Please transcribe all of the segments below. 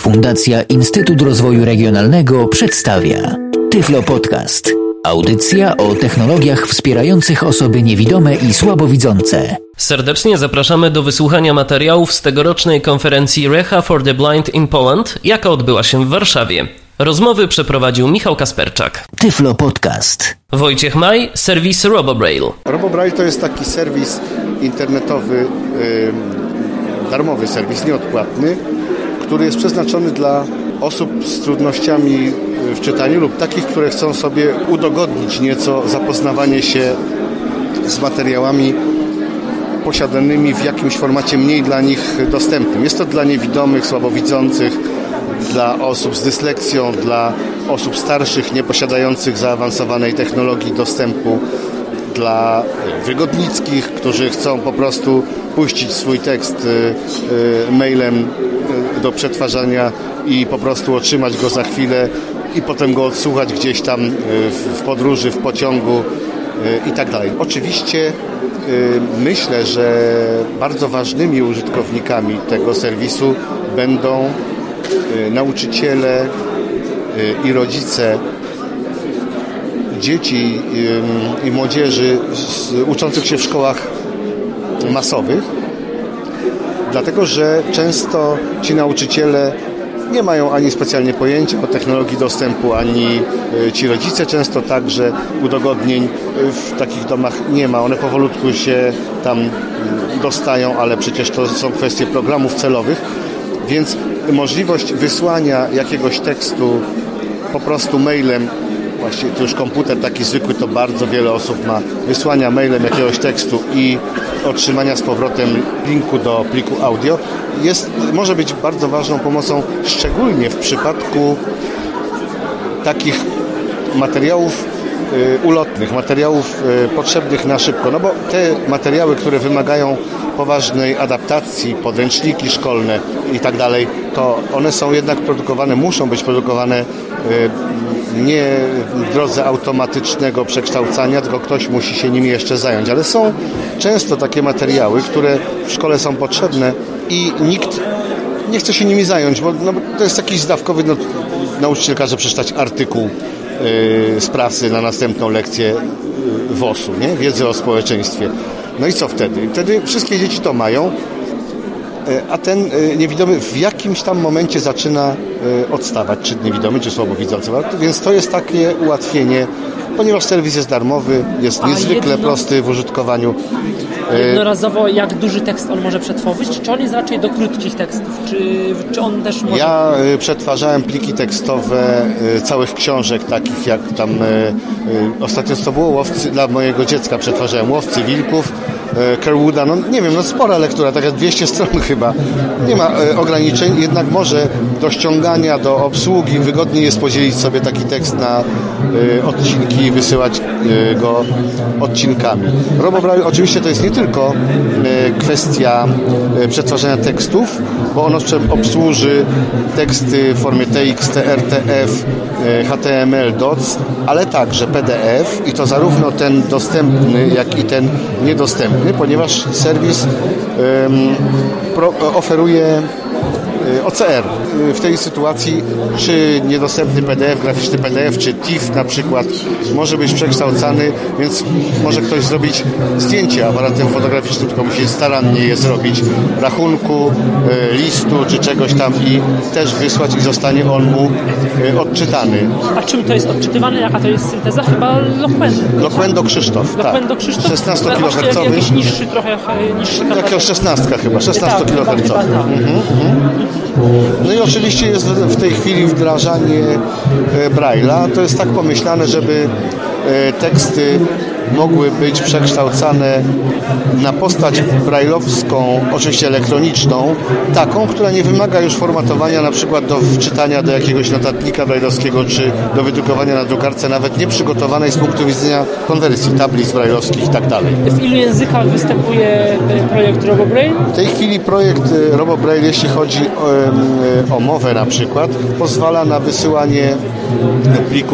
Fundacja Instytut Rozwoju Regionalnego przedstawia Tyflo Podcast. Audycja o technologiach wspierających osoby niewidome i słabowidzące. Serdecznie zapraszamy do wysłuchania materiałów z tegorocznej konferencji Reha for the Blind in Poland, jaka odbyła się w Warszawie. Rozmowy przeprowadził Michał Kasperczak. Tyflo Podcast. Wojciech Maj, serwis RoboBraille. RoboBraille to jest taki serwis internetowy, darmowy serwis, nieodpłatny, który jest przeznaczony dla osób z trudnościami w czytaniu lub takich, które chcą sobie udogodnić nieco zapoznawanie się z materiałami posiadanymi w jakimś formacie mniej dla nich dostępnym. Jest to dla niewidomych, słabowidzących, dla osób z dysleksją, dla osób starszych, nieposiadających zaawansowanej technologii dostępu, dla wygodnickich, którzy chcą po prostu puścić swój tekst mailem do przetwarzania i po prostu otrzymać go za chwilę i potem go odsłuchać gdzieś tam w podróży, w pociągu i tak dalej. Oczywiście myślę, że bardzo ważnymi użytkownikami tego serwisu będą nauczyciele i rodzice dzieci i młodzieży uczących się w szkołach masowych, dlatego że często ci nauczyciele nie mają ani specjalnie pojęcia o technologii dostępu, ani ci rodzice często także udogodnień w takich domach nie ma. One powolutku się tam dostają, ale przecież to są kwestie programów celowych, więc możliwość wysłania jakiegoś tekstu po prostu mailem, właściwie to już komputer taki zwykły, to bardzo wiele osób ma, wysłania mailem jakiegoś tekstu i otrzymania z powrotem linku do pliku audio, może być bardzo ważną pomocą, szczególnie w przypadku takich materiałów ulotnych, materiałów potrzebnych na szybko, no bo te materiały, które wymagają poważnej adaptacji, podręczniki szkolne i tak dalej, to one są jednak produkowane, muszą być produkowane nie w drodze automatycznego przekształcania, tylko ktoś musi się nimi jeszcze zająć, ale są często takie materiały, które w szkole są potrzebne i nikt nie chce się nimi zająć, bo to jest jakiś zdawkowy, nauczyciel każe przeczytać artykuł z prasy na następną lekcję WOS-u, nie? Wiedzy o społeczeństwie. No i co wtedy? Wtedy wszystkie dzieci to mają, a ten niewidomy w jakimś tam momencie zaczyna odstawać, czy niewidomy, czy słabowidzący. Więc to jest takie ułatwienie, ponieważ serwis jest darmowy, jest niezwykle prosty w użytkowaniu. Jednorazowo jak duży tekst on może przetworzyć? Czy on jest raczej do krótkich tekstów? Czy on też może... Ja przetwarzałem pliki tekstowe całych książek, takich jak tam ostatnio to było Łowcy, dla mojego dziecka przetwarzałem Łowcy Wilków, Kerwooda, nie wiem, spora lektura, tak jak 200 stron chyba. Nie ma ograniczeń, jednak może do ściągania, do obsługi wygodniej jest podzielić sobie taki tekst na odcinki i wysyłać go odcinkami. RoboBraille oczywiście to jest nie tylko kwestia przetwarzania tekstów, bo ono obsłuży teksty w formie TXT, RTF, HTML, DOC, ale także PDF i to zarówno ten dostępny, jak i ten niedostępny, ponieważ serwis oferuje OCR. W tej sytuacji czy niedostępny PDF, graficzny PDF, czy TIFF na przykład może być przekształcany, więc może ktoś zrobić zdjęcie aparatem fotograficznym, tylko musi starannie je zrobić, rachunku, listu czy czegoś tam i też wysłać i zostanie on mu odczytany. A czym to jest odczytywane? Jaka to jest synteza? Chyba Loquendo. Loquendo Krzysztof, Loquendo Krzysztof? 16 kHz. Jakiś niższy trochę, Jakiegoś 16 chyba, 16 kHz. No i oczywiście jest w tej chwili wdrażanie Braille'a. To jest tak pomyślane, żeby teksty mogły być przekształcane na postać braille'owską, oczywiście elektroniczną, taką, która nie wymaga już formatowania na przykład do wczytania do jakiegoś notatnika braille'owskiego, czy do wydrukowania na drukarce, nawet nie przygotowanej z punktu widzenia konwersji, tablic braille'owskich i tak dalej. W ilu językach występuje projekt RoboBraille? W tej chwili projekt RoboBraille, jeśli chodzi o mowę na przykład, pozwala na wysyłanie plików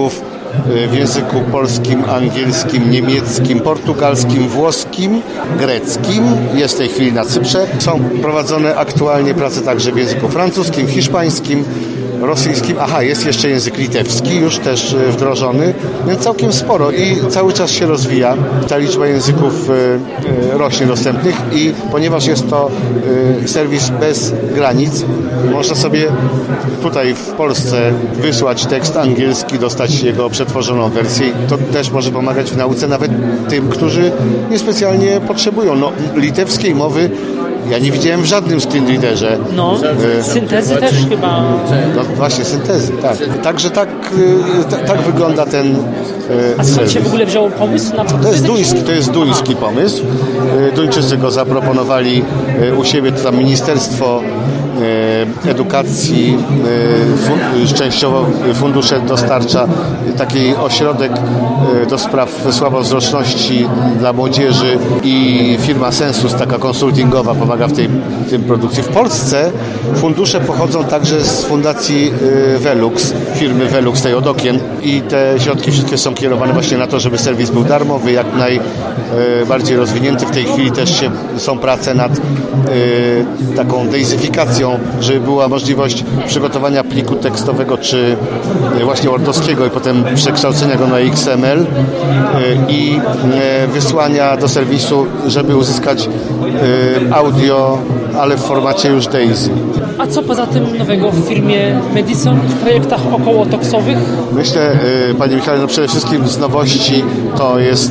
w języku polskim, angielskim, niemieckim, portugalskim, włoskim, greckim. Jest w tej chwili na Cyprze. Są prowadzone aktualnie prace także w języku francuskim, hiszpańskim, rosyjskim. Aha, jest jeszcze język litewski, już też wdrożony, więc całkiem sporo i cały czas się rozwija. Ta liczba języków rośnie dostępnych i ponieważ jest to serwis bez granic, można sobie tutaj w Polsce wysłać tekst angielski, dostać jego przetworzoną wersję. To też może pomagać w nauce nawet tym, którzy niespecjalnie potrzebują. No, litewskiej mowy ja nie widziałem w żadnym screen readerze. No, syntezy też chyba. No właśnie, syntezy, tak. Także tak wygląda ten A skąd się w ogóle wziął pomysł na to jest duński pomysł. Duńczycy go zaproponowali u siebie, to tam Ministerstwo Edukacji częściowo fundusze dostarcza, taki ośrodek do spraw słabowzroczności dla młodzieży i firma Sensus, taka konsultingowa, pomaga w tym produkcji. W Polsce fundusze pochodzą także z fundacji Velux, firmy Velux, tej od okien, i te środki wszystkie są kierowane właśnie na to, żeby serwis był darmowy, jak najbardziej rozwinięty. W tej chwili też są prace nad taką deizyfikacją, żeby była możliwość przygotowania pliku tekstowego czy właśnie wordowskiego i potem przekształcenia go na XML i wysłania do serwisu, żeby uzyskać audio, ale w formacie już DAISY. A co poza tym nowego w firmie Medison w projektach okołotoksowych? Myślę, Panie Michale, no przede wszystkim z nowości to jest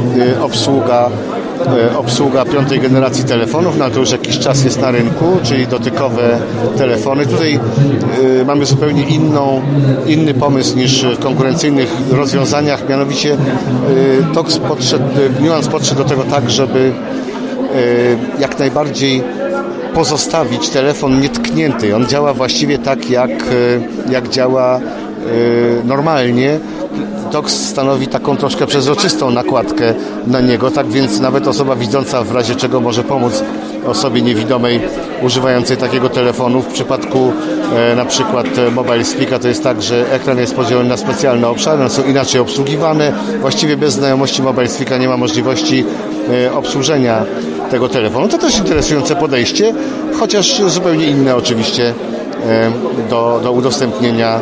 obsługa 5. generacji telefonów, no to już jakiś czas jest na rynku, czyli dotykowe telefony. Tutaj mamy zupełnie inny pomysł niż w konkurencyjnych rozwiązaniach, mianowicie Nuance podszedł do tego tak, żeby jak najbardziej pozostawić telefon nietknięty. On działa właściwie tak, jak działa normalnie. TOX stanowi taką troszkę przezroczystą nakładkę na niego, tak więc nawet osoba widząca w razie czego może pomóc osobie niewidomej używającej takiego telefonu. W przypadku na przykład Mobile Speaka to jest tak, że ekran jest podzielony na specjalne obszary, one są inaczej obsługiwane. Właściwie bez znajomości Mobile Speaka nie ma możliwości obsłużenia tego telefonu. To też interesujące podejście, chociaż zupełnie inne oczywiście do udostępnienia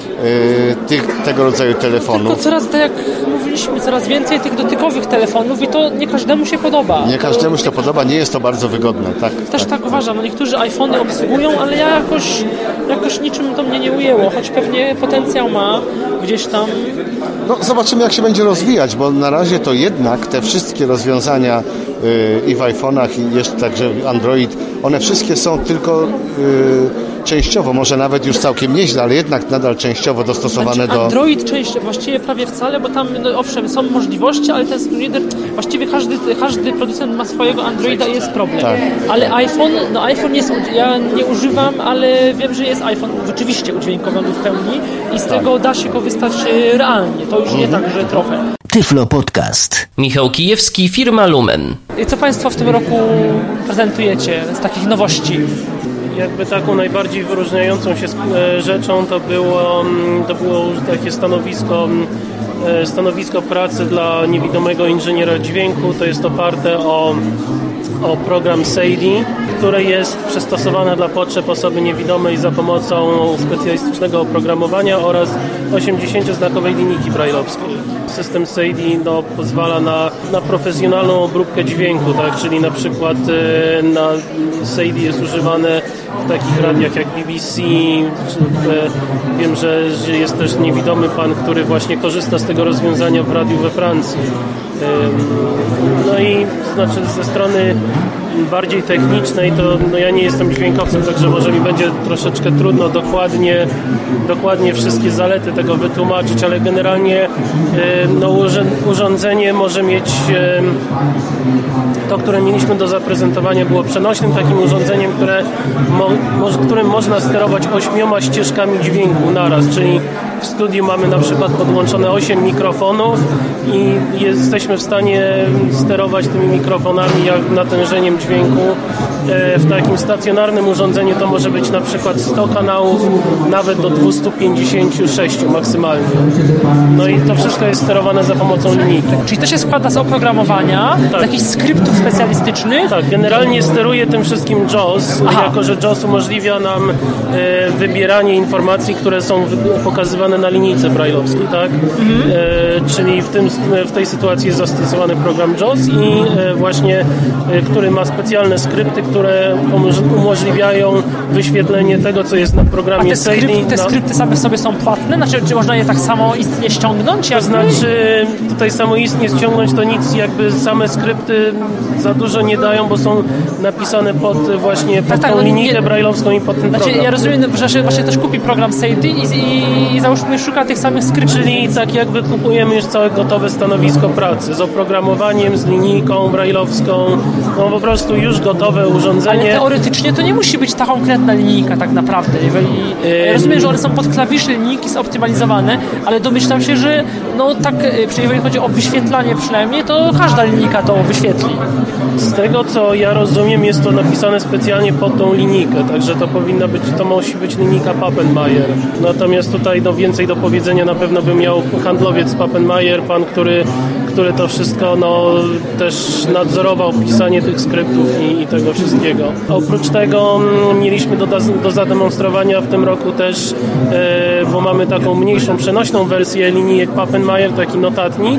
tego rodzaju telefonów. Tylko coraz, tak jak mówiliśmy, coraz więcej tych dotykowych telefonów i to nie każdemu się podoba. Nie każdemu się to podoba, nie jest to bardzo wygodne. Też tak uważam. No niektórzy iPhony obsługują, ale ja jakoś niczym to mnie nie ujęło, choć pewnie potencjał ma gdzieś tam. No zobaczymy, jak się będzie rozwijać, bo na razie to jednak te wszystkie rozwiązania i w iPhone'ach i jeszcze także Android, one wszystkie są tylko częściowo, może nawet już całkiem nieźle, ale jednak nadal częściowo dostosowane do... Android właściwie prawie wcale, bo tam owszem są możliwości, ale ten screen reader, właściwie każdy producent ma swojego Androida i jest problem. Tak. Ale iPhone jest, ja nie używam, ale wiem, że jest iPhone rzeczywiście udźwiękowiony w pełni i z tego da się korzystać realnie. To już nie tak, że trochę. Tyflo Podcast. Michał Kijewski, firma Lumen. I co Państwo w tym roku prezentujecie z takich nowości? Jakby taką najbardziej wyróżniającą się rzeczą to było takie stanowisko pracy dla niewidomego inżyniera dźwięku. To jest oparte o program SAIDI, który jest przystosowany dla potrzeb osoby niewidomej za pomocą specjalistycznego oprogramowania oraz 80-znakowej linijki brajlowskiej. System SAIDI pozwala na profesjonalną obróbkę dźwięku, tak? Czyli na przykład SAIDI jest używane w takich radiach jak BBC, wiem, że jest też niewidomy pan, który właśnie korzysta z tego rozwiązania w radiu we Francji. No i znaczy ze strony bardziej technicznej to ja nie jestem dźwiękowcem, także może mi będzie troszeczkę trudno dokładnie wszystkie zalety tego wytłumaczyć, ale generalnie urządzenie może mieć to, które mieliśmy do zaprezentowania, było przenośnym takim urządzeniem, którym można sterować 8 ścieżkami dźwięku naraz, czyli w studiu mamy na przykład podłączone 8 mikrofonów i jesteśmy w stanie sterować tymi mikrofonami jak natężeniem dźwięku w takim stacjonarnym urządzeniu to może być na przykład 100 kanałów, nawet do 256 maksymalnie. No i to wszystko jest sterowane za pomocą linijki. Czyli to się składa z oprogramowania, z jakichś skryptów specjalistycznych? Tak, generalnie steruje tym wszystkim JAWS, jako że JAWS umożliwia nam wybieranie informacji, które są pokazywane na linijce brajlowskiej, tak? Czyli w tej sytuacji jest zastosowany program JAWS i właśnie, który ma specjalne skrypty, które umożliwiają wyświetlenie tego, co jest na programie SAIDI. Te skrypty same w sobie są płatne? Znaczy, czy można je tak samoistnie ściągnąć? To znaczy, tutaj samoistnie ściągnąć to nic, jakby same skrypty za dużo nie dają, bo są napisane pod tą linijkę brajlowską i pod ten program. Ja rozumiem, że właśnie ktoś kupi program SAIDI i załóżmy szuka tych samych skryptów. Czyli tak jakby kupujemy już całe gotowe stanowisko pracy z oprogramowaniem, z linijką brajlowską, no po prostu już gotowe urządzenie. Ale teoretycznie to nie musi być ta konkretna linijka tak naprawdę. Ja rozumiem, że one są pod klawisze linijki zoptymalizowane, ale domyślam się, że no tak, jeżeli chodzi o wyświetlanie przynajmniej, to każda linijka to wyświetli. Z tego co ja rozumiem, jest to napisane specjalnie pod tą linijkę, także to musi być linijka Pappenmeier. Natomiast tutaj więcej do powiedzenia na pewno by miał handlowiec Pappenmeier, pan, który to wszystko też nadzorował pisanie tych skryptów i tego wszystkiego. Oprócz tego mieliśmy do zademonstrowania w tym roku też, bo mamy taką mniejszą, przenośną wersję linijek Pappenmeier, taki notatnik.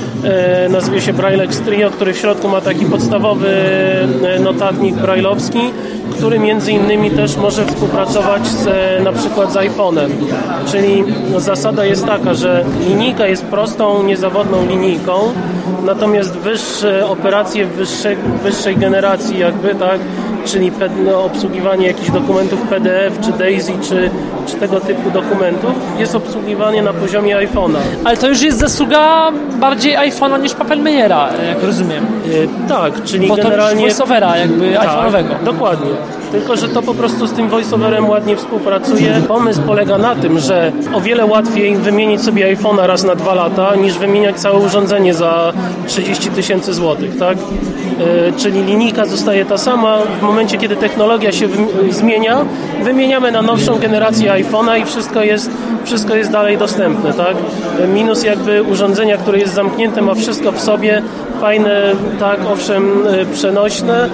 Nazwie się Braillex Trio, który w środku ma taki podstawowy notatnik brajlowski, który między innymi też może współpracować na przykład z iPhone'em. Czyli zasada jest taka, że linijka jest prostą, niezawodną linijką, natomiast operacje wyższej generacji jakby, tak, czyli obsługiwanie jakichś dokumentów PDF, czy DAISY, czy tego typu dokumentów jest obsługiwanie na poziomie iPhone'a. Ale to już jest zasługa bardziej iPhone'a niż Pappenmeiera, jak rozumiem. Tak, czyli bo generalnie... to voiceovera jakby iPhone'owego. Dokładnie. Tylko że to po prostu z tym voiceoverem ładnie współpracuje. Pomysł polega na tym, że o wiele łatwiej wymienić sobie iPhone'a raz na 2 lata, niż wymieniać całe urządzenie za 30 000 złotych, tak? Czyli linijka zostaje ta sama. W momencie, kiedy technologia się zmienia, wymieniamy na nowszą generację iPhone'a i wszystko jest dalej dostępne, tak? Minus jakby urządzenia, które jest zamknięte, ma wszystko w sobie, fajne, tak, owszem, przenośne.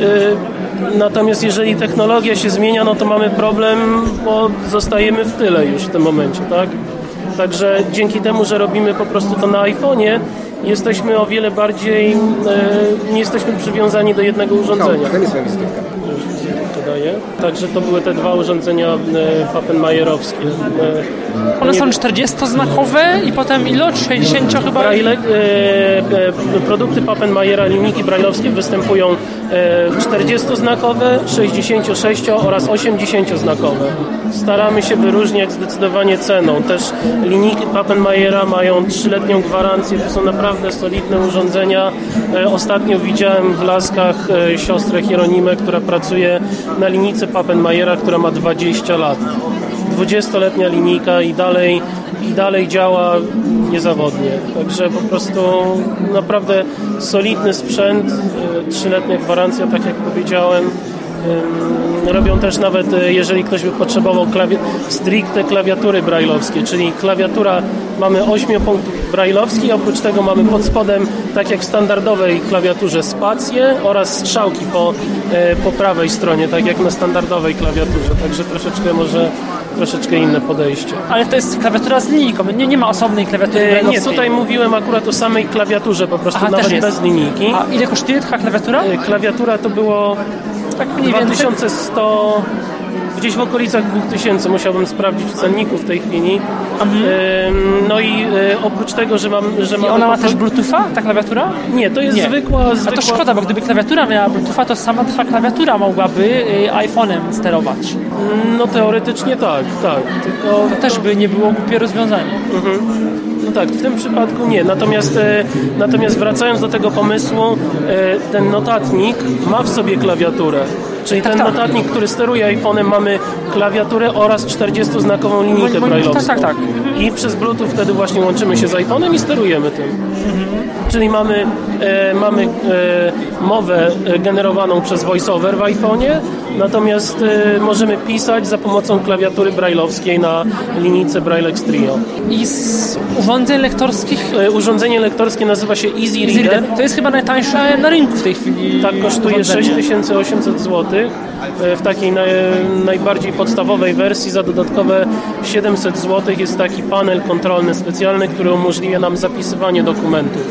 Natomiast jeżeli technologia się zmienia, no to mamy problem, bo zostajemy w tyle już w tym momencie, tak? Także dzięki temu, że robimy po prostu to na iPhone'ie, jesteśmy o wiele bardziej, nie jesteśmy przywiązani do jednego urządzenia. Także to były te 2 urządzenia Pappenmeierowskie. One są 40-znakowe i potem ilość 60 chyba? Produkty Pappenmeiera, linijki brajlowskie występują 40-znakowe, 66 oraz 80-znakowe. Staramy się wyróżniać zdecydowanie ceną. Też linijki Pappenmeiera mają 3-letnią gwarancję. To są naprawdę solidne urządzenia. Ostatnio widziałem w Laskach siostrę Hieronimę, która pracuje na linijce Pappenmeiera, która ma 20 lat. 20-letnia linijka i dalej działa niezawodnie. Także po prostu naprawdę solidny sprzęt, 3-letnia gwarancja, tak jak powiedziałem. Robią też nawet, jeżeli ktoś by potrzebował stricte klawiatury brajlowskie, czyli klawiatura, mamy 8 punktów brajlowski, oprócz tego mamy pod spodem, tak jak w standardowej klawiaturze, spację oraz strzałki po prawej stronie, tak jak na standardowej klawiaturze, także troszeczkę inne podejście. Ale to jest klawiatura z linijką, nie ma osobnej klawiatury brajlowskiej. Nie, tutaj mówiłem akurat o samej klawiaturze, po prostu nawet bez linijki. A ile kosztuje taka klawiatura? Klawiatura to było tak mniej 2100, gdzieś w okolicach 2000, musiałbym sprawdzić w cenniku w tej chwili. No i oprócz tego, że mam... I ona ma też Bluetootha, ta klawiatura? Nie, to jest zwykła... A to szkoda, bo gdyby klawiatura miała Bluetootha, to sama ta klawiatura mogłaby iPhone'em sterować. No teoretycznie tak. Tylko to też by nie było głupie rozwiązanie. No tak, w tym przypadku nie. Natomiast wracając do tego pomysłu, ten notatnik ma w sobie klawiaturę. Czyli ten notatnik, który steruje iPhone'em, mamy klawiaturę oraz 40-znakową linijkę braille'owską. Tak. I przez Bluetooth wtedy właśnie łączymy się z iPhone'em i sterujemy tym. Czyli mamy mowę generowaną przez VoiceOver w iPhone'ie, natomiast możemy pisać za pomocą klawiatury braille'owskiej na linijce Braille X Trio. I z urządzeń lektorskich? Urządzenie lektorskie nazywa się Easy Reader. To jest chyba najtańsze na rynku w tej chwili. Tak, kosztuje 6800 zł. W takiej najbardziej podstawowej wersji za dodatkowe 700 zł jest taki panel kontrolny specjalny, który umożliwia nam zapisywanie dokumentów.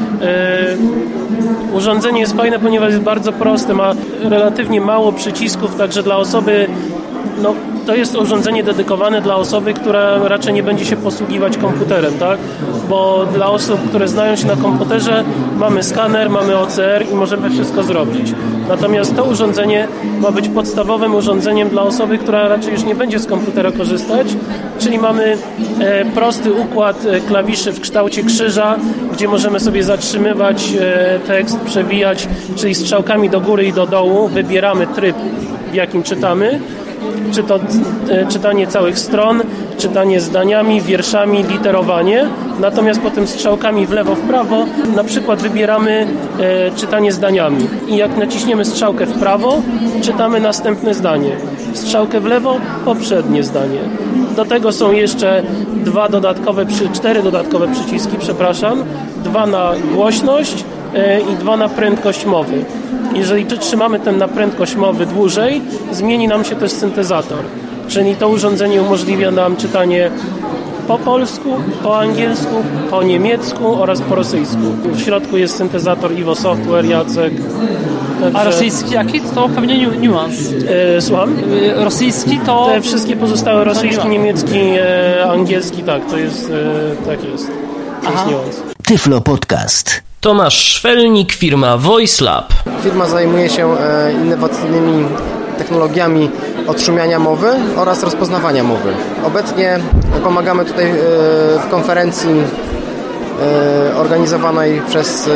Urządzenie jest fajne, ponieważ jest bardzo proste, ma relatywnie mało przycisków, także dla osoby, to jest urządzenie dedykowane dla osoby, która raczej nie będzie się posługiwać komputerem, tak? Bo dla osób, które znają się na komputerze, mamy skaner, mamy OCR i możemy wszystko zrobić. Natomiast to urządzenie ma być podstawowym urządzeniem dla osoby, która raczej już nie będzie z komputera korzystać, czyli mamy prosty układ klawiszy w kształcie krzyża, gdzie możemy sobie zatrzymywać tekst, przewijać, czyli strzałkami do góry i do dołu wybieramy tryb, w jakim czytamy. Czy to czytanie całych stron, czytanie zdaniami, wierszami, literowanie. Natomiast potem strzałkami w lewo, w prawo na przykład wybieramy czytanie zdaniami. I jak naciśniemy strzałkę w prawo, czytamy następne zdanie. Strzałkę w lewo, poprzednie zdanie. Do tego są jeszcze 4 dodatkowe przyciski, 2 na głośność i 2 na prędkość mowy. Jeżeli trzymamy ten na prędkość mowy dłużej, zmieni nam się też syntezator. Czyli to urządzenie umożliwia nam czytanie po polsku, po angielsku, po niemiecku oraz po rosyjsku. W środku jest syntezator Iwo Software, Jacek. Także... A rosyjski jaki? To pewnie niuans. Słucham? Rosyjski to... Te wszystkie pozostałe rosyjski, niemiecki, angielski, tak, to jest, tak jest. To jest niuans. Tyflo Podcast. Tomasz Szwelnik, firma VoiceLab. Firma zajmuje się innowacyjnymi technologiami odszumiania mowy oraz rozpoznawania mowy. Obecnie pomagamy tutaj w konferencji organizowanej przez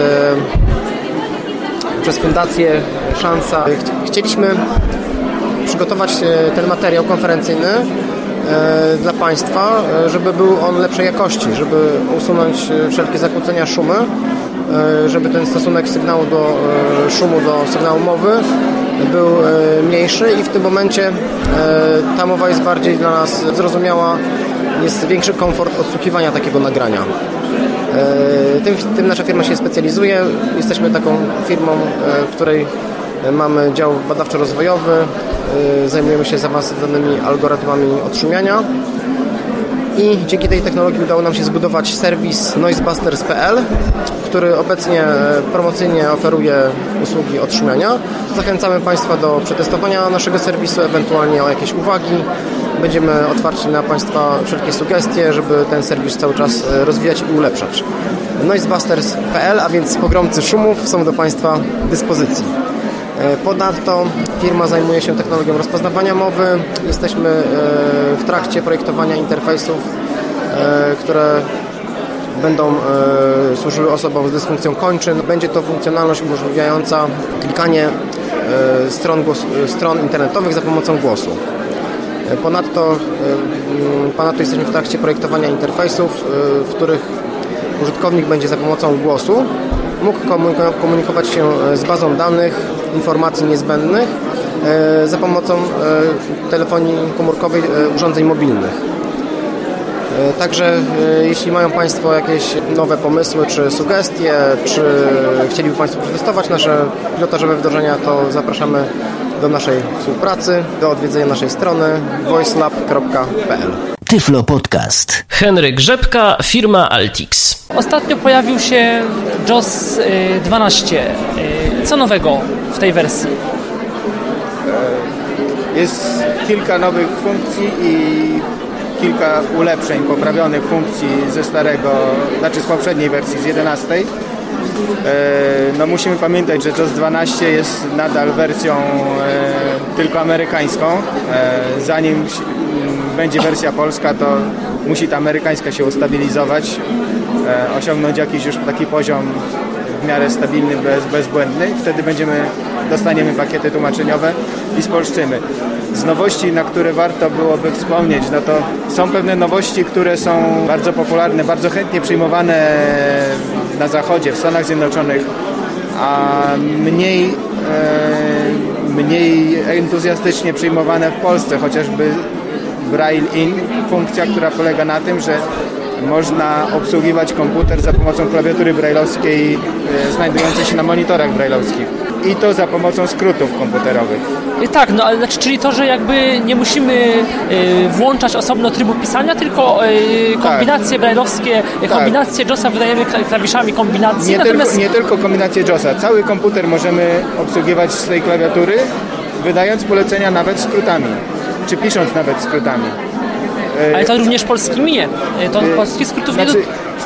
Fundację Szansa. Chcieliśmy przygotować ten materiał konferencyjny dla Państwa, żeby był on lepszej jakości, żeby usunąć wszelkie zakłócenia szumy, żeby ten stosunek sygnału do szumu do sygnału mowy był mniejszy i w tym momencie ta mowa jest bardziej dla nas zrozumiała, jest większy komfort odsłuchiwania takiego nagrania. Tym nasza firma się specjalizuje. Jesteśmy taką firmą, w której mamy dział badawczo-rozwojowy, zajmujemy się zaawansowanymi algorytmami odszumiania i dzięki tej technologii udało nam się zbudować serwis Noisebusters.pl, który obecnie promocyjnie oferuje usługi odszumiania. Zachęcamy Państwa do przetestowania naszego serwisu, ewentualnie o jakieś uwagi. Będziemy otwarci na Państwa wszelkie sugestie, żeby ten serwis cały czas rozwijać i ulepszać. Noisebusters.pl, a więc pogromcy szumów, są do Państwa dyspozycji. Ponadto firma zajmuje się technologią rozpoznawania mowy. Jesteśmy w trakcie projektowania interfejsów, które będą służyły osobom z dysfunkcją kończyn. Będzie to funkcjonalność umożliwiająca klikanie stron internetowych za pomocą głosu. Ponadto jesteśmy w trakcie projektowania interfejsów, w których użytkownik będzie za pomocą głosu mógł komunikować się z bazą danych, informacji niezbędnych za pomocą telefonii komórkowej, urządzeń mobilnych. Także jeśli mają Państwo jakieś nowe pomysły czy sugestie, czy chcieliby Państwo przetestować nasze pilotażowe wdrożenia, to zapraszamy do naszej współpracy, do odwiedzenia naszej strony voicelab.pl. Tyflo Podcast. Henryk Rzepka, firma Altix. Ostatnio pojawił się JAWS 12. Co nowego w tej wersji? Jest kilka nowych funkcji i kilka ulepszeń, poprawionych funkcji ze starego, znaczy z poprzedniej wersji, z 11. No musimy pamiętać, że JAWS 12 jest nadal wersją tylko amerykańską. Zanim będzie wersja polska, to musi ta amerykańska się ustabilizować, osiągnąć jakiś już taki poziom w w miarę stabilny, bezbłędny. Wtedy dostaniemy pakiety tłumaczeniowe i spolszczymy. Z nowości, na które warto byłoby wspomnieć, no to są pewne nowości, które są bardzo popularne, bardzo chętnie przyjmowane na Zachodzie, w Stanach Zjednoczonych, a mniej entuzjastycznie przyjmowane w Polsce, chociażby Braille In, funkcja, która polega na tym, że można obsługiwać komputer za pomocą klawiatury braille'owskiej znajdującej się na monitorach braille'owskich i to za pomocą skrótów komputerowych. I tak, no ale czyli to, że jakby nie musimy włączać osobno trybu pisania, tylko kombinacje braille'owskie, kombinacje JAWSa wydajemy klawiszami kombinacji. Nie tylko kombinacje JAWSa. Cały komputer możemy obsługiwać z tej klawiatury, wydając polecenia nawet skrótami, czy pisząc nawet skrótami. Ale to również polskimi nie. To polskich skrótów nie...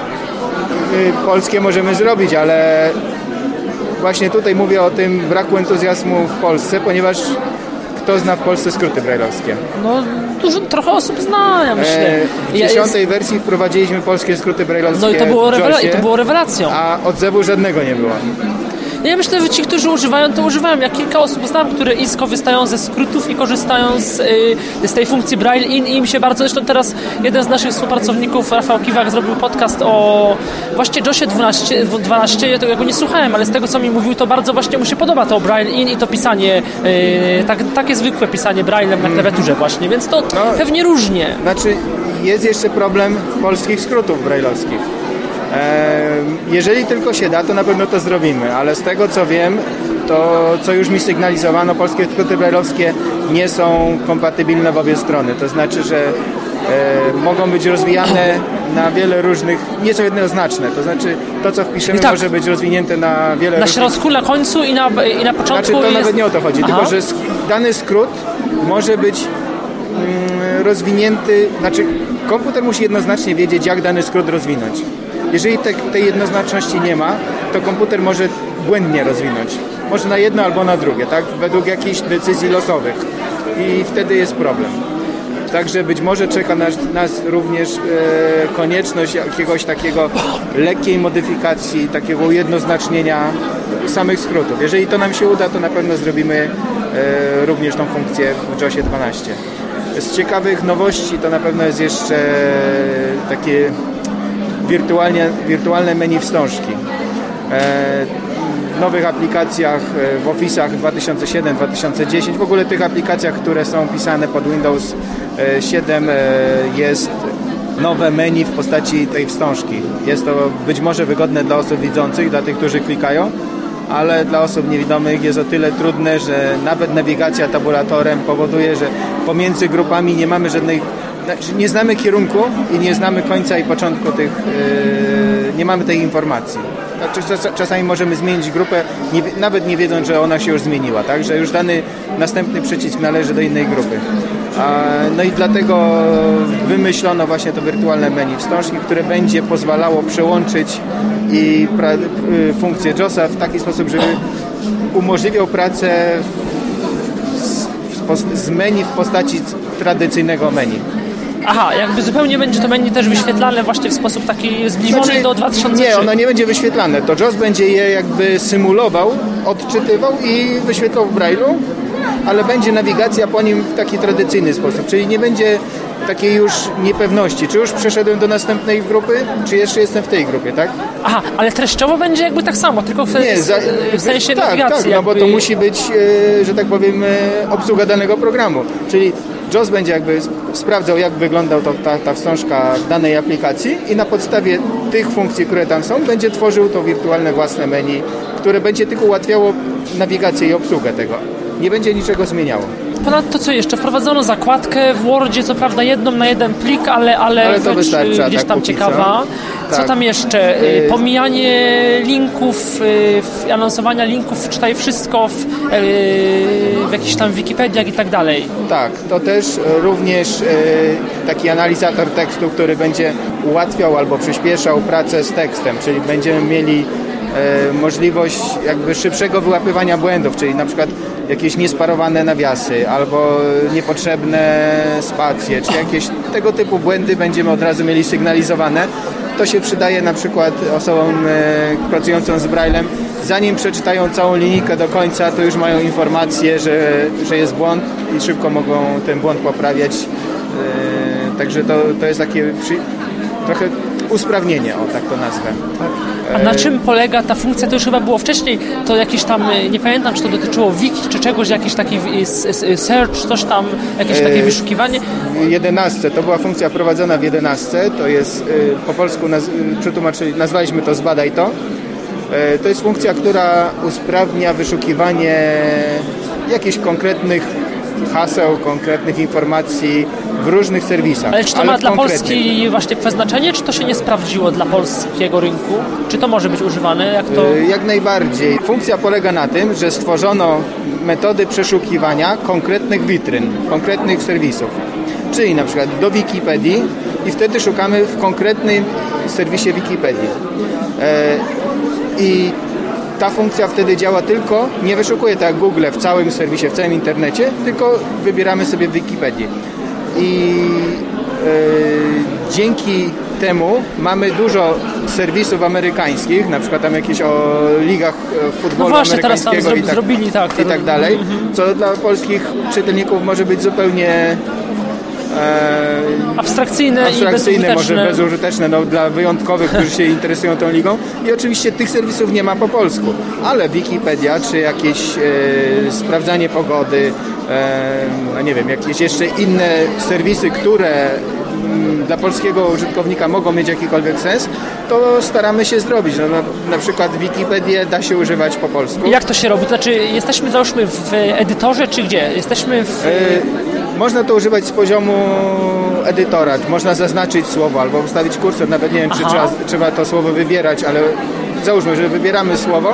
Polskie możemy zrobić, ale właśnie tutaj mówię o tym braku entuzjazmu w Polsce, ponieważ kto zna w Polsce skróty braille'owskie? No, trochę osób zna, ja myślę. W 10. wersji wprowadziliśmy polskie skróty braille'owskie. No i to było rewelacją. A odzewu żadnego nie było. Ja myślę, że ci, którzy używają, to używają. Ja kilka osób znam, które i skorzystają ze skrótów i korzystają z tej funkcji Braille In i im się bardzo... Zresztą teraz jeden z naszych współpracowników, Rafał Kiwak, zrobił podcast o właśnie JAWSie 12. Ja tego nie słuchałem, ale z tego, co mi mówił, to bardzo właśnie mu się podoba to Braille In i to pisanie, takie zwykłe pisanie Braille na klawiaturze właśnie, więc to pewnie różnie. Znaczy, jest jeszcze problem polskich skrótów braille'owskich. Jeżeli tylko się da, to na pewno to zrobimy, ale z tego co wiem, to co już mi sygnalizowano, polskie skróty braille'owskie nie są kompatybilne w obie strony. To znaczy, że mogą być rozwijane na wiele różnych, nie są jednoznaczne. To znaczy, to co wpiszemy może być rozwinięte na wiele różnych... Na środku, na końcu i na początku. Znaczy, to nawet nie o to chodzi, tylko że dany skrót może być rozwinięty, znaczy komputer musi jednoznacznie wiedzieć, jak dany skrót rozwinąć. Jeżeli tej jednoznaczności nie ma, to komputer może błędnie rozwinąć. Może na jedno albo na drugie, tak? Według jakichś decyzji losowych. I wtedy jest problem. Także być może czeka nas również konieczność jakiegoś takiego lekkiej modyfikacji, takiego ujednoznacznienia samych skrótów. Jeżeli to nam się uda, to na pewno zrobimy również tą funkcję w JAWSie 12. Z ciekawych nowości to na pewno jest jeszcze takie wirtualne menu wstążki. W nowych aplikacjach, w Office'ach 2007, 2010, w ogóle tych aplikacjach, które są pisane pod Windows 7 jest nowe menu w postaci tej wstążki. Jest to być może wygodne dla osób widzących, dla tych, którzy klikają, ale dla osób niewidomych jest o tyle trudne, że nawet nawigacja tabulatorem powoduje, że pomiędzy grupami nie mamy nie znamy kierunku i nie znamy końca i początku nie mamy tej informacji. Znaczy, czasami możemy zmienić grupę, nawet nie wiedząc, że ona się już zmieniła, tak? Że już dany następny przycisk należy do innej grupy. No i dlatego wymyślono właśnie to wirtualne menu wstążki, które będzie pozwalało przełączyć funkcję JAWSa w taki sposób, żeby umożliwiał pracę z menu w postaci tradycyjnego menu. Aha, jakby zupełnie będzie to menu też wyświetlane właśnie w sposób taki zbliżony do 2003. Nie, ono nie będzie wyświetlane. To JAWS będzie je jakby symulował, odczytywał i wyświetlał w Braille'u, ale będzie nawigacja po nim w taki tradycyjny sposób, czyli nie będzie takiej już niepewności, czy już przeszedłem do następnej grupy, czy jeszcze jestem w tej grupie, tak? Aha, ale treściowo będzie jakby tak samo, tylko w sensie nawigacji. Tak, no bo to musi być, że tak powiem, obsługa danego programu, czyli JAWS będzie jakby sprawdzał, jak wyglądał ta wstążka w danej aplikacji i na podstawie tych funkcji, które tam są, będzie tworzył to wirtualne własne menu, które będzie tylko ułatwiało nawigację i obsługę tego. Nie będzie niczego zmieniało. Ponadto co jeszcze? Wprowadzono zakładkę w Wordzie, co prawda jedną na jeden plik, ale to wystarcza, gdzieś tam ciekawa. Co tam jeszcze? Pomijanie linków, anonsowania linków, czytaj wszystko w jakichś tam Wikipediach i tak dalej. Tak, to też również taki analizator tekstu, który będzie ułatwiał albo przyspieszał pracę z tekstem, czyli będziemy mieli możliwość jakby szybszego wyłapywania błędów, czyli na przykład jakieś niesparowane nawiasy albo niepotrzebne spacje, czy jakieś tego typu błędy będziemy od razu mieli sygnalizowane to się przydaje na przykład osobom pracującym z Braillem. Zanim przeczytają całą linijkę do końca, to już mają informację, że jest błąd i szybko mogą ten błąd poprawiać. Także to jest takie trochę usprawnienie, tak to nazwę. A na czym polega ta funkcja? To już chyba było wcześniej, to jakieś tam, nie pamiętam, czy to dotyczyło wiki, czy czegoś, jakiś taki search, coś tam, jakieś takie wyszukiwanie? W 11, to była funkcja wprowadzona w 11, to jest po polsku nazwaliśmy to Zbadaj to. To jest funkcja, która usprawnia wyszukiwanie jakichś konkretnych haseł, konkretnych informacji w różnych serwisach. Ale czy to ma dla Polski właśnie przeznaczenie, czy to się nie sprawdziło dla polskiego rynku? Czy to może być używane? Jak najbardziej. Funkcja polega na tym, że stworzono metody przeszukiwania konkretnych witryn, konkretnych serwisów. Czyli na przykład do Wikipedii i wtedy szukamy w konkretnym serwisie Wikipedii. I ta funkcja wtedy działa tylko, nie wyszukuje tak jak Google w całym serwisie, w całym internecie, tylko wybieramy sobie w Wikipedii. I dzięki temu mamy dużo serwisów amerykańskich, na przykład tam jakieś o ligach futbolu amerykańskiego i tak dalej, co dla polskich czytelników może być zupełnie abstrakcyjne może bezużyteczne dla wyjątkowych, którzy się interesują tą ligą. I oczywiście tych serwisów nie ma po polsku, ale Wikipedia czy jakieś sprawdzanie pogody, nie wiem, jakieś jeszcze inne serwisy, które dla polskiego użytkownika mogą mieć jakikolwiek sens, to staramy się zrobić. Na przykład Wikipedię da się używać po polsku. I jak to się robi? To znaczy jesteśmy załóżmy w edytorze, czy gdzie? Jesteśmy w... Można to używać z poziomu edytora. Można zaznaczyć słowo albo ustawić kursor. Nawet nie wiem, czy trzeba to słowo wybierać, ale załóżmy, że wybieramy słowo,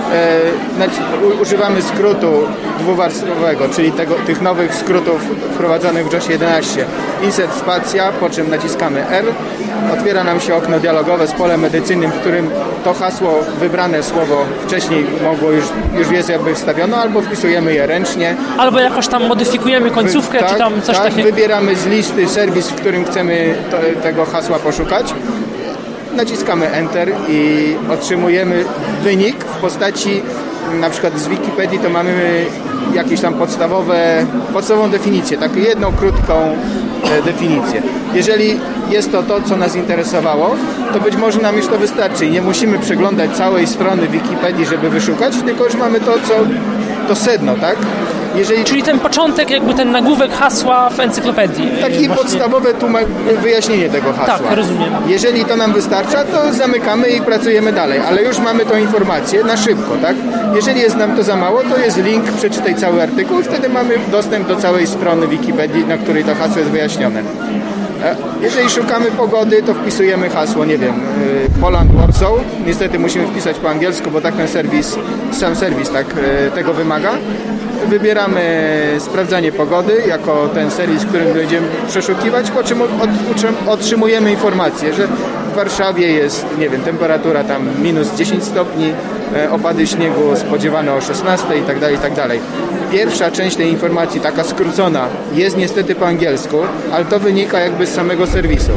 używamy skrótu dwuwarstwowego, czyli tych nowych skrótów wprowadzonych w JOSie 11. Insert spacja, po czym naciskamy R. Otwiera nam się okno dialogowe z polem edycyjnym, w którym to hasło, wybrane słowo wcześniej już jest jakby wstawione, albo wpisujemy je ręcznie. Albo jakoś tam modyfikujemy końcówkę, czy tam coś takiego. Wybieramy z listy serwis, w którym chcemy tego hasła poszukać. Naciskamy Enter i otrzymujemy wynik w postaci, na przykład z Wikipedii to mamy jakieś tam podstawową definicję, taką jedną krótką definicję. Jeżeli jest to, co nas interesowało, to być może nam już to wystarczy i nie musimy przeglądać całej strony Wikipedii, żeby wyszukać, tylko już mamy to sedno, tak? Czyli ten początek, jakby ten nagłówek hasła w encyklopedii. Takie podstawowe wyjaśnienie tego hasła. Tak, rozumiem. Jeżeli to nam wystarcza, to zamykamy i pracujemy dalej, ale już mamy tą informację na szybko, tak? Jeżeli jest nam to za mało, to jest link, przeczytaj cały artykuł i wtedy mamy dostęp do całej strony Wikipedii, na której to hasło jest wyjaśnione. Jeżeli szukamy pogody, to wpisujemy hasło, nie wiem, Poland Warsaw. Niestety musimy wpisać po angielsku, bo tak ten sam serwis tak tego wymaga. Wybieramy sprawdzanie pogody jako ten serwis, którym będziemy przeszukiwać, po czym otrzymujemy informację, że w Warszawie jest, nie wiem, temperatura tam minus 10 stopni, opady śniegu spodziewane o 16 i tak dalej. Pierwsza część tej informacji, taka skrócona, jest niestety po angielsku, ale to wynika jakby z samego serwisu.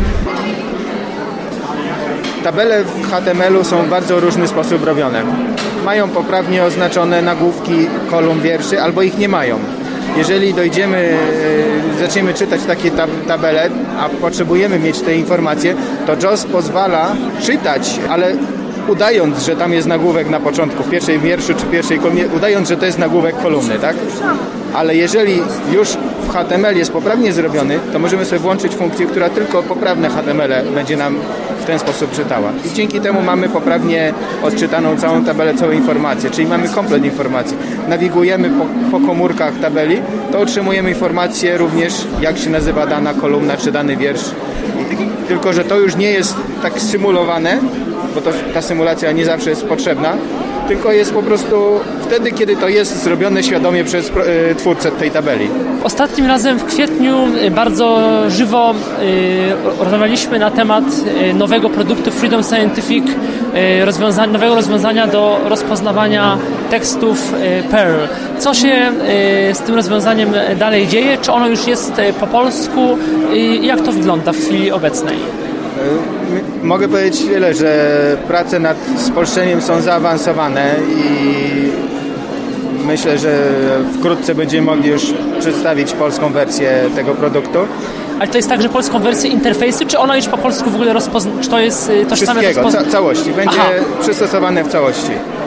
Tabele w HTML-u są w bardzo różny sposób robione. Mają poprawnie oznaczone nagłówki kolumn wierszy, albo ich nie mają. Jeżeli zaczniemy czytać takie tabele, a potrzebujemy mieć te informacje, to JOS pozwala czytać, ale udając, że tam jest nagłówek na początku, w pierwszej wierszu czy w pierwszej kolumnie, udając, że to jest nagłówek kolumny, tak? Ale jeżeli już w HTML jest poprawnie zrobiony, to możemy sobie włączyć funkcję, która tylko poprawne HTML będzie nam w ten sposób czytała. I dzięki temu mamy poprawnie odczytaną całą tabelę, całą informację, czyli mamy komplet informacji. Nawigujemy po komórkach tabeli, to otrzymujemy informację również, jak się nazywa dana kolumna czy dany wiersz. Tylko że to już nie jest tak symulowane, bo ta symulacja nie zawsze jest potrzebna, tylko jest po prostu wtedy, kiedy to jest zrobione świadomie przez twórcę tej tabeli. Ostatnim razem w kwietniu bardzo żywo rozmawialiśmy na temat nowego produktu Freedom Scientific, nowego rozwiązania do rozpoznawania tekstów Perl. Co się z tym rozwiązaniem dalej dzieje? Czy ono już jest po polsku? I jak to wygląda w chwili obecnej? Mogę powiedzieć tyle, że prace nad spolszczeniem są zaawansowane i myślę, że wkrótce będziemy mogli już przedstawić polską wersję tego produktu. Ale to jest tak, że polską wersję interfejsu, czy ona już po polsku w ogóle czy to jest tożsame wszystkiego, całości. Będzie przystosowane w całości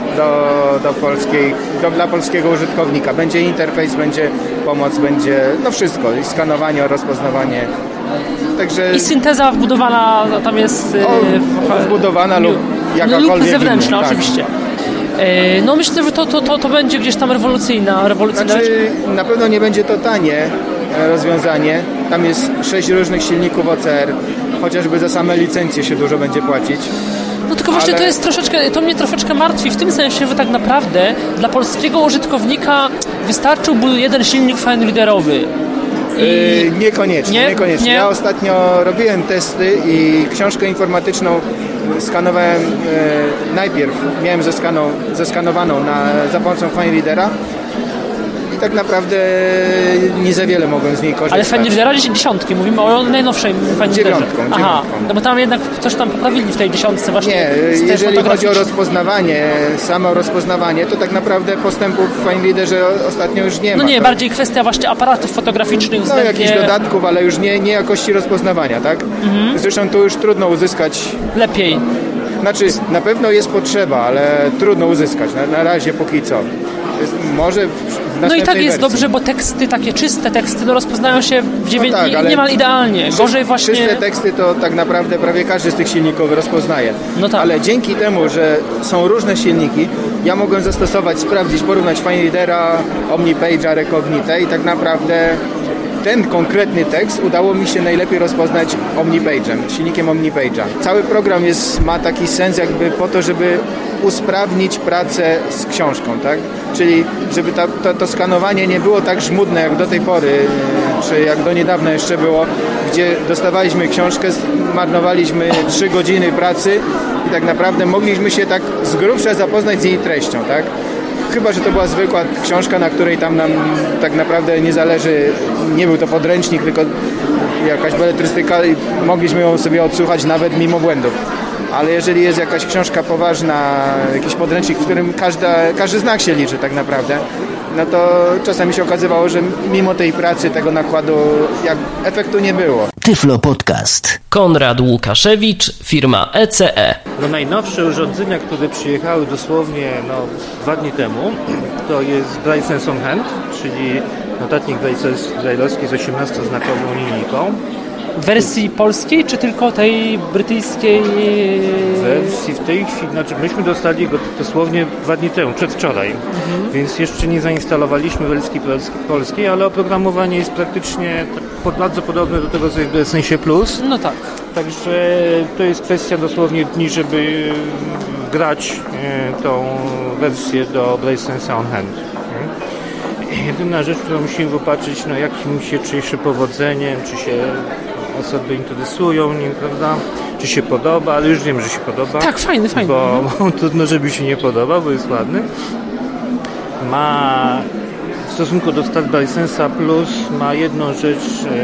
dla polskiego użytkownika. Będzie interfejs, będzie pomoc, będzie wszystko. I skanowanie, rozpoznawanie. Także... I synteza wbudowana tam jest... wbudowana lub jakakolwiek lub zewnętrzna, tak. Oczywiście. No myślę, że to będzie gdzieś tam rewolucyjna rzecz. Na pewno nie będzie to tanie rozwiązanie. Tam jest 6 różnych silników OCR. Chociażby za same licencje się dużo będzie płacić. No tylko właśnie to mnie troszeczkę martwi w tym sensie, że tak naprawdę dla polskiego użytkownika wystarczyłby jeden silnik FineReaderowy. Niekoniecznie. Ja ostatnio robiłem testy i książkę informatyczną skanowałem najpierw, miałem zeskanowaną za pomocą FineReadera i tak naprawdę nie za wiele mogłem z niej korzystać. Ale FineReadera 10, mówimy o najnowszej FineReaderze. 9. Aha, no bo tam jednak coś tam poprawili w tej 10 właśnie. Nie, jeżeli chodzi o samo rozpoznawanie, to tak naprawdę postępów w FineReaderze ostatnio już nie ma. No nie, bardziej kwestia właśnie aparatów fotograficznych. No jakichś dodatków, ale już nie jakości rozpoznawania, tak? Mhm. Zresztą tu już trudno uzyskać... Lepiej. Znaczy, na pewno jest potrzeba, ale trudno uzyskać. Na razie póki co. Może no i tak jest dobrze, bo teksty, takie czyste teksty, rozpoznają się niemal idealnie. Gorzej właśnie... Czyste teksty to tak naprawdę prawie każdy z tych silników rozpoznaje. No tak. Ale dzięki temu, że są różne silniki, ja mogłem sprawdzić, porównać FineReadera, OmniPage'a, Recognite i tak naprawdę ten konkretny tekst udało mi się najlepiej rozpoznać silnikiem OmniPage'a. Cały program ma taki sens jakby po to, żeby usprawnić pracę z książką, tak? Czyli żeby to skanowanie nie było tak żmudne jak do tej pory, czy jak do niedawna jeszcze było, gdzie dostawaliśmy książkę, marnowaliśmy 3 godziny pracy i tak naprawdę mogliśmy się tak z grubsza zapoznać z jej treścią, tak? Chyba że to była zwykła książka, na której tam nam tak naprawdę nie zależy, nie był to podręcznik, tylko jakaś beletrystyka i mogliśmy ją sobie odsłuchać nawet mimo błędów. Ale jeżeli jest jakaś książka poważna, jakiś podręcznik, w którym każdy znak się liczy tak naprawdę, no to czasami się okazywało, że mimo tej pracy, tego nakładu, efektu nie było. Tyflo Podcast. Konrad Łukaszewicz, firma ECE. No najnowsze urządzenia, które przyjechały dosłownie 2 dni temu, to jest BrailleSense on Hand, czyli notatnik braille'owski z 18-znakową linijką. W wersji polskiej, czy tylko tej brytyjskiej? W wersji w tej chwili, myśmy dostali go dosłownie 2 dni temu, przedwczoraj, więc jeszcze nie zainstalowaliśmy wersji polskiej, ale oprogramowanie jest praktycznie bardzo podobne do tego, co jest w BrailleSense Plus. No tak. Także to jest kwestia dosłownie dni, żeby grać tą wersję do BrailleSense on Hand. Jedyna rzecz, którą musimy popatrzeć, jakim się cieszy powodzeniem, czy się osoby interesują nim, prawda? Czy się podoba, ale już wiem, że się podoba. Tak, fajny. Bo trudno, żeby się nie podobał, bo jest ładny. Ma w stosunku do BrailleSense Plus ma jedną rzecz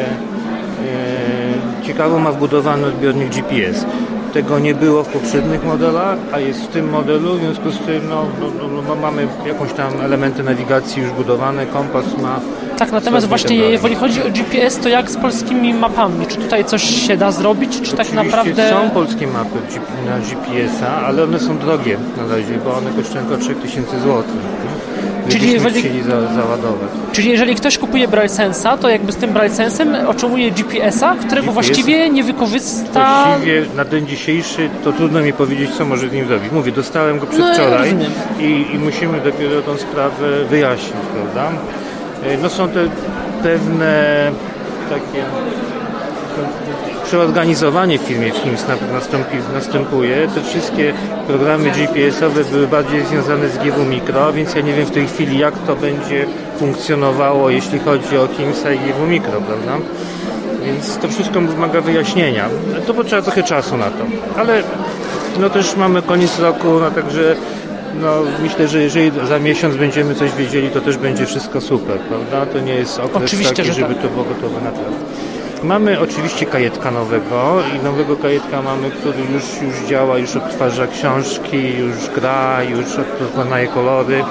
ciekawą, ma wbudowany odbiornik GPS. Tego nie było w poprzednich modelach, a jest w tym modelu, w związku z tym mamy jakąś tam elementy nawigacji już budowane, kompas ma... Tak, natomiast właśnie jeżeli chodzi o GPS, to jak z polskimi mapami? Czy tutaj coś się da zrobić, czy oczywiście tak naprawdę... są polskie mapy na GPS-a, ale one są drogie na razie, bo one kosztują około 3000 zł. Czyli chcieli załadować. Czyli jeżeli ktoś kupuje BrailleSense'a, to jakby z tym BrailleSense'em otrzymuje GPS-a, którego właściwie nie wykorzysta... Właściwie na dzień dzisiejszy to trudno mi powiedzieć, co może z nim zrobić. Mówię, dostałem go przedwczoraj i musimy dopiero tą sprawę wyjaśnić, prawda? Są te pewne takie... Przeorganizowanie w firmie Teams następuje. Te wszystkie programy GPS-owe były bardziej związane z GW Micro, więc ja nie wiem w tej chwili, jak to będzie funkcjonowało, jeśli chodzi o Teamsa i GW Micro, prawda? Więc to wszystko wymaga wyjaśnienia. To potrzeba trochę czasu na to. Ale też mamy koniec roku, także myślę, że jeżeli za miesiąc będziemy coś wiedzieli, to też będzie wszystko super, prawda? To nie jest okres taki, żeby to było gotowe na czas. Mamy oczywiście kajetka nowego i nowego kajetka mamy, który już działa, już odtwarza książki, już gra, już rozpoznaje kolory.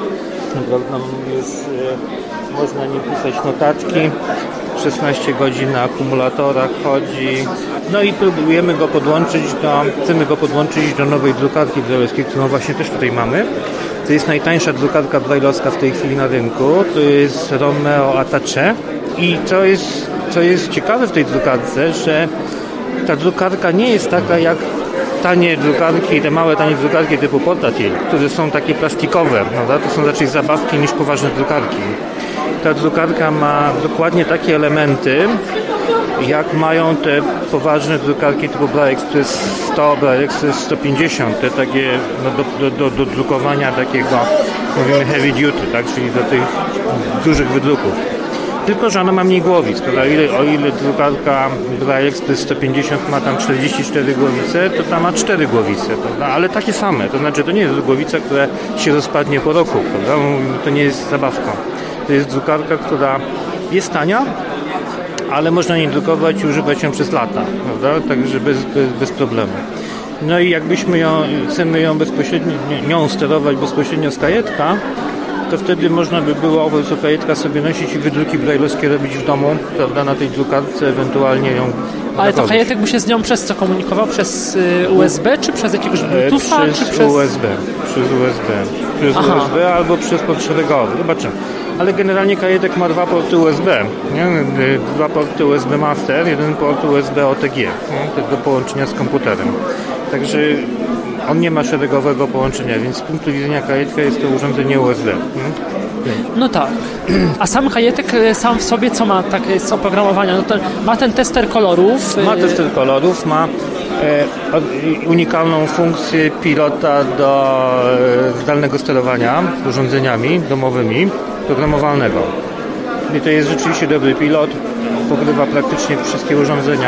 Już można nim pisać notatki. 16 godzin na akumulatorach chodzi. No i chcemy go podłączyć do nowej drukarki brailleowskiej, którą właśnie też tutaj mamy. To jest najtańsza drukarka brailleowska w tej chwili na rynku. To jest Romeo Attaché. I co jest ciekawe w tej drukarce, że ta drukarka nie jest taka jak tanie drukarki, te małe tanie drukarki typu portatil, które są takie plastikowe, prawda? To są raczej zabawki niż poważne drukarki. Ta drukarka ma dokładnie takie elementy, jak mają te poważne drukarki typu Braille Express 100, Braille Express 150, te takie do drukowania takiego, mówimy heavy duty, tak? Czyli do tych dużych wydruków. Tylko że ona ma mniej głowic, prawda? O ile drukarka Braille Express 150 ma tam 44 głowice, to ta ma 4 głowice, prawda? Ale takie same, to znaczy to nie jest głowica, która się rozpadnie po roku, prawda? To nie jest zabawka. To jest drukarka, która jest tania, ale można niej drukować i używać ją przez lata, prawda? Także bez problemu. No i jakbyśmy chcemy ją bezpośrednio, nią sterować bezpośrednio z kajetka, to wtedy można by było z kajetka sobie nosić i wydruki brailleowskie robić w domu, prawda, na tej drukarce, ewentualnie ją... Ale to kajetek by się z nią przez co komunikował? Przez USB, czy przez jakiegoś Bluetootha? Przez USB. Przez USB albo przez port szeregowy. Zobaczymy. Ale generalnie kajetek ma 2 porty USB. Nie? 2 porty USB Master, 1 port USB OTG, do połączenia z komputerem. Także on nie ma szeregowego połączenia, więc z punktu widzenia kajetka jest to urządzenie USB. No tak. A sam kajetek sam w sobie co ma takie z oprogramowania? No to ma ten tester kolorów. Ma tester kolorów, ma unikalną funkcję pilota do zdalnego sterowania urządzeniami domowymi, programowalnego. I to jest rzeczywiście dobry pilot, pokrywa praktycznie wszystkie urządzenia,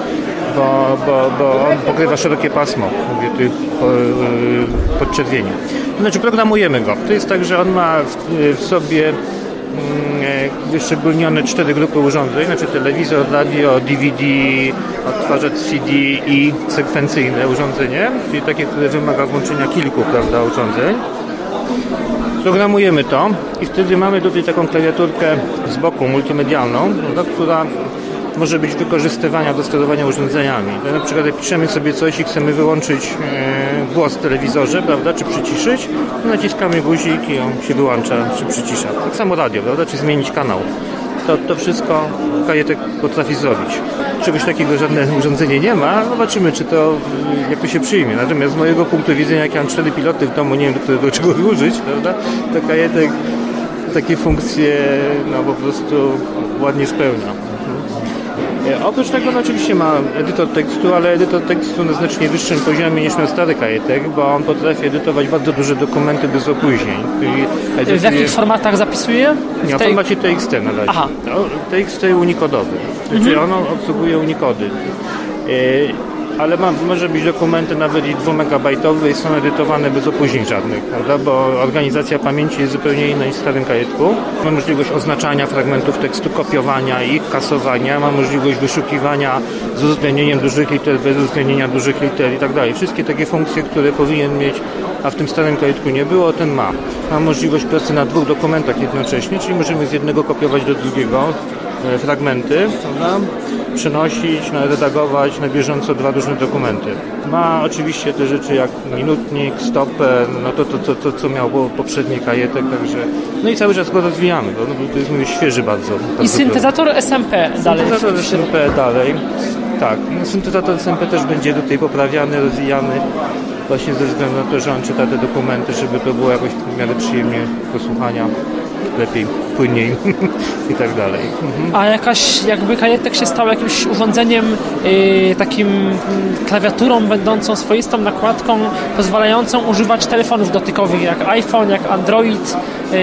bo on pokrywa szerokie pasmo, mówię tych podczerwieni. Znaczy programujemy go. To jest tak, że on ma w sobie wyszczególnione 4 grupy urządzeń, znaczy telewizor, radio, DVD, odtwarzacz CD i sekwencyjne urządzenie, czyli takie, które wymaga włączenia kilku, prawda, urządzeń. Programujemy to i wtedy mamy tutaj taką klawiaturkę z boku multimedialną, która może być wykorzystywana do sterowania urządzeniami. Na przykład jak piszemy sobie coś i chcemy wyłączyć głos w telewizorze, prawda, czy przyciszyć, to naciskamy guzik i on się wyłącza, czy przycisza. Tak samo radio, prawda, czy zmienić kanał. To wszystko kajetek potrafi zrobić. Czegoś takiego żadne urządzenie nie ma, zobaczymy, jak to się przyjmie. Natomiast z mojego punktu widzenia, jak ja mam 4 piloty w domu, nie wiem do czego użyć, prawda, to kajetek takie funkcje po prostu ładnie spełnia. Oprócz tego oczywiście ma edytor tekstu, ale edytor tekstu na znacznie wyższym poziomie niż miał stary kajetek, bo on potrafi edytować bardzo duże dokumenty bez opóźnień. W jakich formatach zapisuje? W formacie TXT na razie. Aha. TXT unikodowy, czyli ono obsługuje unikody. Ale może być dokumenty nawet i 2-megabajtowe i są edytowane bez opóźnień żadnych, prawda? Bo organizacja pamięci jest zupełnie inna niż w starym kajetku. Ma możliwość oznaczania fragmentów tekstu, kopiowania ich, kasowania, ma możliwość wyszukiwania z uwzględnieniem dużych liter, bez uwzględnienia dużych liter i tak dalej. Wszystkie takie funkcje, które powinien mieć, a w tym starym kajetku nie było, ten ma. Ma możliwość pracy na 2 dokumentach jednocześnie, czyli możemy z jednego kopiować do drugiego fragmenty, prawda? Przenosić, redagować na bieżąco 2 różne dokumenty. Ma oczywiście te rzeczy jak minutnik, stoper, to co miał poprzedni kajetek, także no i cały czas go rozwijamy, bo to jest świeży bardzo. I syntezator SMP dalej. Syntezator SMP dalej, tak. Syntezator SMP też będzie tutaj poprawiany, rozwijany właśnie ze względu na to, że on czyta te dokumenty, żeby to było jakoś w miarę przyjemnie do słuchania. Lepiej, płynniej i tak dalej. A jakby kajetek się stał jakimś urządzeniem, takim klawiaturą będącą swoistą nakładką, pozwalającą używać telefonów dotykowych jak iPhone, jak Android,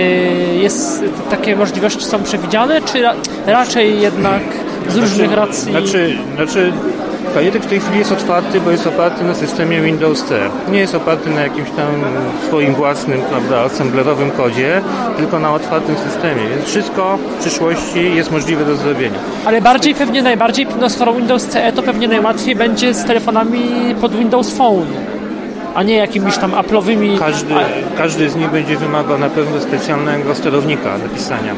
takie możliwości są przewidziane, czy raczej jednak z różnych racji? Znaczy Kajetek w tej chwili jest otwarty, bo jest oparty na systemie Windows C. Nie jest oparty na jakimś tam swoim własnym, prawda, assemblerowym kodzie, tylko na otwartym systemie. Więc wszystko w przyszłości jest możliwe do zrobienia. Ale najbardziej, skoro Windows CE, to pewnie najłatwiej będzie z telefonami pod Windows Phone, a nie jakimiś tam Apple'owymi. Każdy z nich będzie wymagał na pewno specjalnego sterownika do pisania,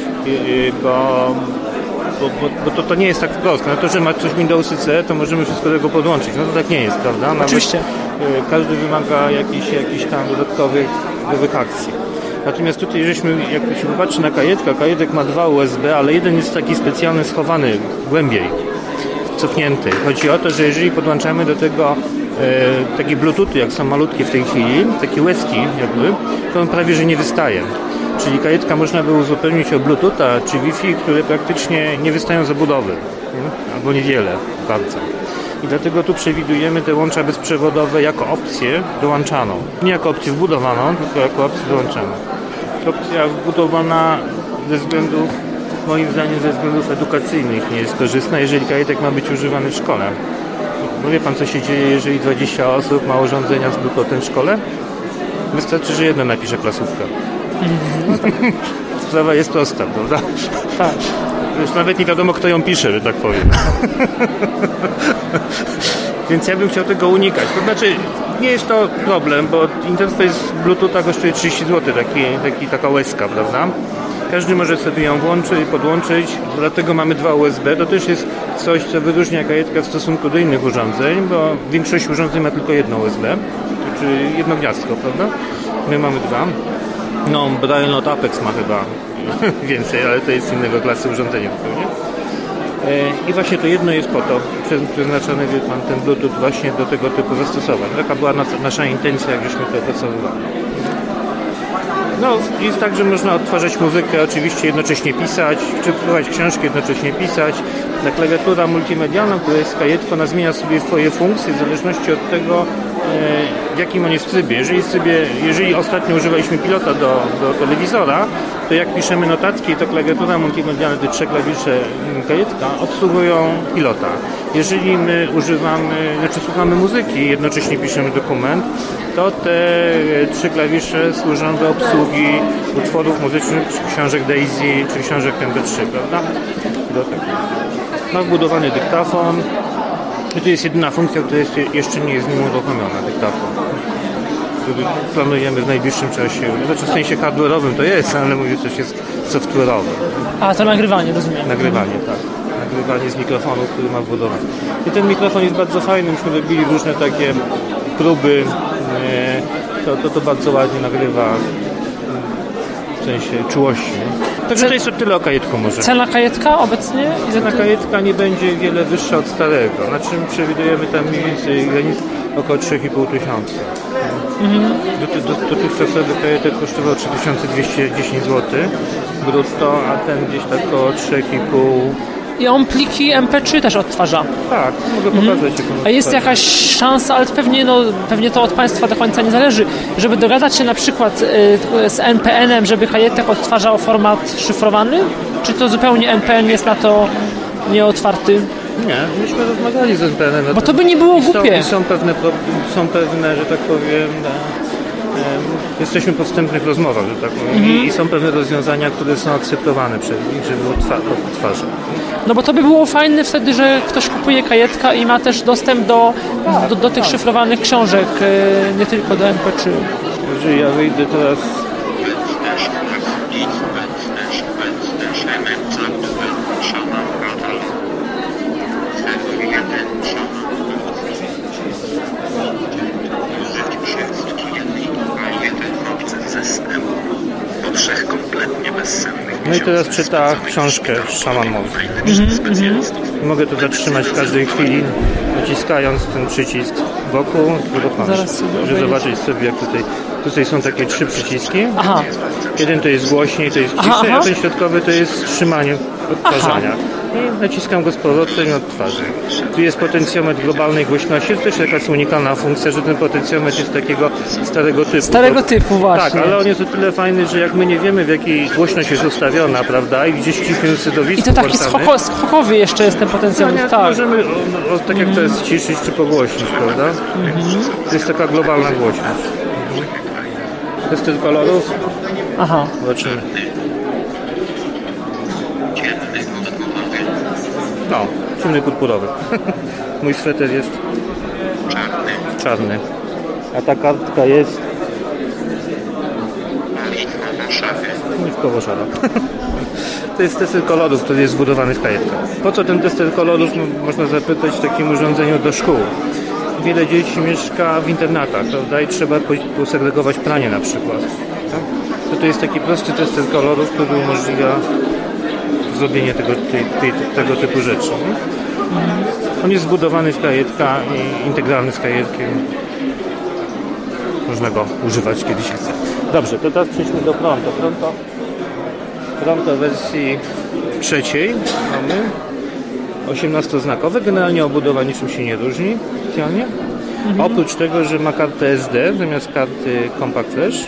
bo to nie jest tak proste. No to, że ma coś w Windowsie C, to możemy wszystko do tego podłączyć. No to tak nie jest, prawda? Nawet oczywiście. Każdy wymaga jakichś tam dodatkowych akcji. Natomiast tutaj, jak się popatrzy na kajetek ma 2 USB, ale jeden jest taki specjalny, schowany głębiej, cofnięty. Chodzi o to, że jeżeli podłączamy do tego takie bluetoothy, jak są malutkie w tej chwili, takie łezki jakby, to on prawie że nie wystaje. Czyli kajetka można by uzupełnić o Bluetootha czy Wi-Fi, które praktycznie nie wystają z obudowy, albo niewiele bardzo. I dlatego tu przewidujemy te łącza bezprzewodowe jako opcję dołączaną. Nie jako opcję wbudowaną, tylko jako opcję dołączaną. Opcja wbudowana moim zdaniem ze względów edukacyjnych nie jest korzystna, jeżeli kajetek ma być używany w szkole. Bo wie pan, co się dzieje, jeżeli 20 osób ma urządzenia z Bluetoothem w szkole? Wystarczy, że jedno napisze klasówkę. Sprawa jest prosta, prawda? Tak. Już nawet nie wiadomo, kto ją pisze, że tak powiem. Więc ja bym chciał tego unikać. To znaczy, nie jest to problem, bo interfejs Bluetootha kosztuje 30 zł, taka łezka, prawda? Każdy może sobie ją podłączyć, dlatego mamy 2 USB. To też jest coś, co wyróżnia kajetka w stosunku do innych urządzeń, bo większość urządzeń ma tylko jedno USB, czy jedno gniazdko, prawda? My mamy 2. No, Braille Apex ma chyba więcej, ale to jest innego klasy urządzenia zupełnie. I właśnie to jedno jest po to przeznaczone, wie pan, ten Bluetooth właśnie do tego typu zastosowań. Taka była nasza intencja, jak żeśmy to opracowywali. No, jest tak, że można odtwarzać muzykę, oczywiście jednocześnie pisać, czy słuchać książki, jednocześnie pisać. Ta klawiatura multimedialna, która jest kajetką, ona zmienia sobie swoje funkcje w zależności od tego, w jakim on jest trybie. Jeżeli ostatnio używaliśmy pilota do telewizora, to jak piszemy notatki, to klawiatura multimedialna, te 3 klawisze kajetka obsługują pilota. Jeżeli my słuchamy muzyki, jednocześnie piszemy dokument, to te 3 klawisze służą do obsługi utworów muzycznych, czy książek Daisy, czy książek MP3, prawda? Do tego. Ma wbudowany dyktafon. I to jest jedyna funkcja, która jeszcze nie jest nim uruchomiona, dyktafon, który planujemy w najbliższym czasie. Znaczy w sensie hardware'owym to jest, ale mówię, coś jest software'owe. A, to nagrywanie, rozumiem. Nagrywanie, tak. Nagrywanie z mikrofonu, który ma wbudowany. I ten mikrofon jest bardzo fajny, myśmy robili różne takie próby. To bardzo ładnie nagrywa w sensie czułości. Także to jest o tyle o kajetku może. Cena kajetka obecnie? Cena kajetka nie będzie wiele wyższa od starego. Na czym przewidujemy tam mniej więcej granic około 3,5 tysiąca. Dotychczasowy kajetek kosztował 3210 zł brutto, a ten gdzieś tak około 3,5. I on pliki MP3 też odtwarza. Tak, mogę pokazać. A jest jakaś szansa, ale pewnie to od Państwa do końca nie zależy, żeby dogadać się na przykład z NPN-em, żeby kajetek odtwarzał format szyfrowany? Czy to zupełnie NPN jest na to nieotwarty? Nie, myśmy rozmawiali z NPN-em. Bo to by nie było głupie. Są pewne, że tak powiem, jesteśmy po wstępnych rozmowach, że tak powiem, i są pewne rozwiązania, które są akceptowane przez nich, żeby odtwarzać. No bo to by było fajne wtedy, że ktoś kupuje kajetka i ma też dostęp do tych szyfrowanych książek, nie tylko do MP3. Jeżeli ja wyjdę teraz... No i teraz czyta książkę Szaman Morski. Mogę to zatrzymać w każdej chwili, naciskając ten przycisk wokół, żeby zobaczyć sobie, jak tutaj są takie 3 przyciski. Jeden to jest głośniej, to jest ciszej, a ten środkowy to jest wstrzymanie odtwarzania. i naciskam go z powrotem i odtwarzam. Tu jest potencjometr globalnej głośności, to też jakaś unikalna funkcja, że ten potencjometr jest takiego starego typu. Starego typu, właśnie. Tak, ale on jest o tyle fajny, że jak my nie wiemy, w jakiej głośność jest ustawiona, prawda, i gdzieś w cichym środowisku I to taki skokowy jeszcze jest ten potencjometr, tak. Możemy, tak jak to jest, ciszyć czy pogłośnić, prawda? To jest taka globalna głośność. Tester kolorów. Aha. Zobaczymy. No, ciemny purpurowy. Mój sweter jest czarny. A ta kartka jest śliwkowo-szara. To jest tester kolorów, który jest zbudowany w kajetkach. Po co ten tester kolorów, można zapytać, w takim urządzeniu do szkół? Wiele dzieci mieszka w internatach, prawda? I trzeba posegregować pranie na przykład. Tak? To jest taki prosty tester kolorów, który umożliwia zrobienie tego typu rzeczy. Nie? On jest zbudowany w kajetka i integralny z kajetkiem. Można go używać kiedy się chce. Dobrze, to teraz przejdźmy do Pronto. Pronto w wersji trzeciej mamy 18-znakowe. Generalnie obudowa niczym się nie różni specjalnie. Oprócz tego, że ma kartę SD zamiast karty Compact Flash.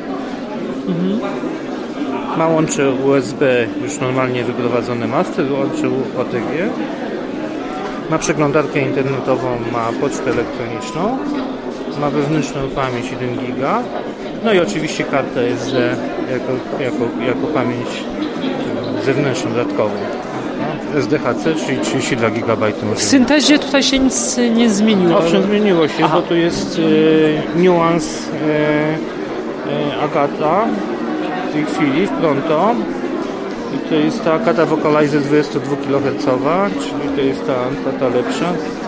Ma łącze USB już normalnie wyprowadzone master, łącze OTG. Ma przeglądarkę internetową, ma pocztę elektroniczną. Ma wewnętrzną pamięć 1 giga. No i oczywiście kartę SD jako pamięć zewnętrzną, dodatkową. SDHC, czyli 32 GB. W syntezie tutaj się nic nie zmieniło. Owszem, zmieniło się, bo tu jest Nuance Agata w tej chwili w Pronto. I to jest ta Agata Vocalizer 22 kHz, czyli to jest ta lepsza.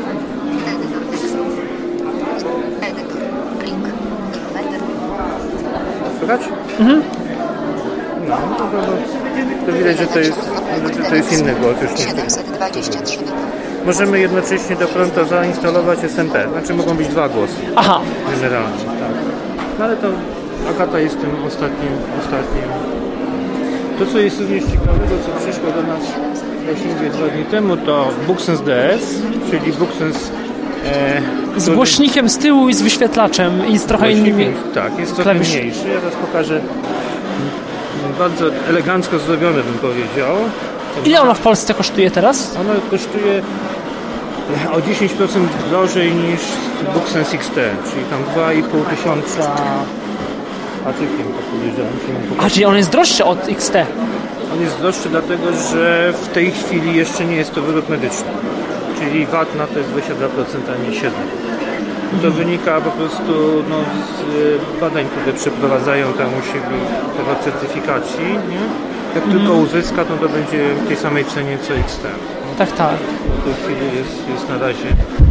Słychać? No, to widać, że to jest inny głos już niż to. Możemy jednocześnie do Pronto zainstalować SMP, znaczy mogą być dwa głosy. Aha. Generalnie, tak. No ale to Agata jest tym ostatnim. To, co jest również ciekawego, co przyszło do nas właśnie 2 dni temu, to BookSense DS, czyli BookSense z głośnikiem z tyłu i z wyświetlaczem i z trochę innymi. Tak, jest trochę mniejszy. Ja teraz pokażę. Bardzo elegancko zrobione, bym powiedział. Ile ono w Polsce kosztuje teraz? Ono kosztuje o 10% drożej niż BookSense XT, czyli tam 2,5 tysiąca haczykiem, tak powiedziałem. Czyli on jest droższy od XT? On jest droższy dlatego, że w tej chwili jeszcze nie jest to wyrób medyczny. Czyli VAT na to jest 22%, a nie 7%. To wynika po prostu z badań, które przeprowadzają tam u siebie tego certyfikacji. Nie? Jak tylko uzyska, to będzie w tej samej cenie co XT. Tak. W tej chwili jest na razie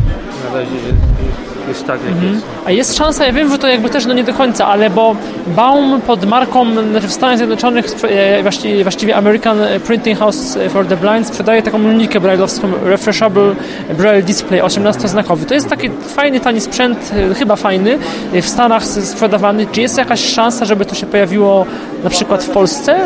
jest tak, jak jest. A jest szansa, ja wiem, że to jakby też nie do końca, ale bo Baum pod marką, w Stanach Zjednoczonych, właściwie American Printing House for the Blind sprzedaje taką linijkę braille'owską Refreshable Braille Display 18-znakowy. To jest taki fajny, tani sprzęt, chyba fajny, w Stanach sprzedawany. Czy jest jakaś szansa, żeby to się pojawiło na przykład w Polsce?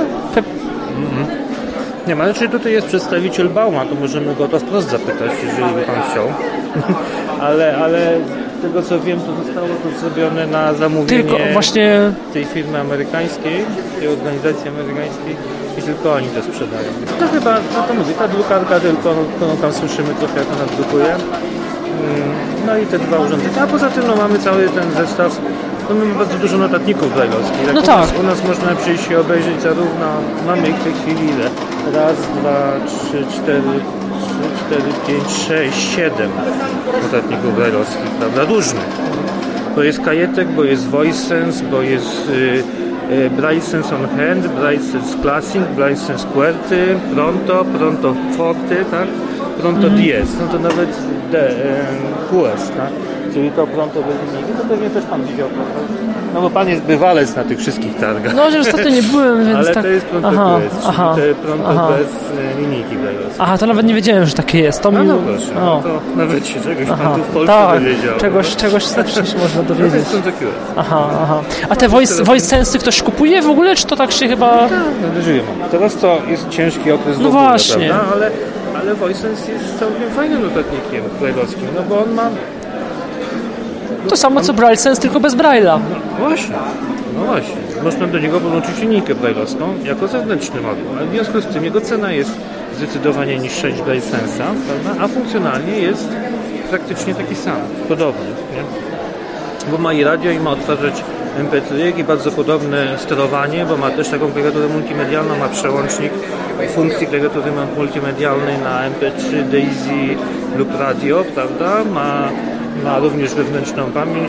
Nie ma, znaczy tutaj jest przedstawiciel Bauma, to możemy go to wprost zapytać, jeżeli by pan chciał. ale z tego co wiem, to zostało to zrobione na zamówienie tej firmy amerykańskiej, tej organizacji amerykańskiej i tylko oni to sprzedają. To chyba, to mówię, ta drukarka tylko, tam słyszymy trochę jak ona drukuje. No i te dwa urządzenia, a poza tym mamy cały ten zestaw. Mamy bardzo dużo notatników braille'owskich. U nas można przyjść i obejrzeć zarówno, mamy ich w tej chwili ile? 1, 2, 3, 4, 5, 6, 7 notatników braille'owskich, prawda? Różnych. Bo jest kajetek, bo jest VoiceSense, bo jest BrailleSense on Hand, BrailleSense Classic, BrailleSense QWERTY, Pronto Forte, tak? Pronto DS, no to nawet QS, tak? Czyli to Pronto bez linijki, to pewnie też pan widział, prawda? No bo pan jest bywalec na tych wszystkich targach. No, że ostatnio nie byłem, więc ale tak... to jest Pronto QS, czyli to Pronto bez linijki braille'owskiej. Aha, to nawet nie wiedziałem, że takie jest. To proszę, to nawet się czegoś pan tu w Polsce dowiedział. Czegoś znacznie się można dowiedzieć. To jest Pronto QS. A te voice ktoś kupuje w ogóle, czy to tak się chyba... Żyjemy. Teraz to jest ciężki okres no właśnie. Prawda? Ale ale VoiceSense jest całkiem fajnym notatnikiem braille'owskim, no bo on ma... To samo co BrailleSense, tylko bez Braille'a. No właśnie. Można do niego podłączyć linijkę braille'owską jako zewnętrzny moduł, ale w związku z tym jego cena jest zdecydowanie niższa niż BrailleSense'a, prawda? A funkcjonalnie jest praktycznie taki sam, podobny, nie? Bo ma i radio, i ma odtwarzać MP3 i bardzo podobne sterowanie, bo ma też taką klawiaturę multimedialną, ma przełącznik funkcji klawiatury multimedialnej na MP3, DAISY lub radio, prawda? Ma również wewnętrzną pamięć,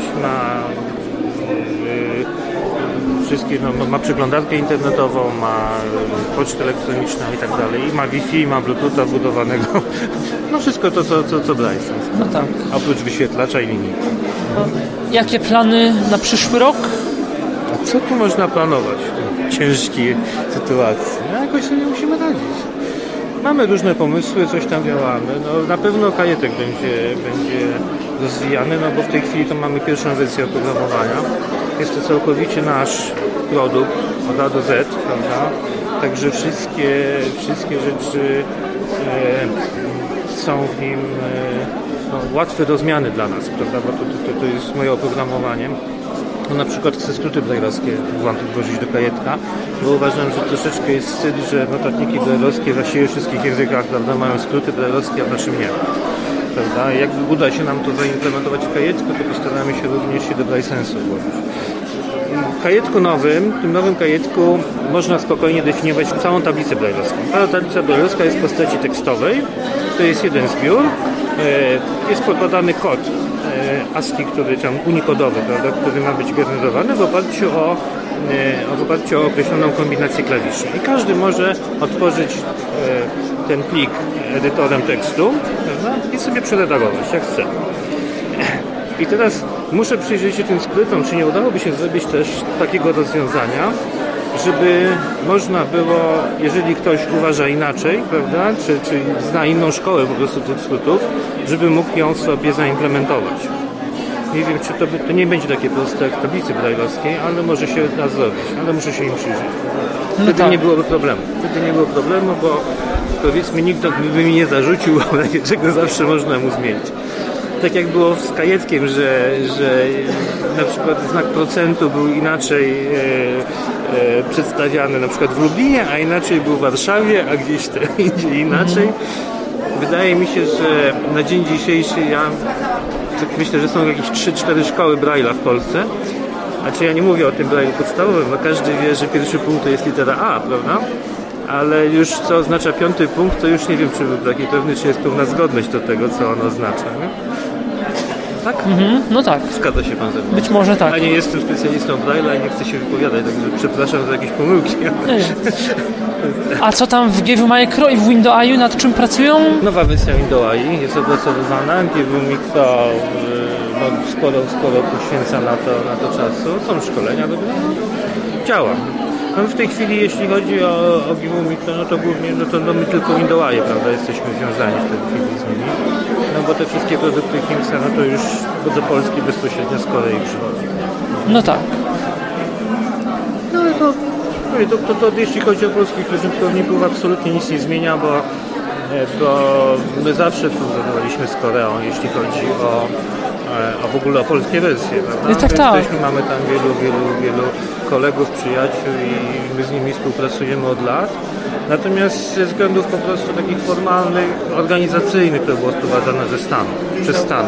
wszystkie, ma przeglądarkę internetową, ma pocztę elektroniczną i tak dalej. I ma Wi-Fi, ma Bluetootha wbudowanego. No wszystko to, co BrailleSense. No tak. Oprócz wyświetlacza i linii. Jakie plany na przyszły rok? A co tu można planować w tej ciężkiej sytuacji? No jakoś sobie musimy radzić. Mamy różne pomysły, coś tam działamy. No, na pewno kajetek będzie rozwijany, no bo w tej chwili to mamy pierwszą wersję oprogramowania. Jest to całkowicie nasz produkt od A do Z, prawda? Także wszystkie rzeczy są w nim łatwe do zmiany dla nas, prawda? Bo to jest moje oprogramowanie. No, na przykład chcę skróty braille'owskie włożyć do kajetka, bo uważam, że troszeczkę jest wstyd, że notatniki braille'owskie właściwie w wszystkich językach, prawda, mają skróty braille'owskie, a w naszym nie. Prawda? Jakby uda się nam to zaimplementować w kajetku, to postaramy się również się do BrailleSense'u włożyć. W tym nowym kajetku można spokojnie definiować całą tablicę braille'owską. Ta tablica braille'owska jest w postaci tekstowej, to jest jeden zbiór, jest podany kod ASCII, który tam unikodowy, prawda, który ma być generowany w oparciu o określoną kombinację klawiszy. I każdy może otworzyć ten plik edytorem tekstu, prawda, i sobie przeredagować jak chce. I teraz muszę przyjrzeć się tym skrytom, czy nie udałoby się zrobić też takiego rozwiązania, żeby można było, jeżeli ktoś uważa inaczej, prawda, czy zna inną szkołę po prostu tych skrótów, żeby mógł ją sobie zaimplementować. Nie wiem, czy to nie będzie takie proste jak w tablicy braille'owskiej, ale może się da zrobić, ale muszę się im przyjrzeć. Wtedy nie byłoby problemu, bo powiedzmy nikt by mi nie zarzucił, ale czego zawsze można mu zmienić. Tak jak było z kajetkiem, że na przykład znak procentu był inaczej przedstawiany na przykład w Lublinie, a inaczej był w Warszawie, a gdzieś indziej inaczej. Wydaje mi się, że na dzień dzisiejszy tak myślę, że są jakieś 3-4 szkoły Braille'a w Polsce. Znaczy ja nie mówię o tym Braille'u podstawowym, bo każdy wie, że pierwszy punkt to jest litera A, prawda? Ale już co oznacza 5. punkt, to już nie wiem, czy był taki pewny, czy jest pełna zgodność do tego, co on oznacza. Nie? Tak? No tak. Zgadza się pan ze mną. Być może tak. A nie jestem specjalistą Braille'a i nie chcę się wypowiadać, także przepraszam za jakieś pomyłki. A co tam w GW Micro i w Windows AI, nad czym pracują? Nowa wersja Windows AI jest opracowywana. GW Micro sporo poświęca na to czasu. Są szkolenia, działa. No w tej chwili, jeśli chodzi o GW Micro, no to głównie my tylko Windows AI, prawda, jesteśmy związani w tej chwili z nimi. No bo te wszystkie produkty Himsa, no to już do Polski bezpośrednio z Korei przychodzą. No tak. No ale to jeśli chodzi o polskich użytkowników, absolutnie nic nie zmienia, bo my zawsze współpracowaliśmy z Koreą, jeśli chodzi o w ogóle o polskie wersje, prawda? Tak. Mamy tam wielu kolegów, przyjaciół i my z nimi współpracujemy od lat. Natomiast ze względów po prostu takich formalnych, organizacyjnych, to było sprowadzane przez Stany.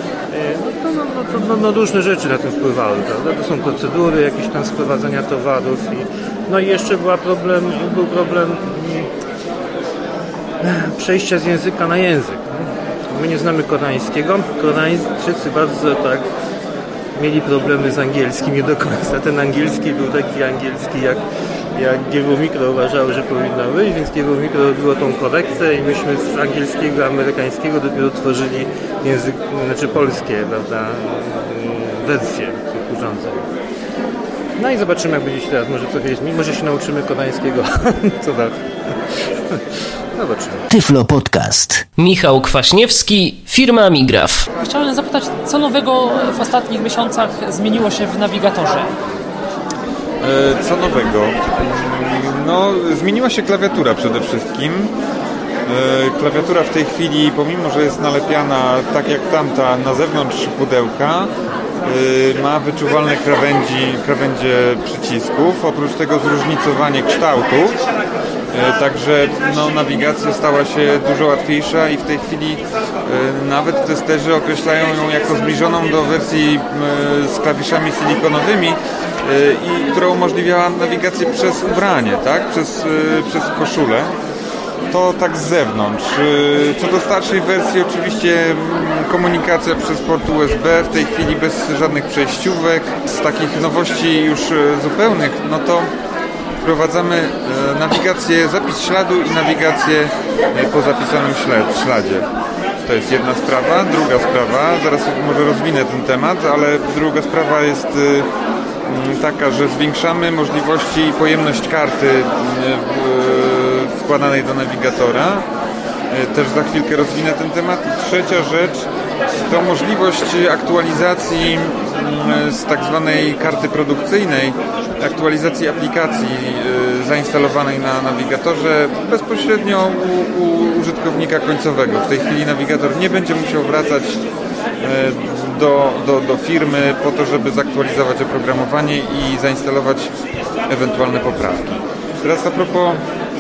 No różne rzeczy na tym wpływały, prawda? To są procedury, jakieś tam sprowadzania towarów no i jeszcze był problem przejścia z języka na język. My nie znamy koreańskiego. Koreańczycy bardzo tak mieli problemy z angielskim nie do końca. Ten angielski był taki angielski, jak GW Micro uważało, że powinno być, więc GW Micro robiło tą korektę i myśmy z angielskiego, amerykańskiego dopiero tworzyli język, znaczy polskie, prawda, wersje tych urządzeń. No i zobaczymy, jak będzie się teraz, może się nauczymy koreańskiego, co tak. Zobaczymy. Tyflo Podcast. Michał Kwaśniewski, firma Amigraf. Chciałem zapytać, co nowego w ostatnich miesiącach zmieniło się w nawigatorze? Co nowego? No, zmieniła się klawiatura przede wszystkim. Klawiatura w tej chwili, pomimo że jest nalepiana tak jak tamta na zewnątrz pudełka, ma wyczuwalne krawędzie przycisków, oprócz tego zróżnicowanie kształtów, także nawigacja stała się dużo łatwiejsza i w tej chwili nawet testerzy określają ją jako zbliżoną do wersji z klawiszami silikonowymi, która umożliwiała nawigację przez ubranie, tak? Przez koszulę. To tak z zewnątrz. Co do starszej wersji, oczywiście komunikacja przez port USB, w tej chwili bez żadnych przejściówek. Z takich nowości już zupełnych, to wprowadzamy nawigację, zapis śladu i nawigację po zapisanym śladzie. To jest jedna sprawa. Druga sprawa, zaraz może rozwinę ten temat, ale druga sprawa jest taka, że zwiększamy możliwości i pojemność karty wkładanej do nawigatora. Też za chwilkę rozwinę ten temat. I trzecia rzecz to możliwość aktualizacji z tak zwanej karty produkcyjnej, aktualizacji aplikacji zainstalowanej na nawigatorze bezpośrednio u użytkownika końcowego. W tej chwili nawigator nie będzie musiał wracać do firmy po to, żeby zaktualizować oprogramowanie i zainstalować ewentualne poprawki. Teraz a propos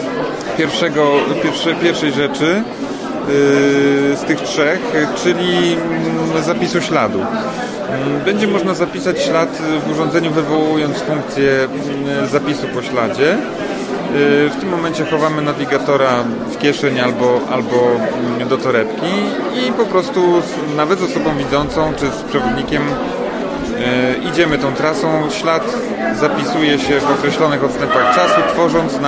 pierwszej rzeczy z tych trzech, czyli zapisu śladu. Będzie można zapisać ślad w urządzeniu, wywołując funkcję zapisu po śladzie. W tym momencie chowamy nawigatora w kieszeń albo do torebki i po prostu nawet z osobą widzącą czy z przewodnikiem idziemy tą trasą. Ślad zapisuje się w określonych odstępach czasu, tworząc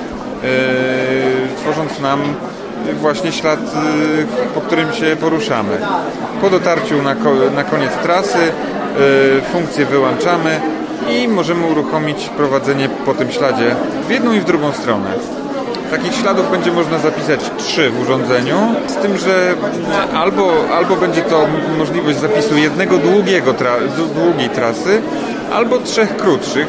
nam właśnie ślad, po którym się poruszamy. Po dotarciu na koniec trasy funkcję wyłączamy i możemy uruchomić prowadzenie po tym śladzie w jedną i w drugą stronę. Takich śladów będzie można zapisać 3 w urządzeniu, z tym, że albo będzie to możliwość zapisu jednego długiej trasy, albo 3 krótszych,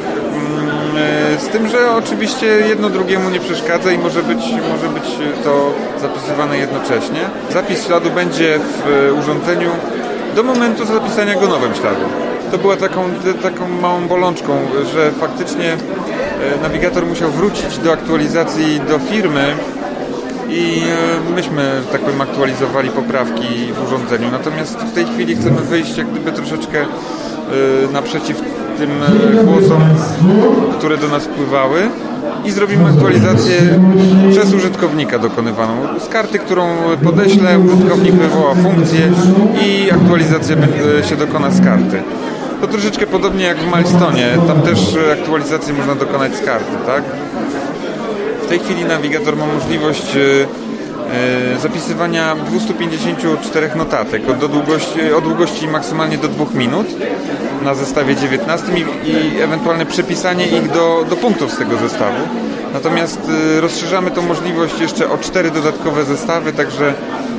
z tym, że oczywiście jedno drugiemu nie przeszkadza i może być to zapisywane jednocześnie. Zapis śladu będzie w urządzeniu do momentu zapisania go nowym śladem. To była taką małą bolączką, że faktycznie nawigator musiał wrócić do aktualizacji do firmy i myśmy, że tak powiem, aktualizowali poprawki w urządzeniu. Natomiast w tej chwili chcemy wyjść jak gdyby troszeczkę naprzeciw tym głosom, które do nas wpływały i zrobimy aktualizację przez użytkownika dokonywaną. Z karty, którą podeślę, użytkownik wywoła funkcję i aktualizacja się dokona z karty. To troszeczkę podobnie jak w Milestone'ie, tam też aktualizację można dokonać z karty, tak? W tej chwili nawigator ma możliwość zapisywania 254 notatek o długości maksymalnie do 2 minut na zestawie 19 i ewentualne przepisanie ich do punktów z tego zestawu. Natomiast rozszerzamy tą możliwość jeszcze o 4 dodatkowe zestawy, także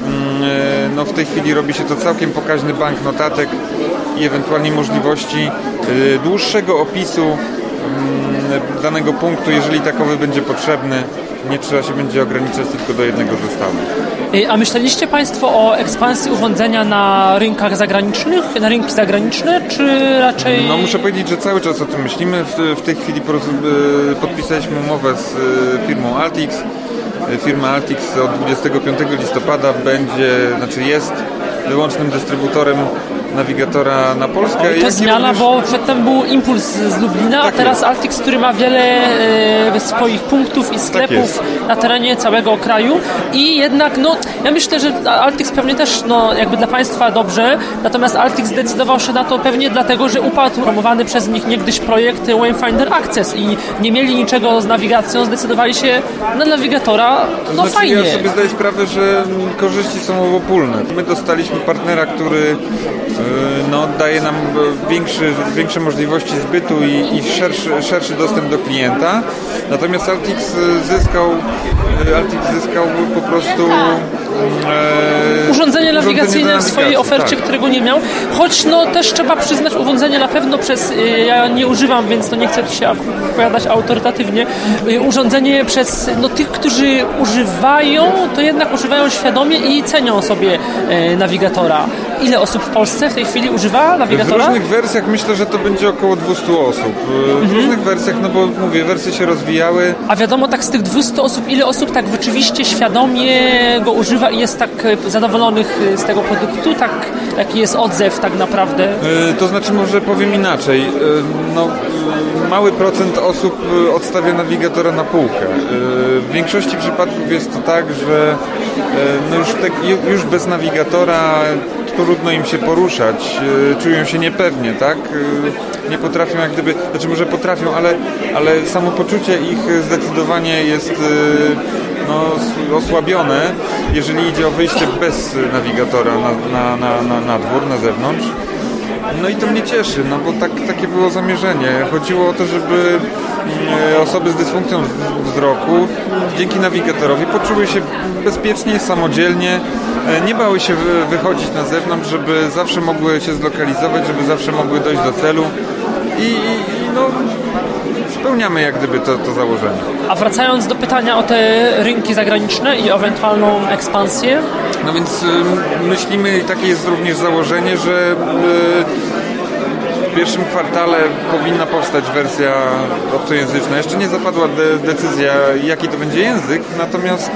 w tej chwili robi się to całkiem pokaźny bank notatek i ewentualnie możliwości dłuższego opisu danego punktu, jeżeli takowy będzie potrzebny. Nie trzeba się będzie ograniczać tylko do jednego zestawu. A myśleliście Państwo o ekspansji urządzenia na rynkach zagranicznych, na rynki zagraniczne, czy raczej... Muszę powiedzieć, że cały czas o tym myślimy. W tej chwili podpisaliśmy umowę z firmą Altix. Firma Altix od 25 listopada jest wyłącznym dystrybutorem nawigatora na Polskę. To jest zmiana, bo przedtem był Impuls z Lublina, tak, a teraz jest Altix, który ma wiele swoich punktów i sklepów na terenie całego kraju i jednak, ja myślę, że Altix pewnie też, jakby dla Państwa dobrze, natomiast Altix zdecydował się na to pewnie dlatego, że upadł promowany przez nich niegdyś projekt Wayfinder Access i nie mieli niczego z nawigacją, zdecydowali się na nawigatora, fajnie. Ja sobie zdaję sprawę, że korzyści są obopólne. My dostaliśmy partnera, który daje nam większe możliwości zbytu i szerszy dostęp do klienta. Natomiast Altix zyskał po prostu urządzenie nawigacyjne w swojej ofercie, tak, którego nie miał. Choć też trzeba przyznać, urządzenie na pewno ja nie używam, więc nie chcę się wypowiadać autorytatywnie, urządzenie przez tych, którzy używają, to jednak używają świadomie i cenią sobie nawigatora. Ile osób w Polsce w tej chwili używa nawigatora? W różnych wersjach myślę, że to będzie około 200 osób. W różnych wersjach, bo mówię, wersje się rozwijały. A wiadomo, tak z tych 200 osób, ile osób tak rzeczywiście świadomie go używa i jest tak zadowolonych z tego produktu? Jaki jest odzew tak naprawdę? To znaczy, może powiem inaczej. Mały procent osób odstawia nawigatora na półkę. W większości przypadków jest to tak, że już bez nawigatora trudno im się poruszać, czują się niepewnie, tak? Nie potrafią jak gdyby, znaczy może potrafią, ale samopoczucie ich zdecydowanie jest osłabione, jeżeli idzie o wyjście bez nawigatora na dwór, na zewnątrz. No i to mnie cieszy, bo takie było zamierzenie. Chodziło o to, żeby osoby z dysfunkcją wzroku dzięki nawigatorowi poczuły się bezpiecznie, samodzielnie, nie bały się wychodzić na zewnątrz, żeby zawsze mogły się zlokalizować, żeby zawsze mogły dojść do celu i spełniamy jak gdyby to założenie. A wracając do pytania o te rynki zagraniczne i ewentualną ekspansję? No więc myślimy, i takie jest również założenie, że w pierwszym kwartale powinna powstać wersja obcojęzyczna. Jeszcze nie zapadła decyzja, jaki to będzie język, natomiast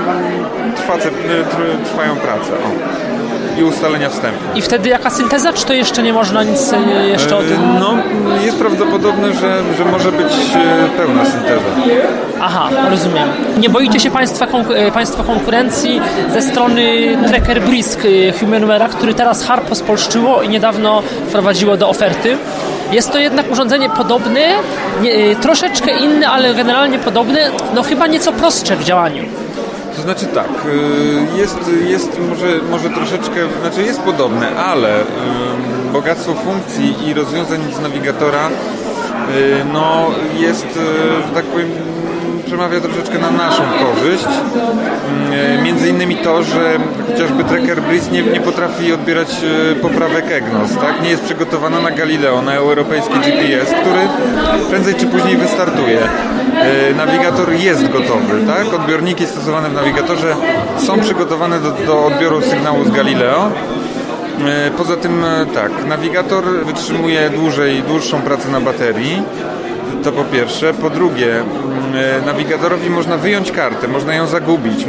trwają prace. I ustalenia wstępu. I wtedy jaka synteza? Czy to jeszcze nie można nic jeszcze o tym? Jest prawdopodobne, że może być pełna synteza. Aha, rozumiem. Nie boicie się Państwa konkurencji ze strony Tracker Brisk Humanware'a, który teraz Harpo spolszczyło i niedawno wprowadziło do oferty? Jest to jednak urządzenie podobne, troszeczkę inne, ale generalnie podobne, chyba nieco prostsze w działaniu. To znaczy tak, jest może troszeczkę, jest podobne, ale bogactwo funkcji i rozwiązań z nawigatora jest, że tak powiem, przemawia troszeczkę na naszą korzyść. Między innymi to, że chociażby Tracker Brisk nie potrafi odbierać poprawek EGNOS, tak? Nie jest przygotowana na Galileo, na europejski GPS, który prędzej czy później wystartuje. Nawigator jest gotowy, tak? Odbiorniki stosowane w nawigatorze są przygotowane do odbioru sygnału z Galileo. Poza tym tak, nawigator wytrzymuje dłuższą pracę na baterii. To po pierwsze. Po drugie, nawigatorowi można wyjąć kartę, można ją zagubić,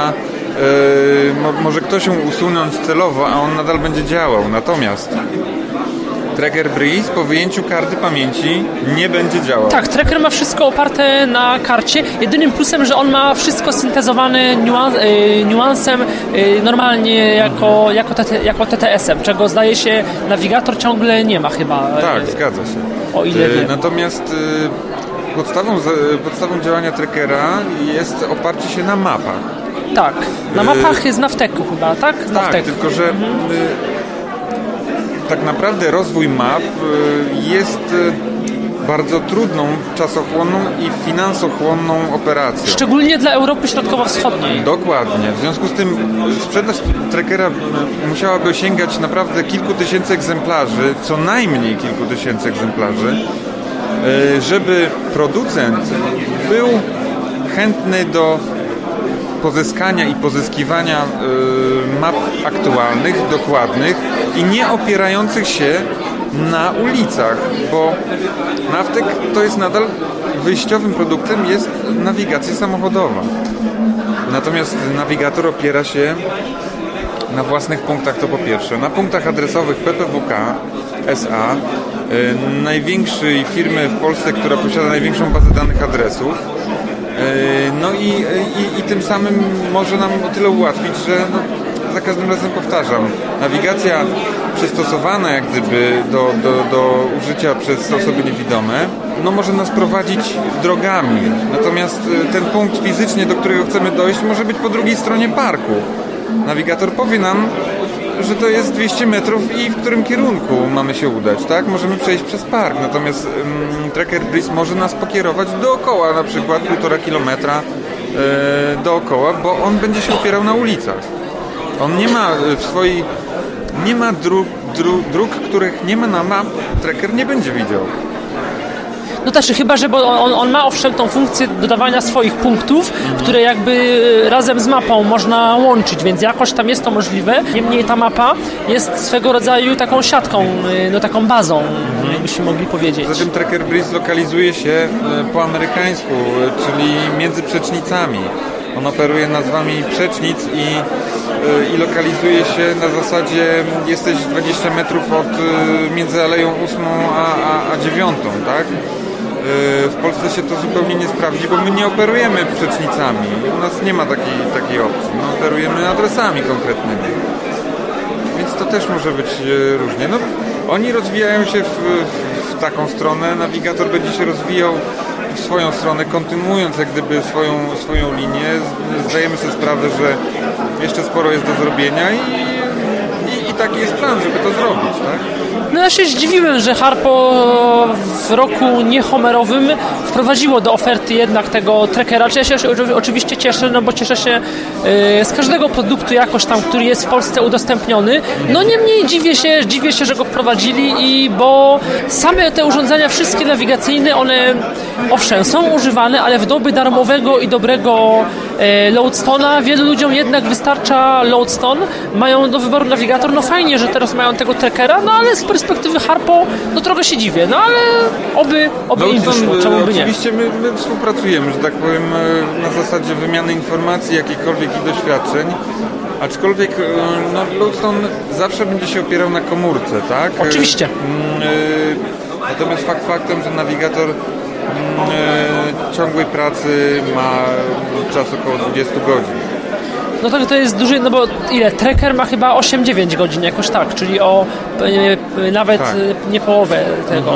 może ktoś ją usunąć celowo, a on nadal będzie działał. Natomiast Tracker Brisk po wyjęciu karty pamięci nie będzie działał. Tak, Tracker ma wszystko oparte na karcie. Jedynym plusem, że on ma wszystko syntezowane niuansem normalnie jako TTS-em, czego zdaje się nawigator ciągle nie ma chyba. Tak, zgadza się. O ile wiem. Natomiast podstawą działania Trackera jest oparcie się na mapach. Tak, na mapach z Navtecu chyba, tak? Tak, tylko że tak naprawdę rozwój map jest bardzo trudną, czasochłonną i finansochłonną operacją. Szczególnie dla Europy Środkowo-Wschodniej. Dokładnie. W związku z tym sprzedaż Trackera musiałaby sięgać naprawdę kilku tysięcy egzemplarzy, co najmniej kilku tysięcy egzemplarzy, żeby producent był chętny do pozyskania i pozyskiwania map aktualnych, dokładnych i nie opierających się na ulicach, bo Navtec to jest nadal wyjściowym produktem jest nawigacja samochodowa. Natomiast nawigator opiera się na własnych punktach, to po pierwsze. Na punktach adresowych PPWK SA, największej firmy w Polsce, która posiada największą bazę danych adresów. No i tym samym może nam o tyle ułatwić, że za każdym razem powtarzam, nawigacja przystosowana jak gdyby do użycia przez osoby niewidome, może nas prowadzić drogami. Natomiast ten punkt fizycznie, do którego chcemy dojść, może być po drugiej stronie parku. Nawigator powie nam, że to jest 200 metrów i w którym kierunku mamy się udać, tak? Możemy przejść przez park, natomiast Tracker Brisk może nas pokierować dookoła, na przykład 1,5 kilometra dookoła, bo on będzie się opierał na ulicach. On nie ma nie ma dróg, których nie ma na map, tracker nie będzie widział. No też chyba, że bo on ma owszem tą funkcję dodawania swoich punktów, które jakby razem z mapą można łączyć, więc jakoś tam jest to możliwe. Niemniej ta mapa jest swego rodzaju taką siatką, no taką bazą, jakbyśmy mogli powiedzieć. Zatem Tracker Breeze lokalizuje się po amerykańsku, czyli między przecznicami. On operuje nazwami przecznic i lokalizuje się na zasadzie jesteś 20 metrów między Aleją 8 a 9, tak? W Polsce się to zupełnie nie sprawdzi, bo my nie operujemy przecznicami. U nas nie ma takiej opcji. My operujemy adresami konkretnymi. Więc to też może być różnie. No, oni rozwijają się w taką stronę. Nawigator będzie się rozwijał w swoją stronę, kontynuując jak gdyby swoją linię. Zdajemy sobie sprawę, że jeszcze sporo jest do zrobienia i taki jest plan, żeby to zrobić, tak? No ja się zdziwiłem, że Harpo w roku niehomerowym wprowadziło do oferty jednak tego trackera. Ja się oczywiście cieszę, no bo cieszę się z każdego produktu jakoś tam, który jest w Polsce udostępniony. No niemniej dziwię się, że go wprowadzili bo same te urządzenia wszystkie nawigacyjne, one owszem są używane, ale w dobie darmowego i dobrego Loadstone'a wielu ludziom jednak wystarcza Loadstone. Mają do wyboru nawigator, no fajnie, że teraz mają tego trackera, no ale z perspektywy Harpo, no trochę się dziwię, no ale oby im wyszło, czemu by nie. Oczywiście my współpracujemy, że tak powiem, na zasadzie wymiany informacji, jakichkolwiek i doświadczeń, aczkolwiek Loadstone zawsze będzie się opierał na komórce, tak? Oczywiście. Natomiast faktem, że nawigator ciągłej pracy ma czas około 20 godzin. No to jest duży, no bo ile? Tracker ma chyba 8-9 godzin jakoś tak, czyli nawet tak. Nie połowę tego.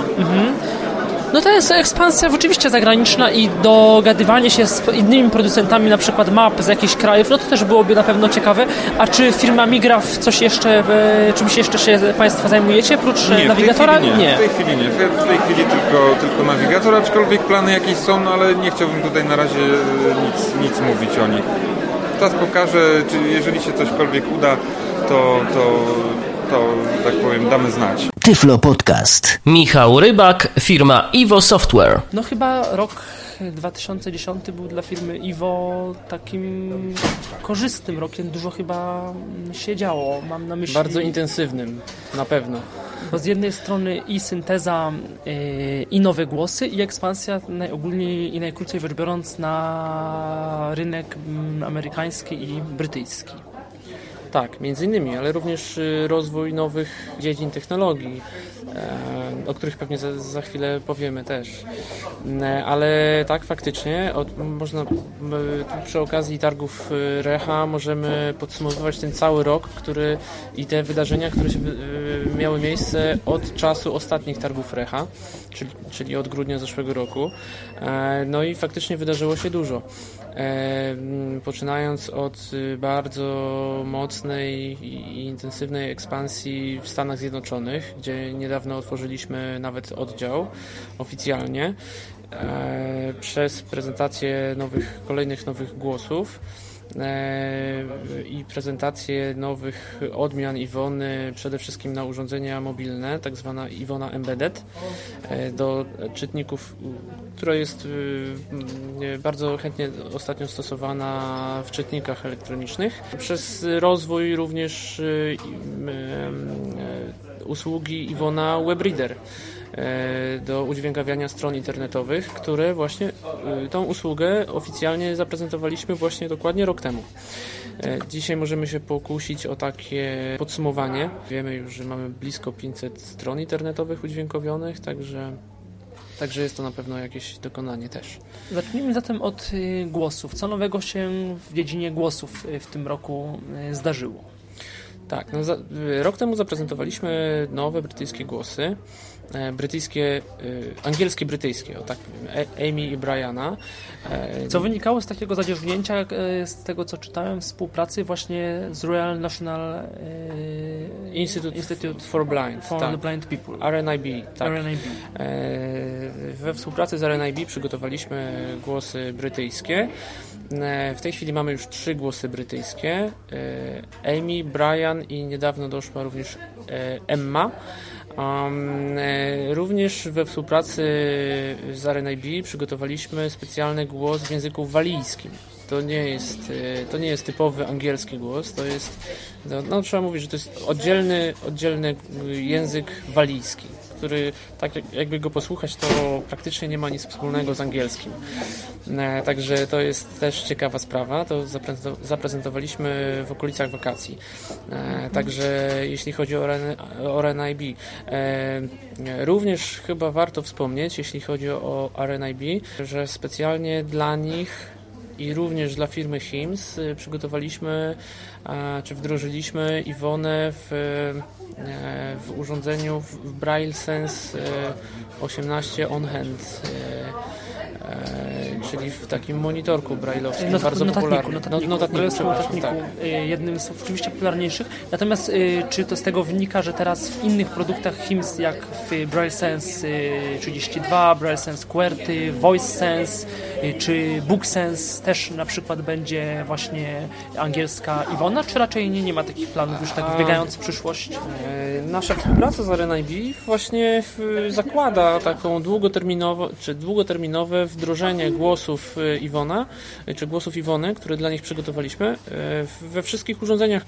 No to jest ekspansja oczywiście zagraniczna i dogadywanie się z innymi producentami, na przykład map z jakichś krajów, no to też byłoby na pewno ciekawe. A czy firma Migraf coś jeszcze, czymś jeszcze się Państwo zajmujecie, oprócz nawigatora? Nie, w tej chwili nie. W tej chwili tylko nawigator, aczkolwiek plany jakieś są, no ale nie chciałbym tutaj na razie nic mówić o nich. Czas pokaże, czy jeżeli się cośkolwiek uda, to tak powiem, damy znać. Tyflo Podcast. Michał Rybak, firma Iwo Software. No chyba rok 2010 był dla firmy Iwo takim korzystnym rokiem. Dużo chyba się działo. Mam na myśli... Bardzo intensywnym, na pewno. Bo z jednej strony i synteza, i nowe głosy, i ekspansja najogólniej i najkrócej rzecz biorąc na rynek amerykański i brytyjski. Tak, między innymi, ale również rozwój nowych dziedzin technologii, o których pewnie za chwilę powiemy też. Ale tak, faktycznie, można przy okazji targów Recha możemy podsumowywać ten cały rok, i te wydarzenia, które się miały miejsce od czasu ostatnich targów Recha, czyli od grudnia zeszłego roku. No i faktycznie wydarzyło się dużo. Poczynając od bardzo mocnej i intensywnej ekspansji w Stanach Zjednoczonych, gdzie niedawno otworzyliśmy nawet oddział oficjalnie, przez prezentację kolejnych nowych głosów i prezentację nowych odmian Iwony, przede wszystkim na urządzenia mobilne, tak zwana Iwona Embedded, do czytników, która jest bardzo chętnie ostatnio stosowana w czytnikach elektronicznych. Przez rozwój również usługi Iwona WebReader do udźwiękawiania stron internetowych, które właśnie tą usługę oficjalnie zaprezentowaliśmy właśnie dokładnie rok temu. Dzisiaj możemy się pokusić o takie podsumowanie. Wiemy już, że mamy blisko 500 stron internetowych udźwiękowionych, także jest to na pewno jakieś dokonanie też. Zacznijmy zatem od głosów. Co nowego się w dziedzinie głosów w tym roku zdarzyło? Tak, rok temu zaprezentowaliśmy nowe brytyjskie głosy. Angielskie brytyjskie, o tak powiem, Amy i Briana. Co wynikało z takiego zadzierzgnięcia, z tego co czytałem, współpracy właśnie z Royal National Institute for Blind. For the Blind People. RNIB, tak. RNIB. We współpracy z RNIB przygotowaliśmy głosy brytyjskie. W tej chwili mamy już 3 głosy brytyjskie. Amy, Brian i niedawno doszła również Emma. Również we współpracy z RNIB przygotowaliśmy specjalny głos w języku walijskim. To nie jest typowy angielski głos, to jest, trzeba mówić, że to jest oddzielny język walijski, który, tak jakby go posłuchać, to praktycznie nie ma nic wspólnego z angielskim. Także to jest też ciekawa sprawa, to zaprezentowaliśmy w okolicach wakacji. Także jeśli chodzi o RNIB, również chyba warto wspomnieć, jeśli chodzi o RNIB, że specjalnie dla nich i również dla firmy HIMSS przygotowaliśmy, czy wdrożyliśmy Iwonę w urządzeniu w Braille Sense 18 on hand, czyli w takim monitorku braille'owskim, bardzo popularnym. Notatniku, jednym z oczywiście popularniejszych. Natomiast czy to z tego wynika, że teraz w innych produktach HIMSS, jak w Braille Sense 32, Braille Sense QWERTY, Voice Sense czy Book Sense też na przykład będzie właśnie angielska Iwona, czy raczej nie ma takich planów już tak wybiegając w przyszłość? Nasza współpraca z RNIB właśnie zakłada taką długoterminowe wdrożenie głosów Iwona, czy głosów Iwony, które dla nich przygotowaliśmy, we wszystkich urządzeniach,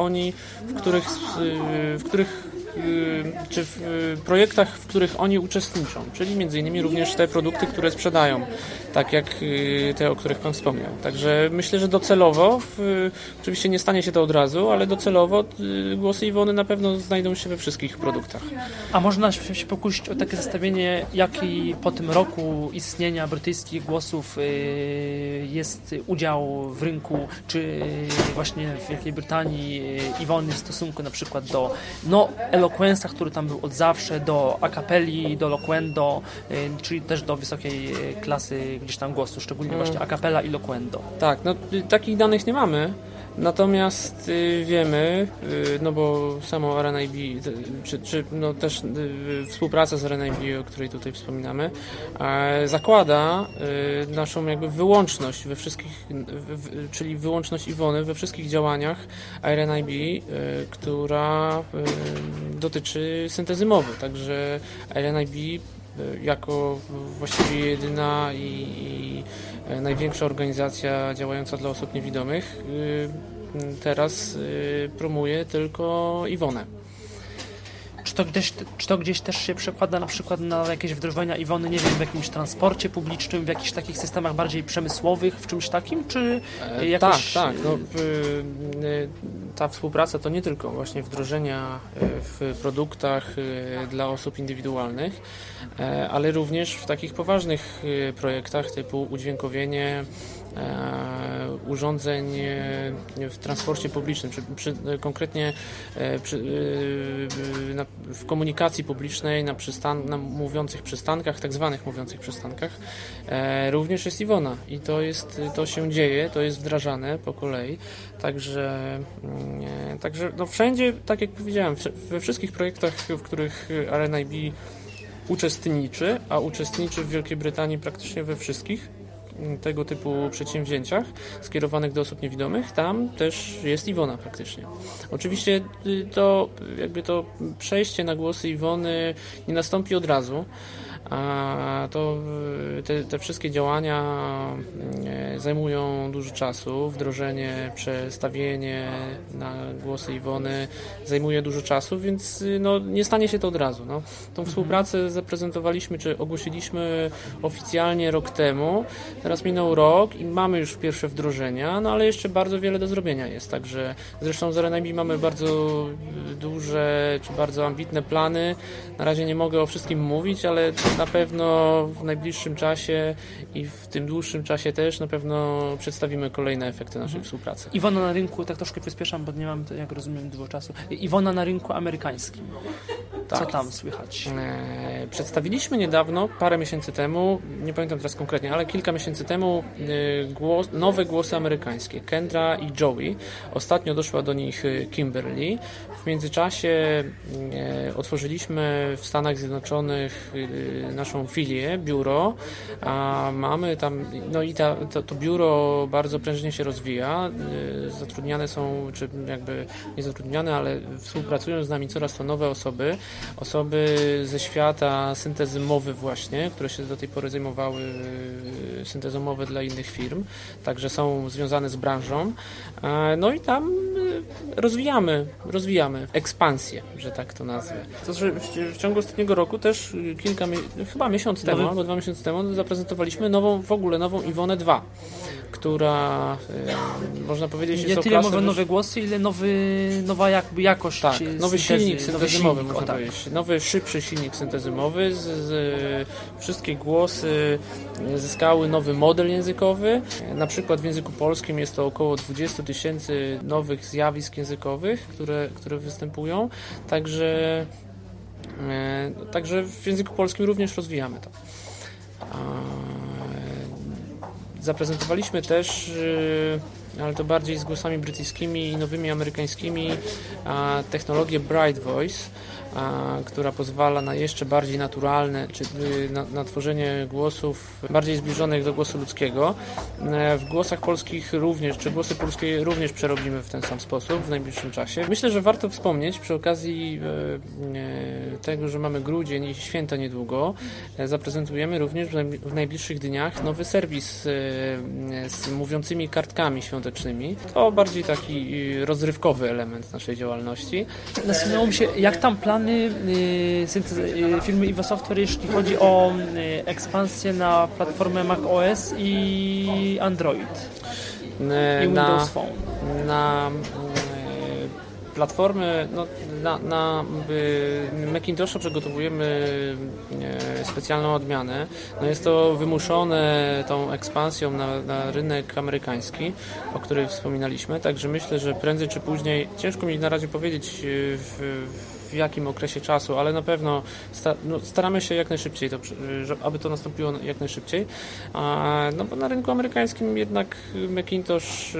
czy w projektach, w których oni uczestniczą, czyli między innymi również te produkty, które sprzedają, tak jak te, o których Pan wspomniał. Także myślę, że docelowo, oczywiście nie stanie się to od razu, ale docelowo głosy Iwony na pewno znajdą się we wszystkich produktach. A można się pokusić o takie zestawienie, jaki po tym roku istnienia brytyjskich głosów jest udział w rynku, czy właśnie w Wielkiej Brytanii Iwony w stosunku na przykład do Eloquence'a, który tam był od zawsze, do Acapelli, do Loquendo, czyli też do wysokiej klasy gdzieś tam głosu, szczególnie właśnie Acapella i Loquendo. Tak, takich danych nie mamy, natomiast wiemy, bo samo RNIB, czy też współpraca z RNIB, o której tutaj wspominamy, zakłada naszą jakby wyłączność we wszystkich, czyli wyłączność Iwony we wszystkich działaniach RNIB, która dotyczy syntezy mowy. Także RNIB jako właściwie jedyna i największa organizacja działająca dla osób niewidomych teraz promuje tylko Iwonę. Czy to gdzieś też się przekłada na przykład na jakieś wdrożenia Iwony, nie wiem, w jakimś transporcie publicznym, w jakichś takich systemach bardziej przemysłowych, w czymś takim, czy jakoś... Tak. Ta współpraca to nie tylko właśnie wdrożenia w produktach dla osób indywidualnych, ale również w takich poważnych projektach typu udźwiękowienie urządzeń w transporcie publicznym, konkretnie w komunikacji publicznej na mówiących przystankach, tak zwanych mówiących przystankach, również jest Iwona i to się dzieje, to jest wdrażane po kolei, także wszędzie, tak jak powiedziałem, we wszystkich projektach, w których RNIB uczestniczy, a uczestniczy w Wielkiej Brytanii praktycznie we wszystkich tego typu przedsięwzięciach skierowanych do osób niewidomych, tam też jest Iwona praktycznie. Oczywiście to przejście na głosy Iwony nie nastąpi od razu, a to te wszystkie działania zajmują dużo czasu, wdrożenie, przestawienie na głosy Iwony zajmuje dużo czasu, więc nie stanie się to od razu. Tą współpracę zaprezentowaliśmy, czy ogłosiliśmy oficjalnie rok temu, teraz minął rok i mamy już pierwsze wdrożenia, ale jeszcze bardzo wiele do zrobienia jest, także zresztą z RNIB mamy bardzo duże, czy bardzo ambitne plany. Na razie nie mogę o wszystkim mówić, ale na pewno w najbliższym czasie i w tym dłuższym czasie też na pewno przedstawimy kolejne efekty naszej współpracy. Iwona na rynku, tak troszkę przyspieszam, bo nie mam, jak rozumiem, dużo czasu. Iwona na rynku amerykańskim. Tak. Co tam słychać? Przedstawiliśmy niedawno, parę miesięcy temu, nie pamiętam teraz konkretnie, ale kilka miesięcy temu nowe głosy amerykańskie, Kendra i Joey. Ostatnio doszła do nich Kimberly. W międzyczasie otworzyliśmy w Stanach Zjednoczonych naszą filię, biuro, a mamy tam, no i to biuro bardzo prężnie się rozwija. Zatrudniane są, czy jakby nie zatrudniane, ale współpracują z nami coraz to nowe osoby ze świata syntezy mowy właśnie, które się do tej pory zajmowały syntezą mowy dla innych firm, także są związane z branżą. No i tam rozwijamy ekspansję, że tak to nazwę. To, że w ciągu ostatniego roku też chyba miesiąc temu, albo 2 miesiące temu zaprezentowaliśmy nową Iwonę 2, która można powiedzieć jest tyle nowe głosy, ile nowa jakby jakość. Tak, nowy silnik syntezy mowy, można powiedzieć. Nowy, szybszy silnik syntezy mowy. Wszystkie głosy zyskały nowy model językowy. Na przykład w języku polskim jest to około 20 000 nowych zjawisk językowych, które występują. Także w języku polskim również rozwijamy to. Zaprezentowaliśmy też, ale to bardziej z głosami brytyjskimi i nowymi amerykańskimi, technologię Bright Voice, która pozwala na jeszcze bardziej naturalne, czy na tworzenie głosów bardziej zbliżonych do głosu ludzkiego. W głosach polskich również, czy głosy polskie również przerobimy w ten sam sposób w najbliższym czasie. Myślę, że warto wspomnieć przy okazji tego, że mamy grudzień i święta niedługo, zaprezentujemy również w najbliższych dniach nowy serwis z mówiącymi kartkami świątecznymi. To bardziej taki rozrywkowy element naszej działalności. Zastanawiało mi się, jak tam plany firmy Iwo Software, jeśli chodzi o ekspansję na platformę macOS i Android i Windows Phone. Na platformy, na Macintosha przygotowujemy specjalną odmianę. Jest to wymuszone tą ekspansją na rynek amerykański, o której wspominaliśmy, także myślę, że prędzej czy później, ciężko mi na razie powiedzieć w jakim okresie czasu, ale na pewno staramy się jak najszybciej, aby to nastąpiło jak najszybciej. Bo na rynku amerykańskim jednak Macintosh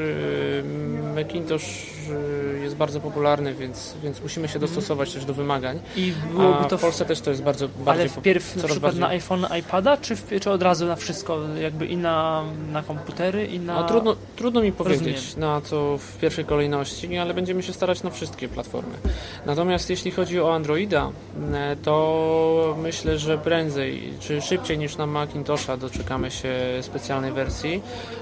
jest bardzo popularny, więc musimy się dostosować też do wymagań. I byłoby to w Polsce też to jest bardzo ale wpierw na przykład na iPhone, iPada, czy od razu na wszystko, jakby i na komputery, i na... Trudno mi powiedzieć, na co w pierwszej kolejności, ale będziemy się starać na wszystkie platformy. Natomiast jeśli chodzi o Androida, to myślę, że prędzej, czy szybciej niż na Macintosha doczekamy się specjalnej wersji.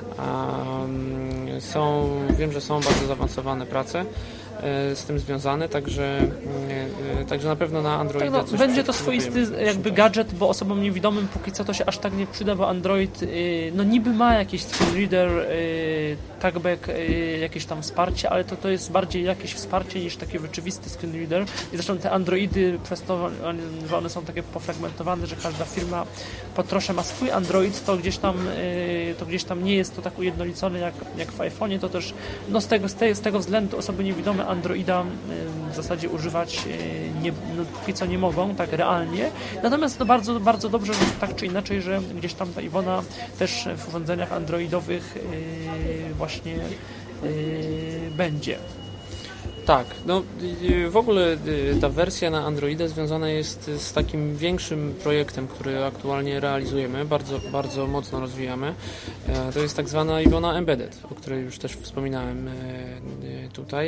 Wiem, że są bardzo zaawansowane prace z tym związane, także na pewno na Androida coś będzie to swoisty jakby gadżet, bo osobom niewidomym póki co to się aż tak nie przyda, bo Android niby ma jakiś screen reader, talkback, jakieś tam wsparcie, ale to jest bardziej jakieś wsparcie niż taki rzeczywisty screen reader. I zresztą te Androidy, przez to, że one są takie pofragmentowane, że każda firma po trosze ma swój Android, to gdzieś tam nie jest to tak ujednolicone jak w iPhone'ie, to też z tego względu osoby niewidome Androida w zasadzie używać póki co nie mogą, tak realnie. Natomiast bardzo, bardzo dobrze, że tak czy inaczej, że gdzieś tam ta Iwona też w urządzeniach androidowych właśnie będzie. Tak, w ogóle ta wersja na Androida związana jest z takim większym projektem, który aktualnie realizujemy, bardzo, bardzo mocno rozwijamy. To jest tak zwana Iwona Embedded, o której już też wspominałem tutaj.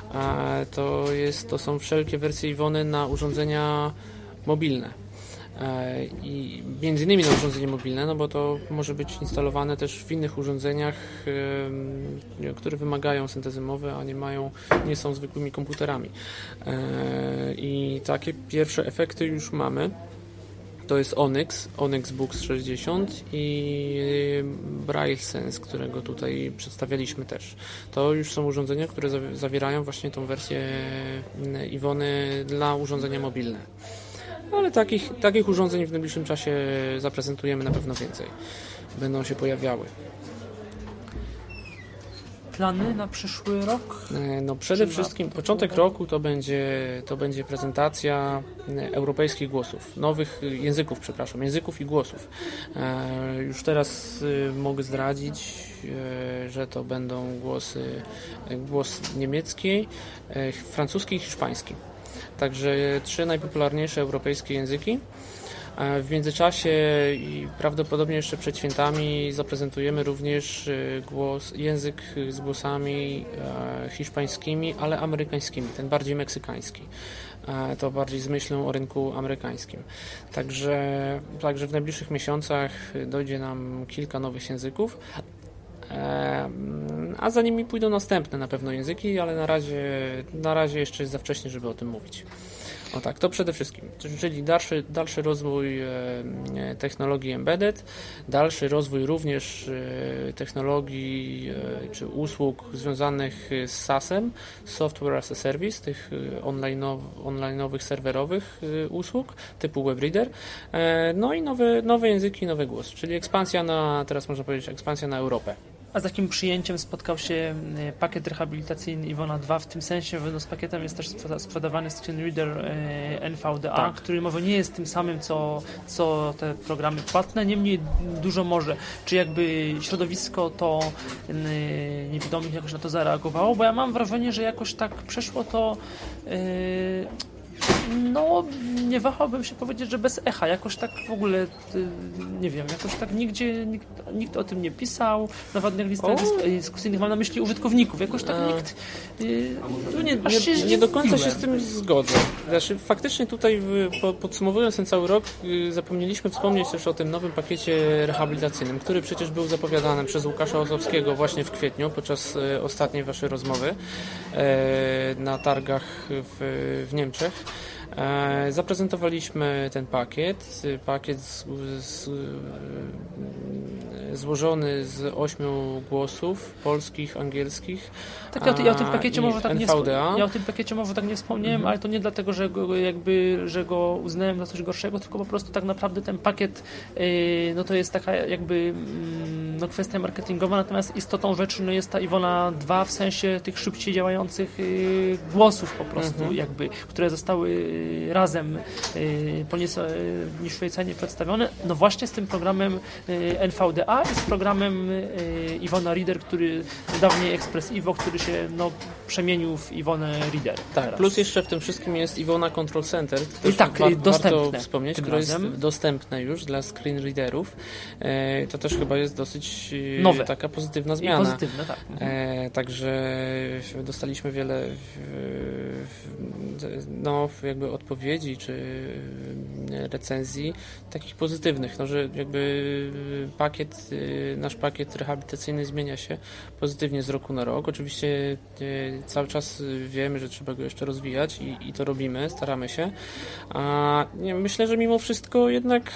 To są wszelkie wersje Iwony na urządzenia mobilne. I między innymi na urządzenie mobilne, bo to może być instalowane też w innych urządzeniach, które wymagają syntezy mowy, a nie są zwykłymi komputerami. I takie pierwsze efekty już mamy. To jest Onyx Books 60 i Braille Sense, którego tutaj przedstawialiśmy też. To już są urządzenia, które zawierają właśnie tą wersję Iwony dla urządzenia mobilne. Ale takich urządzeń w najbliższym czasie zaprezentujemy na pewno więcej. Będą się pojawiały. plany na przyszły rok? No przede wszystkim początek roku to będzie prezentacja europejskich głosów, nowych języków i głosów. Już teraz mogę zdradzić, że to będą głos niemiecki, francuski i hiszpański. Także 3 najpopularniejsze europejskie języki. W międzyczasie i prawdopodobnie jeszcze przed świętami zaprezentujemy również język z głosami hiszpańskimi, ale amerykańskimi, ten bardziej meksykański. To bardziej z myślą o rynku amerykańskim. Także w najbliższych miesiącach dojdzie nam kilka nowych języków, a za nimi pójdą następne na pewno języki, ale na razie jeszcze jest za wcześnie, żeby o tym mówić. O tak, to przede wszystkim, czyli dalszy rozwój technologii embedded, dalszy rozwój również technologii czy usług związanych z SaaS-em, Software as a Service, tych online'owych, serwerowych usług typu WebReader, no i nowe języki, nowy głos, czyli teraz można powiedzieć ekspansja na Europę. A z jakim przyjęciem spotkał się pakiet rehabilitacyjny Iwona 2 w tym sensie, że z pakietem jest też sprzedawany screenreader NVDA, tak, który może nie jest tym samym, co te programy płatne, niemniej dużo może. Czy jakby środowisko to niewidomych jakoś na to zareagowało? Bo ja mam wrażenie, że jakoś tak przeszło to no, nie wahałbym się powiedzieć, że bez echa. Jakoś tak w ogóle, nie wiem, jakoś tak nigdzie nikt o tym nie pisał. Nawet na listach dyskusyjnych mam na myśli użytkowników. Jakoś tak nikt nie do końca się z tym zgodzę. Znaczy, faktycznie tutaj podsumowując ten cały rok, zapomnieliśmy wspomnieć też o tym nowym pakiecie rehabilitacyjnym, który przecież był zapowiadany przez Łukasza Ozowskiego właśnie w kwietniu, podczas ostatniej waszej rozmowy na targach w Niemczech. Zaprezentowaliśmy ten pakiet złożony z 8 głosów polskich, angielskich. Tak, ja o tym pakiecie może tak nie wspomniałem, ale to nie dlatego, że go uznałem za coś gorszego, tylko po prostu tak naprawdę ten pakiet no to jest taka jakby kwestia marketingowa, natomiast istotą rzeczy jest ta Iwona 2 w sensie tych szybciej działających głosów po prostu jakby, które zostały razem po niższej cenie przedstawione. No właśnie z tym programem NVDA i z programem Iwona Reader, który dawniej Express Iwo, który się przemienił w Iwonę Reader. Tak, teraz. Plus jeszcze w tym wszystkim jest Iwona Control Center. To też warto wspomnieć, które jest dostępne już dla screen readerów. To też chyba jest dosyć nowe. Taka pozytywna zmiana. I pozytywne, tak. Także dostaliśmy wiele jakby odpowiedzi czy recenzji takich pozytywnych, że jakby nasz pakiet rehabilitacyjny zmienia się pozytywnie z roku na rok. Oczywiście cały czas wiemy, że trzeba go jeszcze rozwijać i to robimy, staramy się. A myślę, że mimo wszystko jednak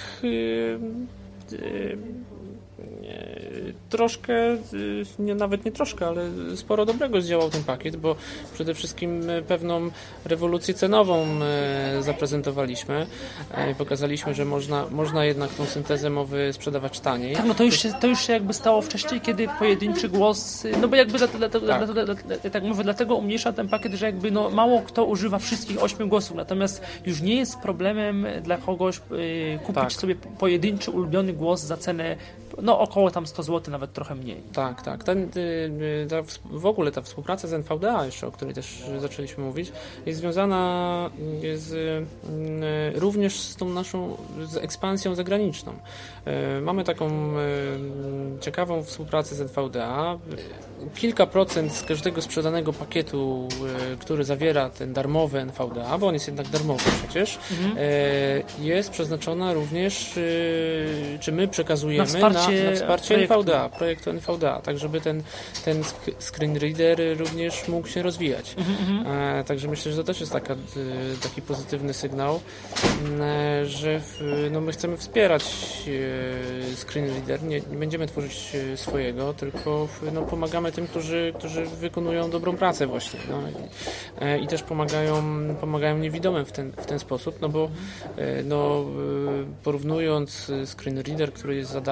troszkę, nawet nie troszkę, ale sporo dobrego zdziałał ten pakiet, bo przede wszystkim pewną rewolucję cenową zaprezentowaliśmy. Pokazaliśmy, że można jednak tą syntezę mowy sprzedawać taniej. Tak, no to już się jakby stało wcześniej, kiedy pojedynczy głos, no bo jakby tak mówię, dlatego umniejsza ten pakiet, że jakby mało kto używa wszystkich 8 głosów, natomiast już nie jest problemem dla kogoś kupić sobie pojedynczy ulubiony głos za cenę około tam 100 zł, nawet trochę mniej. Tak. W ogóle ta współpraca z NVDA jeszcze, o której też zaczęliśmy mówić, jest związana również z tą naszą ekspansją zagraniczną. Mamy taką ciekawą współpracę z NVDA. Kilka procent z każdego sprzedanego pakietu, który zawiera ten darmowy NVDA, bo on jest jednak darmowy przecież, jest przeznaczona również, czy my przekazujemy na wsparcie NVDA, projektu NVDA, tak żeby ten screen reader również mógł się rozwijać. Także myślę, że to też jest taki pozytywny sygnał, że my chcemy wspierać screen reader, nie będziemy tworzyć swojego, tylko pomagamy tym, którzy wykonują dobrą pracę właśnie. I też pomagają niewidomym w ten sposób, bo porównując screen reader, który jest za darmo,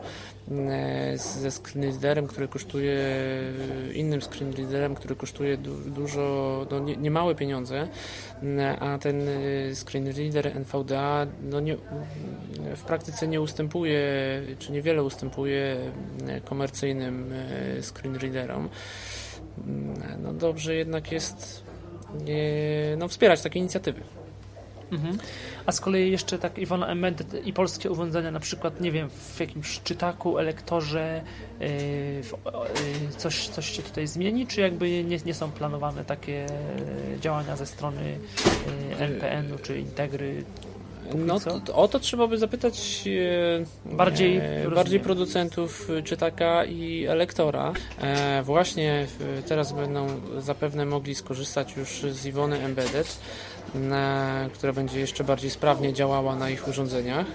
ze screenreaderem, który kosztuje, innym screenreaderem, który kosztuje dużo, no niemałe pieniądze, a ten screenreader NVDA w praktyce nie ustępuje, czy niewiele ustępuje komercyjnym screenreaderom. No dobrze jednak jest wspierać takie inicjatywy. Mhm. A z kolei jeszcze tak Iwona Embedded i polskie urządzenia, na przykład, nie wiem, w jakimś czytaku, elektorze, coś się tutaj zmieni, czy jakby nie są planowane takie działania ze strony NPN-u czy Integry? No o to trzeba by zapytać bardziej producentów czytaka i elektora. Właśnie teraz będą zapewne mogli skorzystać już z Iwony Embedded, która będzie jeszcze bardziej sprawnie działała na ich urządzeniach.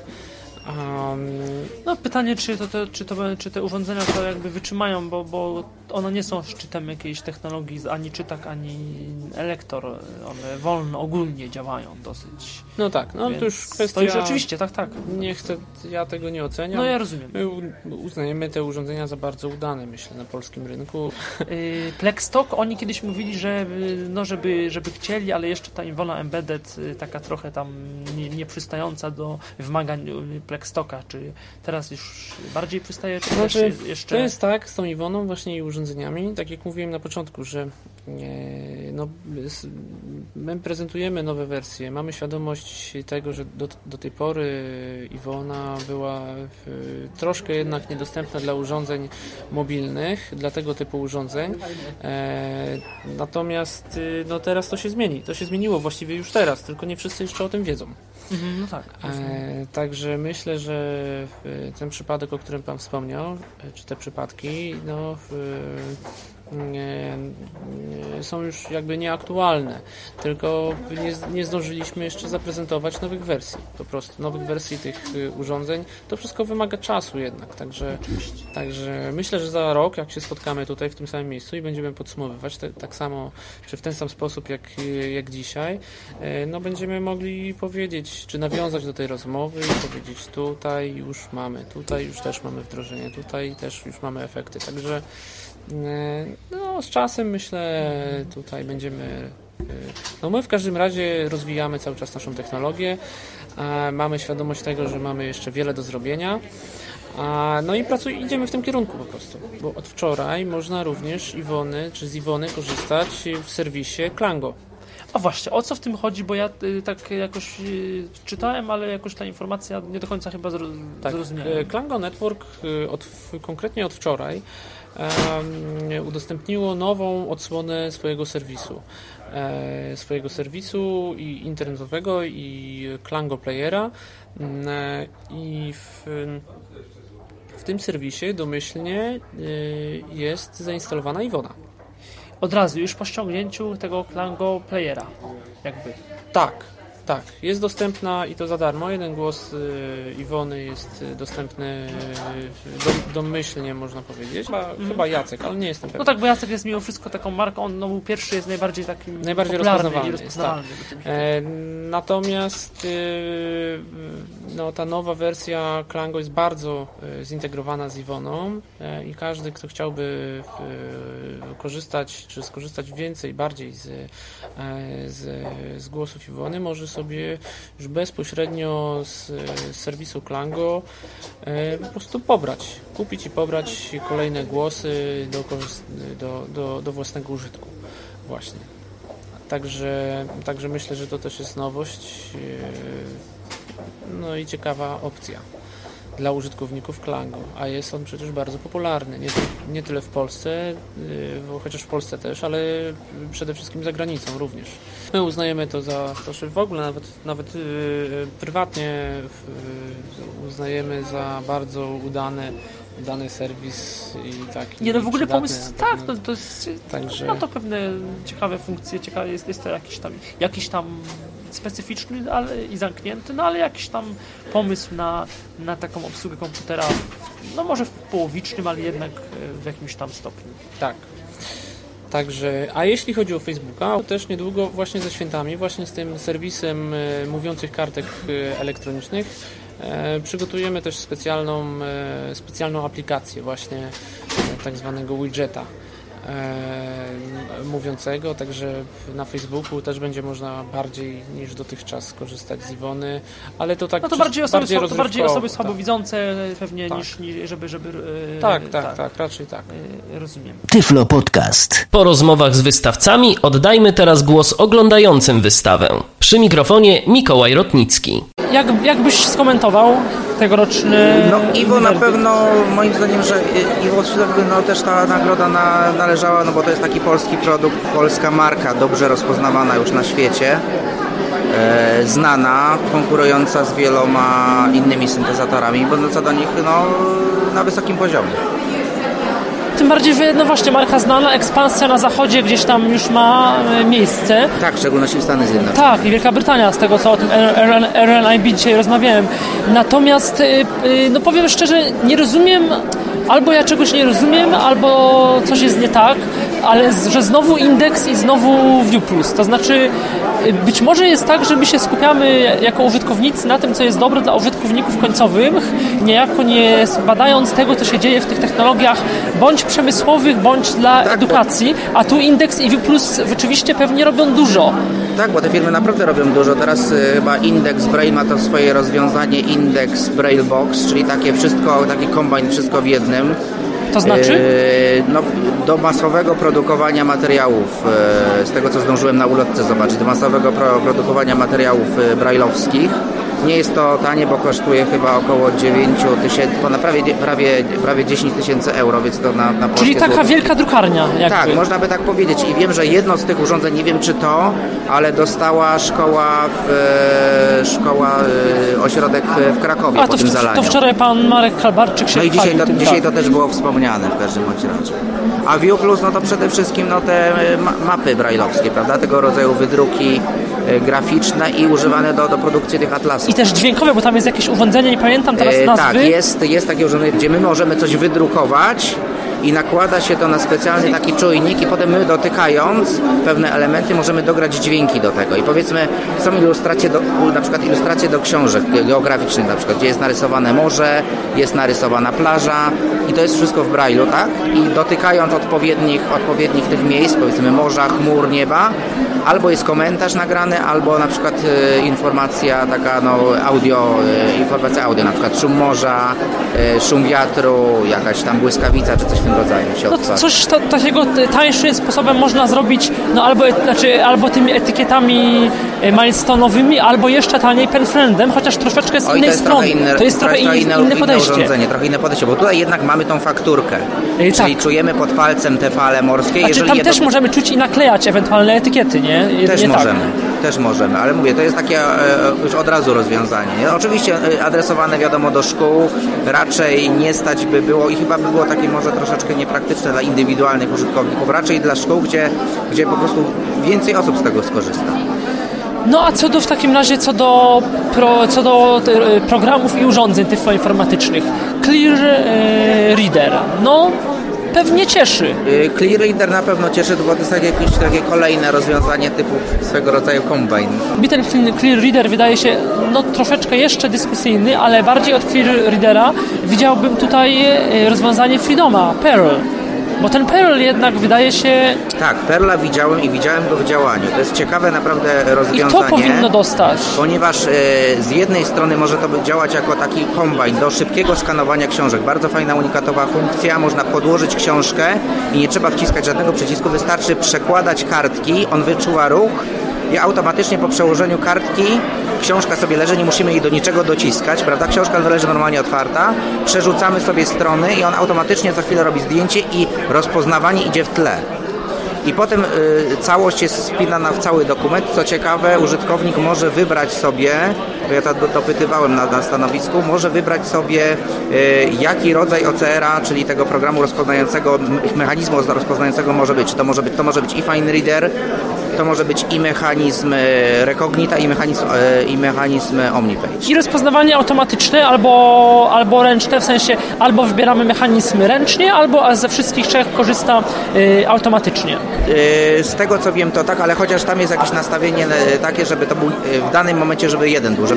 No pytanie, czy te urządzenia to jakby wytrzymają, bo one nie są szczytem jakiejś technologii, ani czytak, ani elektor. One wolno, ogólnie działają dosyć. No tak, no to już kwestia... To już oczywiście, tak. Nie chcę, ja tego nie oceniam. No ja rozumiem. My uznajemy te urządzenia za bardzo udane, myślę, na polskim rynku. Plexstock, oni kiedyś mówili, że żeby chcieli, ale jeszcze ta Iwona Embedded taka trochę tam nieprzystająca do wymagań Plexstocka, czy teraz już bardziej przystaje, czy znaczy, jeszcze... To jest tak z tą Iwoną właśnie i urządzeniami, tak jak mówiłem na początku, że my prezentujemy nowe wersje, mamy świadomość tego, że do tej pory Iwona była troszkę jednak niedostępna dla urządzeń mobilnych, dla tego typu urządzeń, natomiast teraz to się zmieni, to się zmieniło właściwie już teraz, tylko nie wszyscy jeszcze o tym wiedzą. No tak. Także myślę, że ten przypadek, o którym Pan wspomniał, czy te przypadki, są już jakby nieaktualne, tylko nie zdążyliśmy jeszcze zaprezentować nowych wersji, po prostu nowych wersji tych urządzeń. To wszystko wymaga czasu jednak, także myślę, że za rok, jak się spotkamy tutaj w tym samym miejscu i będziemy podsumowywać tak samo, czy w ten sam sposób jak dzisiaj, będziemy mogli powiedzieć, czy nawiązać do tej rozmowy i powiedzieć, tutaj już też mamy wdrożenie, tutaj też już mamy efekty, także z czasem myślę tutaj będziemy, my w każdym razie rozwijamy cały czas naszą technologię, mamy świadomość tego, że mamy jeszcze wiele do zrobienia, i idziemy w tym kierunku po prostu, bo od wczoraj można również z Iwony korzystać w serwisie Klango. A właśnie, o co w tym chodzi, bo ja tak jakoś czytałem, ale jakoś ta informacja nie do końca chyba zrozumiałem. Klango Network konkretnie od wczoraj udostępniło nową odsłonę swojego serwisu i internetowego i Klango Playera i w tym serwisie domyślnie jest zainstalowana Iwona. Od razu, już po ściągnięciu tego Klango Playera, jakby. Tak, jest dostępna i to za darmo. Jeden głos Iwony jest dostępny domyślnie, można powiedzieć. Chyba Jacek, ale nie jestem pewien. No tak, bo Jacek jest mimo wszystko taką marką, on był pierwszy, jest najbardziej rozpoznawalny. Tak. Natomiast ta nowa wersja Klango jest bardzo zintegrowana z Iwoną i każdy, kto chciałby korzystać, czy skorzystać bardziej z głosów Iwony, może sobie już bezpośrednio z serwisu Klango po prostu kupić i pobrać kolejne głosy do własnego użytku właśnie. Także myślę, że to też jest nowość i ciekawa opcja dla użytkowników Klango, a jest on przecież bardzo popularny, nie tyle w Polsce, chociaż w Polsce też, ale przede wszystkim za granicą również. My uznajemy to za, w ogóle nawet prywatnie uznajemy za bardzo udany serwis i taki. Nie, w ogóle pomysł, tak, to jest, ma to pewne ciekawe funkcje, jest to jakiś tam specyficzny i zamknięty, ale jakiś tam pomysł na taką obsługę komputera, może w połowicznym, ale jednak w jakimś tam stopniu. Tak. Także, a jeśli chodzi o Facebooka, to też niedługo właśnie ze świętami, właśnie z tym serwisem mówiących kartek elektronicznych Przygotujemy też specjalną aplikację właśnie tak zwanego widgeta mówiącego, także na Facebooku też będzie można bardziej niż dotychczas korzystać z Iwony, ale to tak bardziej osoby słabowidzące pewnie tak. niż żeby tak, raczej tak. Rozumiem. Tyflo Podcast. Po rozmowach z wystawcami oddajmy teraz głos oglądającym wystawę. Przy mikrofonie Mikołaj Rotnicki. Jak byś skomentował tegoroczny... No Iwo na pewno, moim zdaniem, że Iwo też ta nagroda należała, no bo to jest taki polski produkt, polska marka, dobrze rozpoznawana już na świecie, znana, konkurująca z wieloma innymi syntezatorami, będąca do nich na wysokim poziomie. Tym bardziej, no właśnie, marka znana, ekspansja na zachodzie gdzieś tam już ma miejsce. Tak, w szczególności w Stanach Zjednoczonych. Tak, i Wielka Brytania, z tego co o tym RNIB dzisiaj rozmawiałem. Natomiast, no powiem szczerze, nie rozumiem, albo ja czegoś nie rozumiem, albo coś jest nie tak, ale że znowu indeks i znowu View Plus. To znaczy, być może jest tak, że my się skupiamy jako użytkownicy na tym, co jest dobre dla użytkowników końcowych, niejako nie badając tego, co się dzieje w tych technologiach, bądź przemysłowych, bądź dla edukacji, a tu indeks i View Plus rzeczywiście pewnie robią dużo. Tak, bo te firmy naprawdę robią dużo. Teraz chyba Index Braille ma to swoje rozwiązanie Index Braille Box, czyli takie wszystko, taki kombajn, wszystko w jednym. To znaczy? Do masowego produkowania materiałów, z tego co zdążyłem na ulotce zobaczyć, do masowego produkowania materiałów braille'owskich. Nie jest to tanie, bo kosztuje chyba około 9 tysięcy, prawie 10 tysięcy euro, więc to na Czyli taka złotówki. Wielka drukarnia. Jakby. Tak, można by tak powiedzieć. I wiem, że jedno z tych urządzeń, nie wiem czy to, ale dostała ośrodek w Krakowie po tym zalaniu. To wczoraj pan Marek Kalbarczyk się chwalił. No i dzisiaj to też było wspomniane w każdym bądź razie. A View Plus, no to przede wszystkim te mapy braille'owskie, prawda? Tego rodzaju wydruki graficzne i używane do produkcji tych atlasów. I też dźwiękowe, bo tam jest jakieś urządzenie, nie pamiętam teraz nazwy. Tak, jest takie urządzenie, gdzie my możemy coś wydrukować i nakłada się to na specjalny taki czujnik i potem my dotykając pewne elementy możemy dograć dźwięki do tego. I powiedzmy są na przykład ilustracje do książek geograficznych na przykład, gdzie jest narysowane morze, jest narysowana plaża i to jest wszystko w Braille'u, tak? I dotykając odpowiednich tych miejsc, powiedzmy morza, chmur, nieba, albo jest komentarz nagrany, albo na przykład informacja taka informacja audio, na przykład szum morza, szum wiatru, jakaś tam błyskawica, czy coś w tym rodzaju się odtwarza. Coś takiego tańszym sposobem można zrobić, albo tymi etykietami milestone'owymi, albo jeszcze taniej penfriendem, chociaż troszeczkę z innej strony. To jest trochę inne podejście. Trochę inne podejście, bo tutaj jednak mamy tą fakturkę, czyli czujemy pod palcem te fale morskie. Też możemy czuć i naklejać ewentualne etykiety, nie? Też możemy, ale mówię, to jest takie już od razu rozwiązanie. Nie? Oczywiście adresowane wiadomo do szkół, raczej nie stać by było i chyba by było takie może troszeczkę niepraktyczne dla indywidualnych użytkowników, raczej dla szkół, gdzie po prostu więcej osób z tego skorzysta. No a w takim razie co do programów i urządzeń tyfloinformatycznych, Clear Reader, pewnie cieszy. Clear Reader na pewno cieszy, bo to jest jakieś takie kolejne rozwiązanie typu swego rodzaju kombajn. Mi ten Clear Reader wydaje się troszeczkę jeszcze dyskusyjny, ale bardziej od Clear Readera widziałbym tutaj rozwiązanie Freedoma, Pearl. Bo ten Pearl jednak wydaje się... Tak, Pearla widziałem go w działaniu. To jest ciekawe naprawdę rozwiązanie. I to powinno dostać. Ponieważ z jednej strony może to działać jako taki kombajn do szybkiego skanowania książek. Bardzo fajna, unikatowa funkcja. Można podłożyć książkę i nie trzeba wciskać żadnego przycisku. Wystarczy przekładać kartki, on wyczuwa ruch i automatycznie po przełożeniu kartki książka sobie leży, nie musimy jej do niczego dociskać, prawda? Książka leży normalnie otwarta, przerzucamy sobie strony i on automatycznie za chwilę robi zdjęcie i rozpoznawanie idzie w tle. I potem całość jest spinana w cały dokument. Co ciekawe, użytkownik może wybrać sobie, ja to dopytywałem na stanowisku, może wybrać sobie jaki rodzaj OCR-a, czyli tego programu rozpoznającego, mechanizmu rozpoznającego może być. To może być i Fine Reader, to może być i mechanizm Recognita, i mechanizm OmniPage. I rozpoznawanie automatyczne albo ręczne, w sensie albo wybieramy mechanizmy ręcznie, albo ze wszystkich trzech korzysta automatycznie. Z tego co wiem to tak, ale chociaż tam jest jakieś nastawienie takie, żeby to był w danym momencie, żeby jeden był, żeby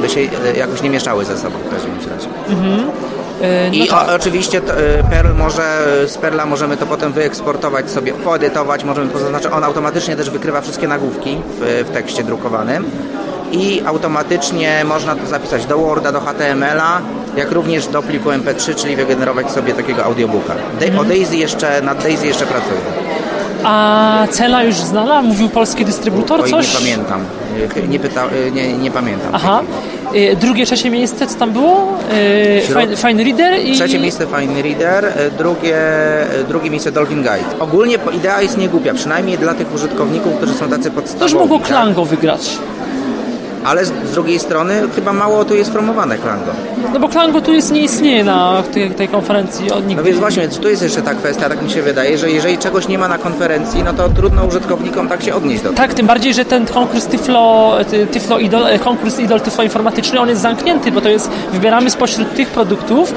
żeby się jakoś nie mieszały ze sobą w każdym razie. I oczywiście z Perla możemy to potem wyeksportować sobie, poedytować, możemy pozaznaczyć, on automatycznie też wykrywa wszystkie nagłówki w tekście drukowanym i automatycznie można to zapisać do Worda, do HTML-a, jak również do pliku MP3, czyli wygenerować sobie takiego audiobooka. Nad Daisy jeszcze pracuję. A cena już znana? Mówił polski dystrybutor coś? Nie pamiętam. Nie pamiętam. Aha. Drugie, trzecie miejsce, co tam było? Fine Reader i... Trzecie miejsce Fine Reader, drugie miejsce Dolphin Guide. Ogólnie idea jest niegłupia, przynajmniej dla tych użytkowników, którzy są tacy podstawowi. To już mogło Klango wygrać. Ale z drugiej strony chyba mało tu jest promowane Klango. No bo Klango tu nie istnieje na tej konferencji. No więc właśnie, tu jest jeszcze ta kwestia, tak mi się wydaje, że jeżeli czegoś nie ma na konferencji, no to trudno użytkownikom tak się odnieść do tego. Tak, tym bardziej, że ten konkurs konkurs Idol Tyflo Informatyczny, on jest zamknięty, bo to jest, wybieramy spośród tych produktów,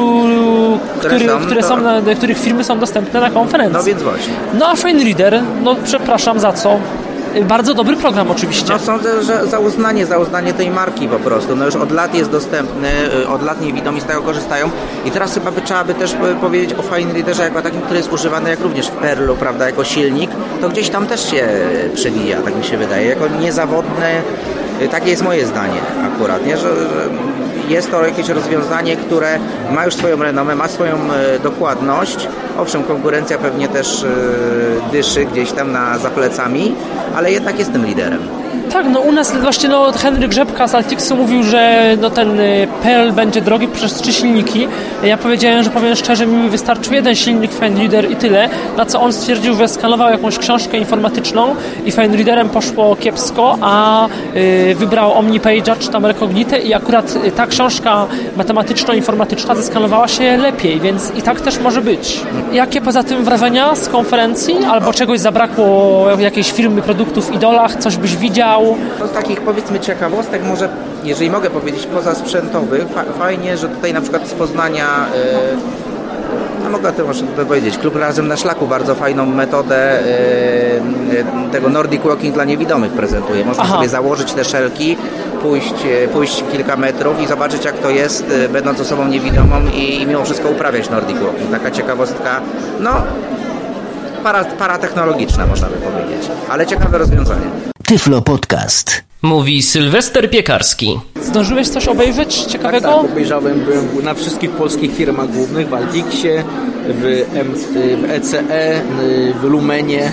których firmy są dostępne na konferencji. No więc właśnie. No a Fine Reader, no przepraszam, za co? Bardzo dobry program oczywiście. No sądzę, że za uznanie tej marki po prostu. No już od lat jest dostępny, od lat niewidomi z tego korzystają i teraz chyba trzeba by też powiedzieć o Fine Readerze jako takim, który jest używany jak również w Perlu, prawda, jako silnik, to gdzieś tam też się przewija, tak mi się wydaje, jako niezawodne, takie jest moje zdanie akurat, nie? Że jest to jakieś rozwiązanie, które ma już swoją renomę, ma swoją dokładność. Owszem, konkurencja pewnie też dyszy gdzieś tam za plecami, ale jednak jest tym liderem. Tak, no u nas właśnie Henryk Rzepka z Altixu mówił, że ten Perl będzie drogi przez 3 silniki. Ja powiedziałem, że powiem szczerze, mi wystarczył jeden silnik Fine Reader i tyle, na co on stwierdził, że skanował jakąś książkę informatyczną i Fine Readerem poszło kiepsko, a wybrał OmniPage'a czy tam Recognite i akurat ta książka matematyczno-informatyczna zeskanowała się lepiej, więc i tak też może być. Jakie poza tym wrażenia z konferencji? Albo czegoś zabrakło, jakiejś firmy produktów w idolach, coś byś widział? Z takich, powiedzmy, ciekawostek, może, jeżeli mogę powiedzieć, pozasprzętowych, fajnie, że tutaj na przykład z Poznania, no mogę to może powiedzieć, Klub Razem na Szlaku bardzo fajną metodę tego Nordic Walking dla niewidomych prezentuje. Można sobie założyć te szelki, pójść kilka metrów i zobaczyć, jak to jest, będąc osobą niewidomą i mimo wszystko uprawiać Nordic Walking. Taka ciekawostka, no paratechnologiczna, można by powiedzieć, ale ciekawe rozwiązanie. Tyflo Podcast. Mówi Sylwester Piekarski. Zdążyłeś coś obejrzeć ciekawego? Tak, obejrzałem. Byłem na wszystkich polskich firmach głównych, w Altixie, w ECE, w Lumenie.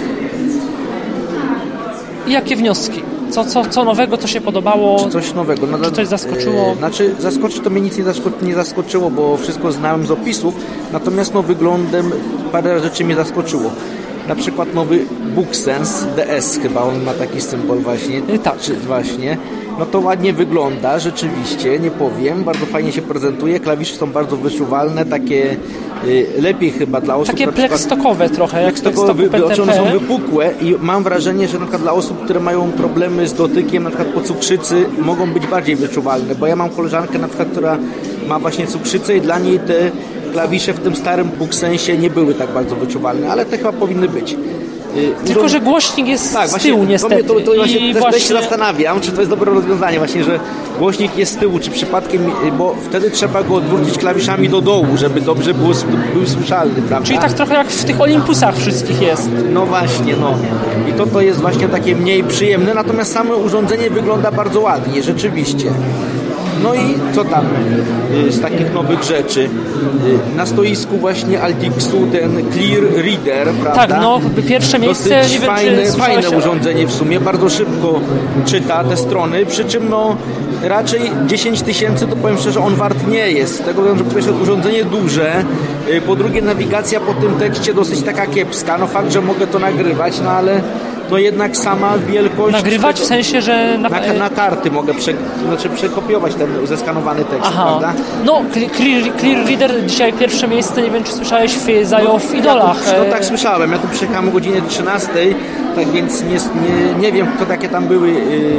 I jakie wnioski? Co nowego, co się podobało? Czy coś nowego? No, czy coś zaskoczyło? Zaskoczyć to mnie nic nie zaskoczyło, bo wszystko znałem z opisów, natomiast wyglądem parę rzeczy mnie zaskoczyło. Na przykład nowy BookSense DS, chyba on ma taki symbol właśnie. Tak. Właśnie. No to ładnie wygląda, rzeczywiście, nie powiem. Bardzo fajnie się prezentuje. Klawisze są bardzo wyczuwalne, takie lepiej chyba dla osób... Takie plekstokowe trochę. One są wypukłe i mam wrażenie, że na przykład dla osób, które mają problemy z dotykiem, na przykład po cukrzycy, mogą być bardziej wyczuwalne, bo ja mam koleżankę na przykład, która ma właśnie cukrzycę i dla niej te klawisze w tym starym BookSensie nie były tak bardzo wyczuwalne, ale te chyba powinny być. Tylko, że głośnik jest z tyłu niestety. To właśnie się zastanawiam, czy to jest dobre rozwiązanie właśnie, że głośnik jest z tyłu, czy przypadkiem, bo wtedy trzeba go odwrócić klawiszami do dołu, żeby dobrze był słyszalny, prawda? Czyli tak trochę jak w tych Olympusach wszystkich jest. No właśnie, no. I to jest właśnie takie mniej przyjemne, natomiast samo urządzenie wygląda bardzo ładnie, rzeczywiście. No i co tam z takich nowych rzeczy? Na stoisku właśnie Altixu ten Clear Reader, prawda? Tak, no pierwsze miejsce. Dosyć fajne urządzenie w sumie, bardzo szybko czyta te strony, przy czym raczej 10 000 to powiem szczerze, on wart nie jest. Z tego względu, że po pierwsze urządzenie duże, po drugie nawigacja po tym tekście dosyć taka kiepska. No fakt, że mogę to nagrywać, no ale jednak sama wielkość... Nagrywać w sensie, że... Na karty mogę przekopiować ten zeskanowany tekst, prawda? No, Clear Reader dzisiaj pierwsze miejsce, nie wiem, czy słyszałeś w Idolach. No tak, słyszałem. Ja tu przyjechałem o godzinie 13, tak więc nie wiem, kto takie tam były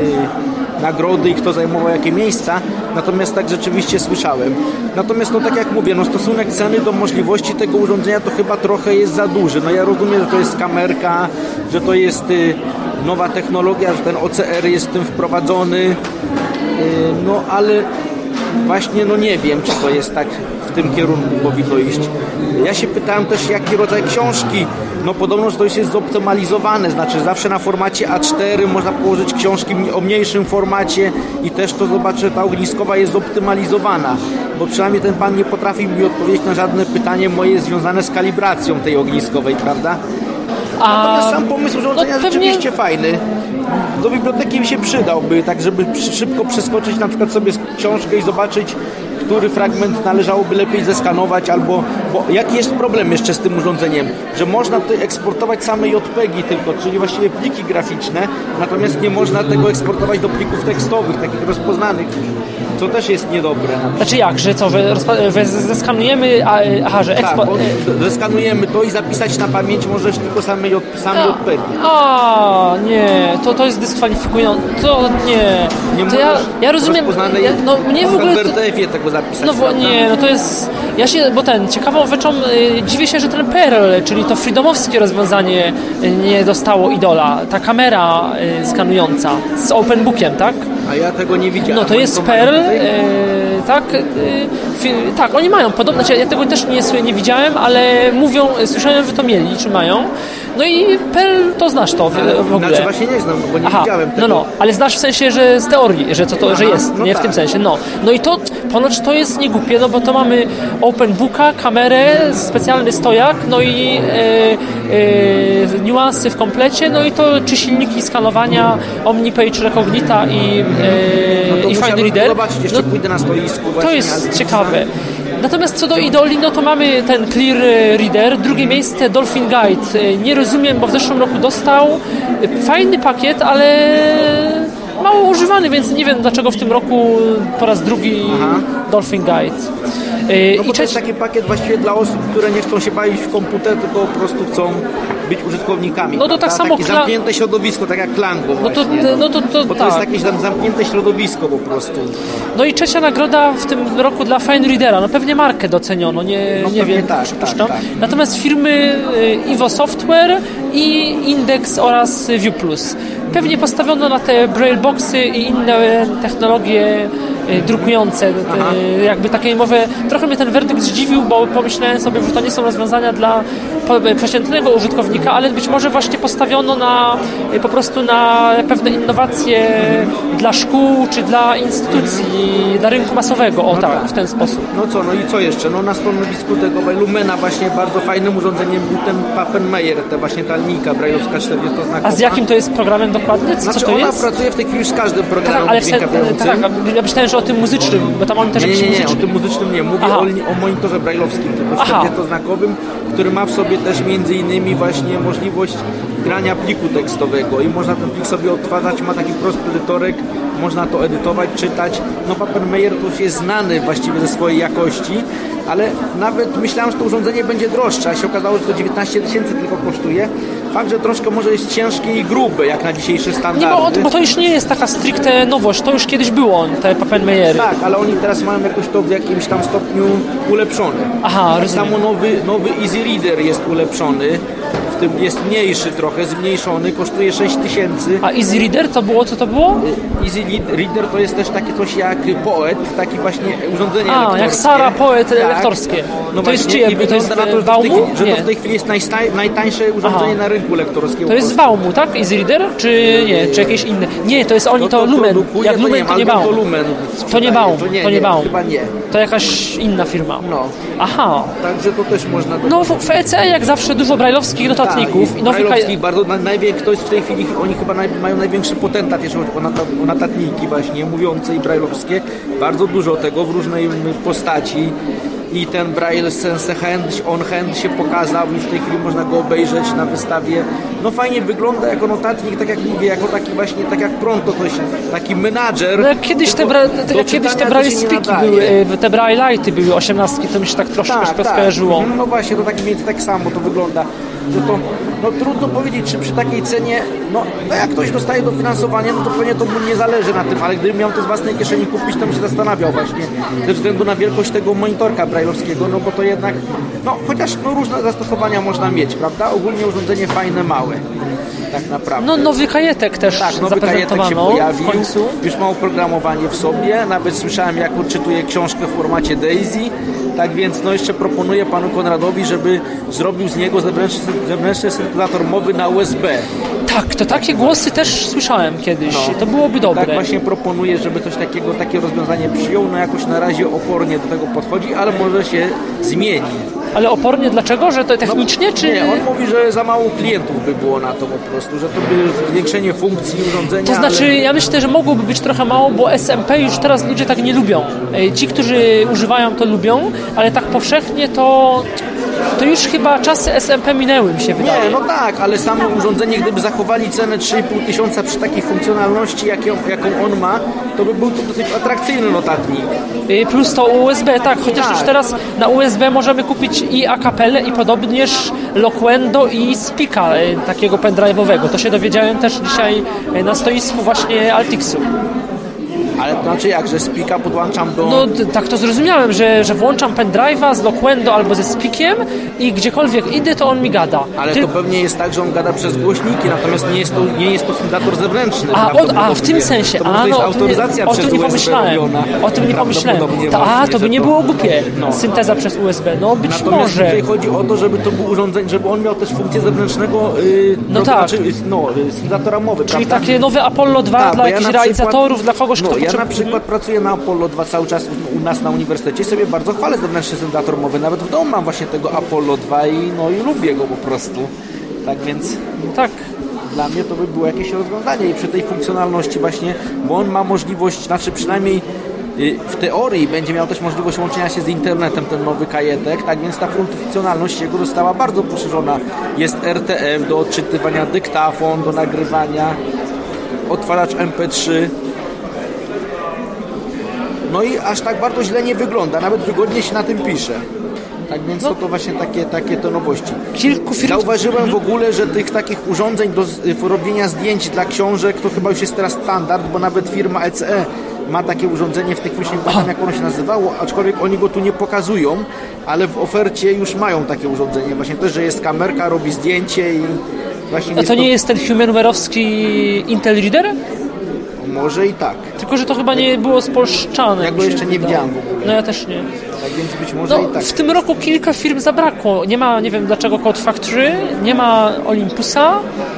nagrody i kto zajmował jakie miejsca, natomiast tak rzeczywiście słyszałem. Natomiast tak jak mówię, stosunek ceny do możliwości tego urządzenia to chyba trochę jest za duży. Ja rozumiem, że to jest kamerka, że to jest nowa technologia, że ten OCR jest w tym wprowadzony, no ale właśnie nie wiem, czy to jest tak w tym kierunku powinno iść. Ja się pytałem też, jaki rodzaj książki. No podobno, że to już jest zoptymalizowane, znaczy zawsze na formacie A4 można położyć książki o mniejszym formacie i też to zobaczę, że ta ogniskowa jest zoptymalizowana, bo przynajmniej ten pan nie potrafi mi odpowiedzieć na żadne pytanie moje związane z kalibracją tej ogniskowej, prawda? Natomiast sam pomysł urządzenia rzeczywiście fajny. Do biblioteki mi się przydałby, tak żeby szybko przeskoczyć na przykład sobie książkę i zobaczyć, który fragment należałoby lepiej zeskanować, albo bo jaki jest problem jeszcze z tym urządzeniem, że można tutaj eksportować same JPEG-i tylko, czyli właściwie pliki graficzne, natomiast nie można tego eksportować do plików tekstowych, takich rozpoznanych, co też jest niedobre. Znaczy jak, że co, zeskanujemy, że eksport... Tak, zeskanujemy to i zapisać na pamięć możesz tylko same JPEG-i. To jest dyskwalifikujące, to nie. Nie to ja rozumiem, mnie w ogóle... W RTF-ie tego zapisać. To jest... ciekawą rzeczą dziwię się, że ten Perl, czyli to freedomowskie rozwiązanie nie dostało idola. Ta kamera skanująca z OpenBookiem, tak? A ja tego nie widziałem. No to jest Perl, tak, oni mają podobne, ja tego też nie widziałem, ale słyszałem, że to mieli, czy mają. No i Perl, to znasz to w ogóle. Znaczy właśnie nie znam, bo nie widziałem tego. Ale znasz w sensie, że z teorii, że że jest, nie w tym sensie. No i to ponoć to jest niegłupie, bo to mamy OpenBooka, kamerę, specjalny stojak, no i niuansy w komplecie, no i to czy silniki skanowania, OmniPage Recognita i Fine Reader. Zobaczyć, jeszcze pójdę na stoisku. To jest ciekawe. Natomiast co do idoli, no to mamy ten Clear Reader, drugie miejsce Dolphin Guide. Nie rozumiem, bo w zeszłym roku dostał fajny pakiet, ale mało używany, więc nie wiem dlaczego w tym roku po raz drugi Dolphin Guide. Bo to jest taki pakiet właściwie dla osób, które nie chcą się bawić w komputer, tylko po prostu chcą być użytkownikami. No to tak samo takie zamknięte środowisko, tak jak Klango właśnie. Bo to jest jakieś tam zamknięte środowisko po prostu. No i trzecia nagroda w tym roku dla Fine Readera. Pewnie markę doceniono, nie wiem, przypuszczam. Tak. Natomiast firmy Evo Software i Index oraz ViewPlus. Pewnie postawiono na te Braille Boxy i inne technologie drukujące, jakby takie mowy. Trochę mnie ten werdykt zdziwił, bo pomyślałem sobie, że to nie są rozwiązania dla przeciętnego użytkownika, ale być może właśnie postawiono po prostu na pewne innowacje dla szkół, czy dla instytucji, dla rynku masowego, w ten sposób. No i co jeszcze? Na stanowisku tego Lumena właśnie bardzo fajnym urządzeniem był ten Pappenmeier, ta linijka brajlowska 40-znakowa. A z jakim to jest programem dokładnie? Co to ona jest? pracuje w tej chwili z każdym programem dźwiękawiającym. Ja myślałem, że o tym muzycznym, bo tam oni też nie, o tym muzycznym nie. Mówię o monitorze brajlowskim, tylko 40-znakowym, który ma w sobie też między innymi właśnie możliwość grania pliku tekstowego i można ten plik sobie odtwarzać, ma taki prosty edytorek, można to edytować, czytać. Pappenmeier to już jest znany właściwie ze swojej jakości, ale nawet myślałem, że to urządzenie będzie droższe, a się okazało, że to 19 000 tylko kosztuje. Fakt, że troszkę może jest ciężkie i grube, jak na dzisiejsze standardy. Bo to już nie jest taka stricte nowość, to już kiedyś było, te Pappenmeiery. Tak, ale oni teraz mają jakoś to w jakimś tam stopniu ulepszone. Tak samo nowy Easy Reader jest ulepszony, w tym jest mniejszy trochę, zmniejszony, kosztuje 6 000. A Easy Reader to było, co to było? Easy Reader to jest też takie coś jak Poet, taki właśnie urządzenie lektorskie. Jak Sara Poet lektorskie. No to jest czyje? To jest Baumu? Że to w tej chwili jest najtańsze urządzenie na rynku lektorskim. To jest z Baumu, tak? Easy Reader? Czy nie? Czy jakieś inne? Nie, to jest to Lumen. Jak Lumen, to nie Baum. To nie Baum. To nie Baum. Chyba nie. To jakaś inna firma. Także to też można... w ECE jak zawsze dużo brajlowskich notatników. Brajlowskich bardzo, to jest w tej chwili, oni chyba mają największy potentat, jeżeli chodzi o notatniki właśnie, mówiące i brajlowskie. Bardzo dużo tego w różnej postaci. I ten Braille Sense On-Hand się pokazał, już w tej chwili można go obejrzeć na wystawie. Fajnie wygląda jako notatnik, tak jak mówię, jako taki właśnie, tak jak Pronto, taki menadżer. Kiedyś te Braille Speaki były, te Braille Lighty były 18, to mi się tak troszkę skojarzyło. No właśnie, to tak samo to wygląda. że to trudno powiedzieć, czy przy takiej cenie, no jak ktoś dostaje dofinansowanie, no to pewnie to mu nie zależy na tym, ale gdybym miał to z własnej kieszeni kupić, to bym się zastanawiał właśnie ze względu na wielkość tego monitorka braille'owskiego, no bo to jednak, chociaż różne zastosowania można mieć, prawda? Ogólnie urządzenie fajne, małe. Tak naprawdę. No nowy kajetek też nowy kajetek się pojawił, w końcu. Już ma oprogramowanie w sobie, nawet słyszałem, jak odczytuje książkę w formacie DAISY, tak więc jeszcze proponuję panu Konradowi, żeby zrobił z niego zewnętrzny syntezator mowy na USB. Tak, to takie głosy też słyszałem kiedyś, to byłoby dobre. Tak właśnie proponuję, żeby coś takiego, takie rozwiązanie przyjął, jakoś na razie opornie do tego podchodzi, ale może się zmieni. Ale opornie dlaczego? Że to technicznie, czy... Nie, on mówi, że za mało klientów by było na to po prostu, że to by zwiększenie funkcji urządzenia. To znaczy, ja myślę, że mogłoby być trochę mało, bo SMP już teraz ludzie tak nie lubią. Ci, którzy używają, to lubią, ale tak powszechnie to już chyba czasy SMP minęły, mi się wydaje. Nie, tak, ale samo urządzenie, gdyby zachowali cenę 3,5 tysiąca przy takiej funkcjonalności, jaką on ma, to by był to dosyć atrakcyjny notatnik. Plus to USB, tak, chociaż już teraz na USB możemy kupić i Acapellę i podobnież Loquendo i Speaka takiego pendrive'owego. To się dowiedziałem też dzisiaj na stoisku właśnie Altixu. Ale to znaczy jak, że Speaka podłączam do... No tak to zrozumiałem, że włączam pendrive'a z Loquendo albo ze Speakiem i gdziekolwiek idę, to on mi gada. Ale to pewnie jest tak, że on gada przez głośniki, natomiast nie jest to syntezator zewnętrzny. W tym sensie. To jest autoryzacja przez USB robiona. O tym nie pomyślałem. To by nie było głupie. Synteza przez USB. Być natomiast może. Tutaj chodzi o to, żeby to był urządzenie, żeby on miał też funkcję zewnętrznego syntezatora mowy. Czyli takie nowe Apollo 2 dla jakichś realizatorów, dla kogoś, kto ja na przykład pracuję na Apollo 2 cały czas u nas na uniwersytecie i sobie bardzo chwalę zewnętrzny syntezator mowy. Nawet w domu mam właśnie tego Apollo 2 i lubię go po prostu. Tak więc dla mnie to by było jakieś rozwiązanie i przy tej funkcjonalności właśnie, bo on ma możliwość, przynajmniej w teorii będzie miał też możliwość łączenia się z internetem, ten nowy kajetek, tak więc ta funkcjonalność jego została bardzo poszerzona. Jest RTF do odczytywania, dyktafon do nagrywania, odtwarzacz MP3. No i aż tak bardzo źle nie wygląda, nawet wygodnie się na tym pisze. Tak więc to właśnie takie to nowości. Zauważyłem w ogóle, że tych takich urządzeń do robienia zdjęć dla książek to chyba już jest teraz standard, bo nawet firma ECE ma takie urządzenie w tych właśnie jak ono się nazywało, aczkolwiek oni go tu nie pokazują, ale w ofercie już mają takie urządzenie. Właśnie też, że jest kamerka, robi zdjęcie i właśnie... A to nie jest ten Humanware'owski Intel Reader? Może i tak. Tylko, że to chyba nie było spolszczane. Ja go jeszcze nie widziałem w ogóle. No ja też nie. Tak więc być może i tak. W tym roku kilka firm zabrakło. Nie ma, nie wiem dlaczego, Code Factory, nie ma Olympusa,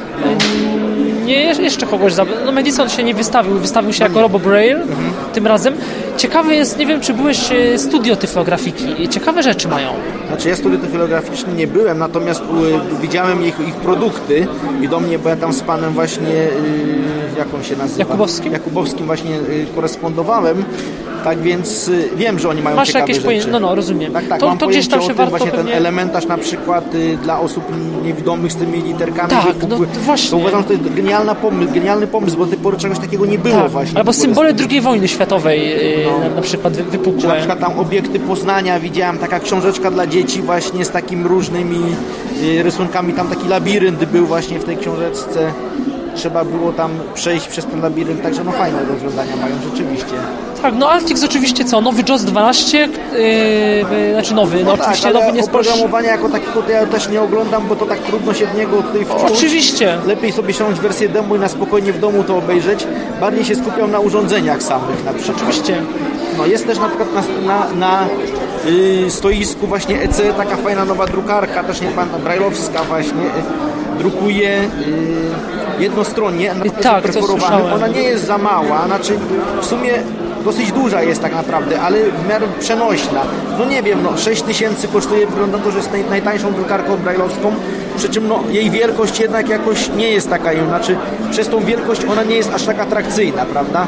jeszcze kogoś Madison się nie wystawił się jako RoboBraille tym razem. Ciekawe jest, nie wiem czy byłeś studio tyflografiki, ciekawe rzeczy mają. Znaczy ja studio tyflograficzne nie byłem, natomiast widziałem ich produkty i do mnie, bo ja tam z panem właśnie, jak on się nazywa? Jakubowskim właśnie korespondowałem. Tak więc wiem, że oni mają Masz ciekawe jakieś rzeczy. No, rozumiem. Tak, to mam gdzieś tam się warto właśnie pewnie... ten elementarz na przykład dla osób niewidomych z tymi literkami. Tak, właśnie. To uważam, że to jest genialny pomysł, bo do tej pory czegoś takiego nie było właśnie. Albo symbole II wojny światowej na przykład wypukłe. Czy na przykład tam obiekty Poznania widziałem, taka książeczka dla dzieci właśnie z takimi różnymi rysunkami. Tam taki labirynt był właśnie w tej książeczce. Trzeba było tam przejść przez ten labirynt, także fajne rozwiązania mają rzeczywiście. Tak, Altix oczywiście nowy JOS 12, znaczy nowy, oczywiście ale nowy nie oprogramowania jako takiego to ja też nie oglądam, bo to tak trudno się w niego tutaj wczuć. Oczywiście. Lepiej sobie ściągnąć wersję demo i na spokojnie w domu to obejrzeć. Bardziej się skupiam na urządzeniach samych na przykład. Oczywiście. Jest też na przykład na stoisku właśnie ECE taka fajna nowa drukarka, też nie pamiętam, braille'owska właśnie, drukuje jednostronnie, perforowana. Ona nie jest za mała, znaczy w sumie dosyć duża jest tak naprawdę, ale w miarę przenośna. Nie wiem, 6 tysięcy kosztuje, wygląda to, że jest najtańszą drukarką braille'owską, przy czym jej wielkość jednak jakoś nie jest taka, znaczy przez tą wielkość ona nie jest aż tak atrakcyjna, prawda?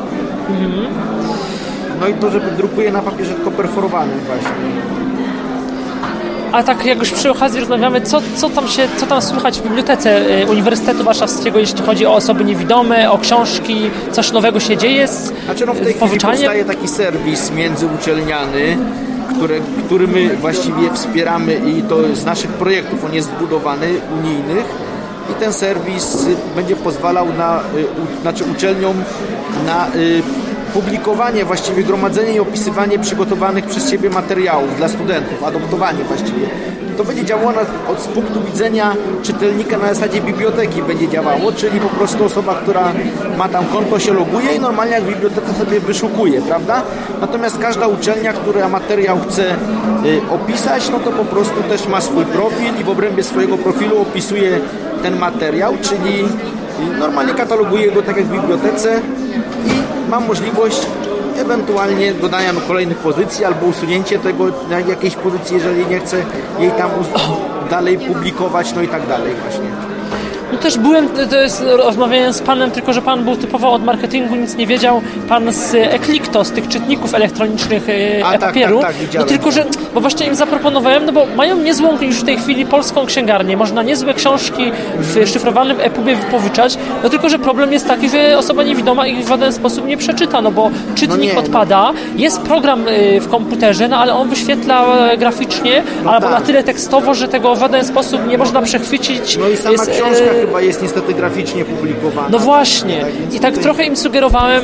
No i to, że drukuje na papierze tylko perforowanym właśnie. A tak jak już przy okazji rozmawiamy, co tam słychać w bibliotece Uniwersytetu Warszawskiego, jeśli chodzi o osoby niewidome, o książki, coś nowego się dzieje z w tej chwili powstaje taki serwis międzyuczelniany, który my właściwie wspieramy i to z naszych projektów on jest zbudowany, unijnych, i ten serwis będzie pozwalał uczelniom na publikowanie, właściwie gromadzenie i opisywanie przygotowanych przez siebie materiałów dla studentów, adoptowanie właściwie. To będzie działało z punktu widzenia czytelnika na zasadzie biblioteki będzie działało, czyli po prostu osoba, która ma tam konto, się loguje i normalnie jak w bibliotece sobie wyszukuje, prawda? Natomiast każda uczelnia, która materiał chce opisać, no to po prostu też ma swój profil i w obrębie swojego profilu opisuje ten materiał, czyli normalnie kataloguje go tak jak w bibliotece i mam możliwość ewentualnie dodania kolejnych pozycji albo usunięcie tego na jakiejś pozycji, jeżeli nie chcę jej tam dalej publikować, no i tak dalej właśnie. No też rozmawiałem z panem, tylko że pan był typowo od marketingu, nic nie wiedział, pan z Eclicto, z tych czytników elektronicznych e-papieru. Tak, no tylko, że, bo właśnie im zaproponowałem, no bo mają niezłą już w tej chwili polską księgarnię, można niezłe książki w szyfrowanym e-pubie wypożyczać, no tylko, że problem jest taki, że osoba niewidoma ich w żaden sposób nie przeczyta, no bo czytnik odpada, jest program w komputerze, no ale on wyświetla graficznie, albo na tyle tekstowo, że tego w żaden sposób nie można przechwycić. No i sama książka chyba jest niestety graficznie publikowana. No właśnie. I tak trochę im sugerowałem,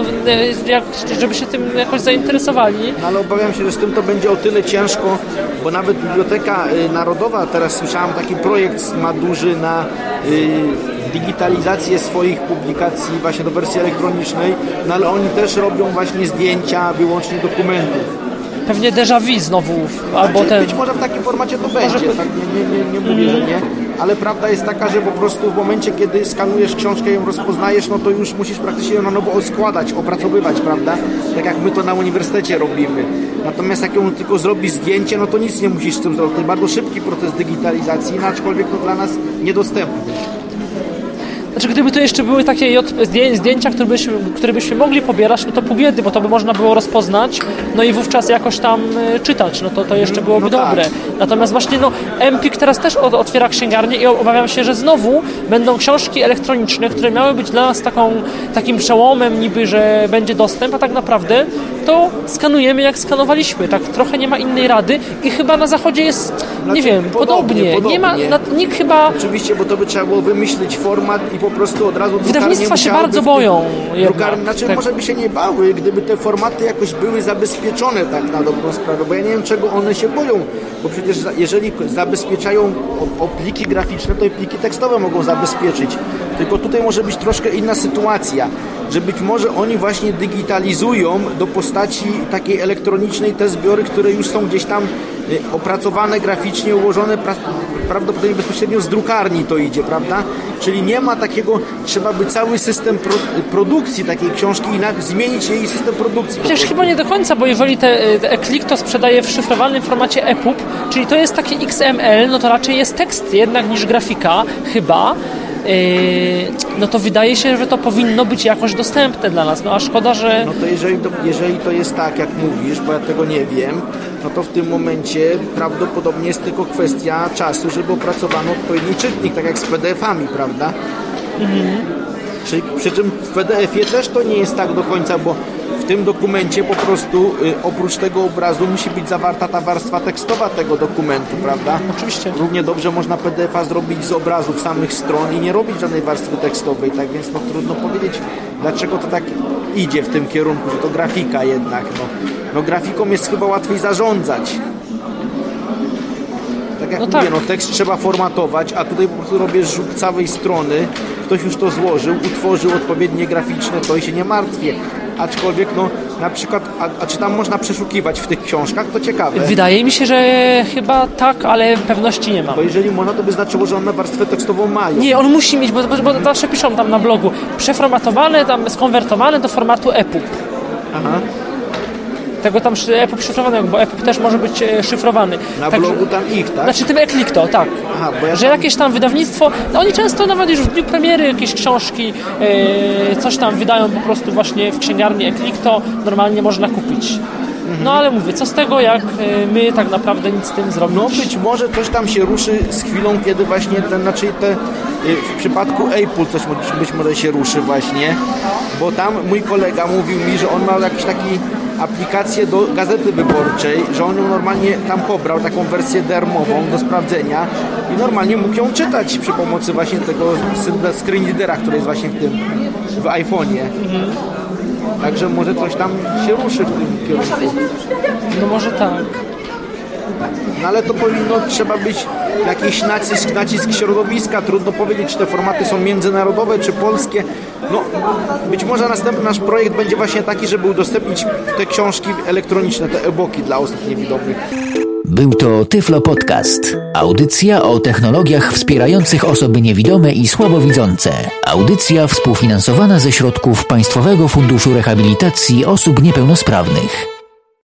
żeby się tym jakoś zainteresowali. No ale obawiam się, że z tym to będzie o tyle ciężko, bo nawet Biblioteka Narodowa, teraz słyszałem, taki projekt ma duży na digitalizację swoich publikacji właśnie do wersji elektronicznej, no ale oni też robią właśnie zdjęcia wyłącznie dokumentów. Pewnie déjà vu znowu, albo ten... Być może w takim formacie to będzie, tak? Nie mówię, że nie, ale prawda jest taka, że po prostu w momencie, kiedy skanujesz książkę i ją rozpoznajesz, no to już musisz praktycznie ją na nowo składać, opracowywać, prawda? Tak jak my to na uniwersytecie robimy. Natomiast jak ją tylko zrobisz zdjęcie, no to nic nie musisz z tym zrobić. To jest bardzo szybki proces digitalizacji, aczkolwiek to dla nas niedostępny. Znaczy, gdyby to jeszcze były takie zdjęcia, które byśmy mogli pobierać, no to pół biedy, bo to by można było rozpoznać, no i wówczas jakoś tam czytać, no to jeszcze byłoby dobre. Tak. Natomiast właśnie, Empik teraz też otwiera księgarnię i obawiam się, że znowu będą książki elektroniczne, które miały być dla nas takim przełomem niby, że będzie dostęp, a tak naprawdę to skanujemy jak skanowaliśmy, tak trochę nie ma innej rady i chyba na zachodzie jest, nie wiem, podobnie. Nie ma, nikt chyba... Oczywiście, bo to by trzeba było wymyślić format i po prostu od razu wydawnictwa się bardzo boją. Może by się nie bały, gdyby te formaty jakoś były zabezpieczone tak na dobrą sprawę, bo ja nie wiem, czego one się boją, bo przecież jeżeli zabezpieczają o pliki graficzne, to i pliki tekstowe mogą zabezpieczyć. Tylko tutaj może być troszkę inna sytuacja, że być może oni właśnie digitalizują do postaci takiej elektronicznej te zbiory, które już są gdzieś tam opracowane graficznie, ułożone prawdopodobnie bezpośrednio z drukarni to idzie, prawda? Czyli nie ma takiego, trzeba by cały system produkcji takiej książki i zmienić jej system produkcji. Przecież chyba nie do końca, bo jeżeli te Eclicto sprzedaje w szyfrowanym formacie EPUB, czyli to jest takie XML, no to raczej jest tekst jednak niż grafika, chyba. No to wydaje się, że to powinno być jakoś dostępne dla nas, no a szkoda, że... No to jeżeli to jest tak, jak mówisz, bo ja tego nie wiem, no to w tym momencie prawdopodobnie jest tylko kwestia czasu, żeby opracowano odpowiedni czytnik, tak jak z PDF-ami, prawda? Przy czym w PDF-ie też to nie jest tak do końca, bo w tym dokumencie po prostu oprócz tego obrazu musi być zawarta ta warstwa tekstowa tego dokumentu, prawda? Oczywiście. Równie dobrze można PDF-a zrobić z obrazów samych stron i nie robić żadnej warstwy tekstowej, tak więc trudno powiedzieć, dlaczego to tak idzie w tym kierunku, że to grafika jednak. No grafiką jest chyba łatwiej zarządzać. Tak jak mówię, tekst trzeba formatować, a tutaj po prostu robię rzut całej strony, ktoś już to złożył, utworzył odpowiednie graficzne, to i się nie martwię. Aczkolwiek, na przykład, a czy tam można przeszukiwać w tych książkach, to ciekawe. Wydaje mi się, że chyba tak, ale pewności nie mam. Bo jeżeli można, to by znaczyło, że one warstwę tekstową mają. Nie, on musi mieć, bo zawsze piszą tam na blogu, przeformatowane, tam skonwertowane do formatu EPUB. Aha. Tego tam EPUB szyfrowanego, bo EPUB też może być szyfrowany. Na blogu tam ich, tak? Znaczy tym Eclicto, tak. Aha, bo że jakieś tam wydawnictwo, oni często nawet już w dniu premiery jakieś książki, coś tam wydają po prostu właśnie w księgarni Eclicto, normalnie można kupić. No ale mówię, co z tego, jak my tak naprawdę nic z tym zrobimy? No być może coś tam się ruszy z chwilą, kiedy właśnie w przypadku Apple coś być może się ruszy właśnie, bo tam mój kolega mówił mi, że on ma jakiś taki aplikację do Gazety Wyborczej, że on ją normalnie tam pobrał, taką wersję darmową do sprawdzenia i normalnie mógł ją czytać przy pomocy właśnie tego screen readera, który jest właśnie w iPhone'ie. Także może coś tam się ruszy w tym kierunku. No może tak. No ale to trzeba być jakiś nacisk środowiska, trudno powiedzieć, czy te formaty są międzynarodowe, czy polskie. No, być może następny nasz projekt będzie właśnie taki, żeby udostępnić te książki elektroniczne, te e-booki dla osób niewidomych. Był to Tyflo Podcast. Audycja o technologiach wspierających osoby niewidome i słabowidzące. Audycja współfinansowana ze środków Państwowego Funduszu Rehabilitacji Osób Niepełnosprawnych.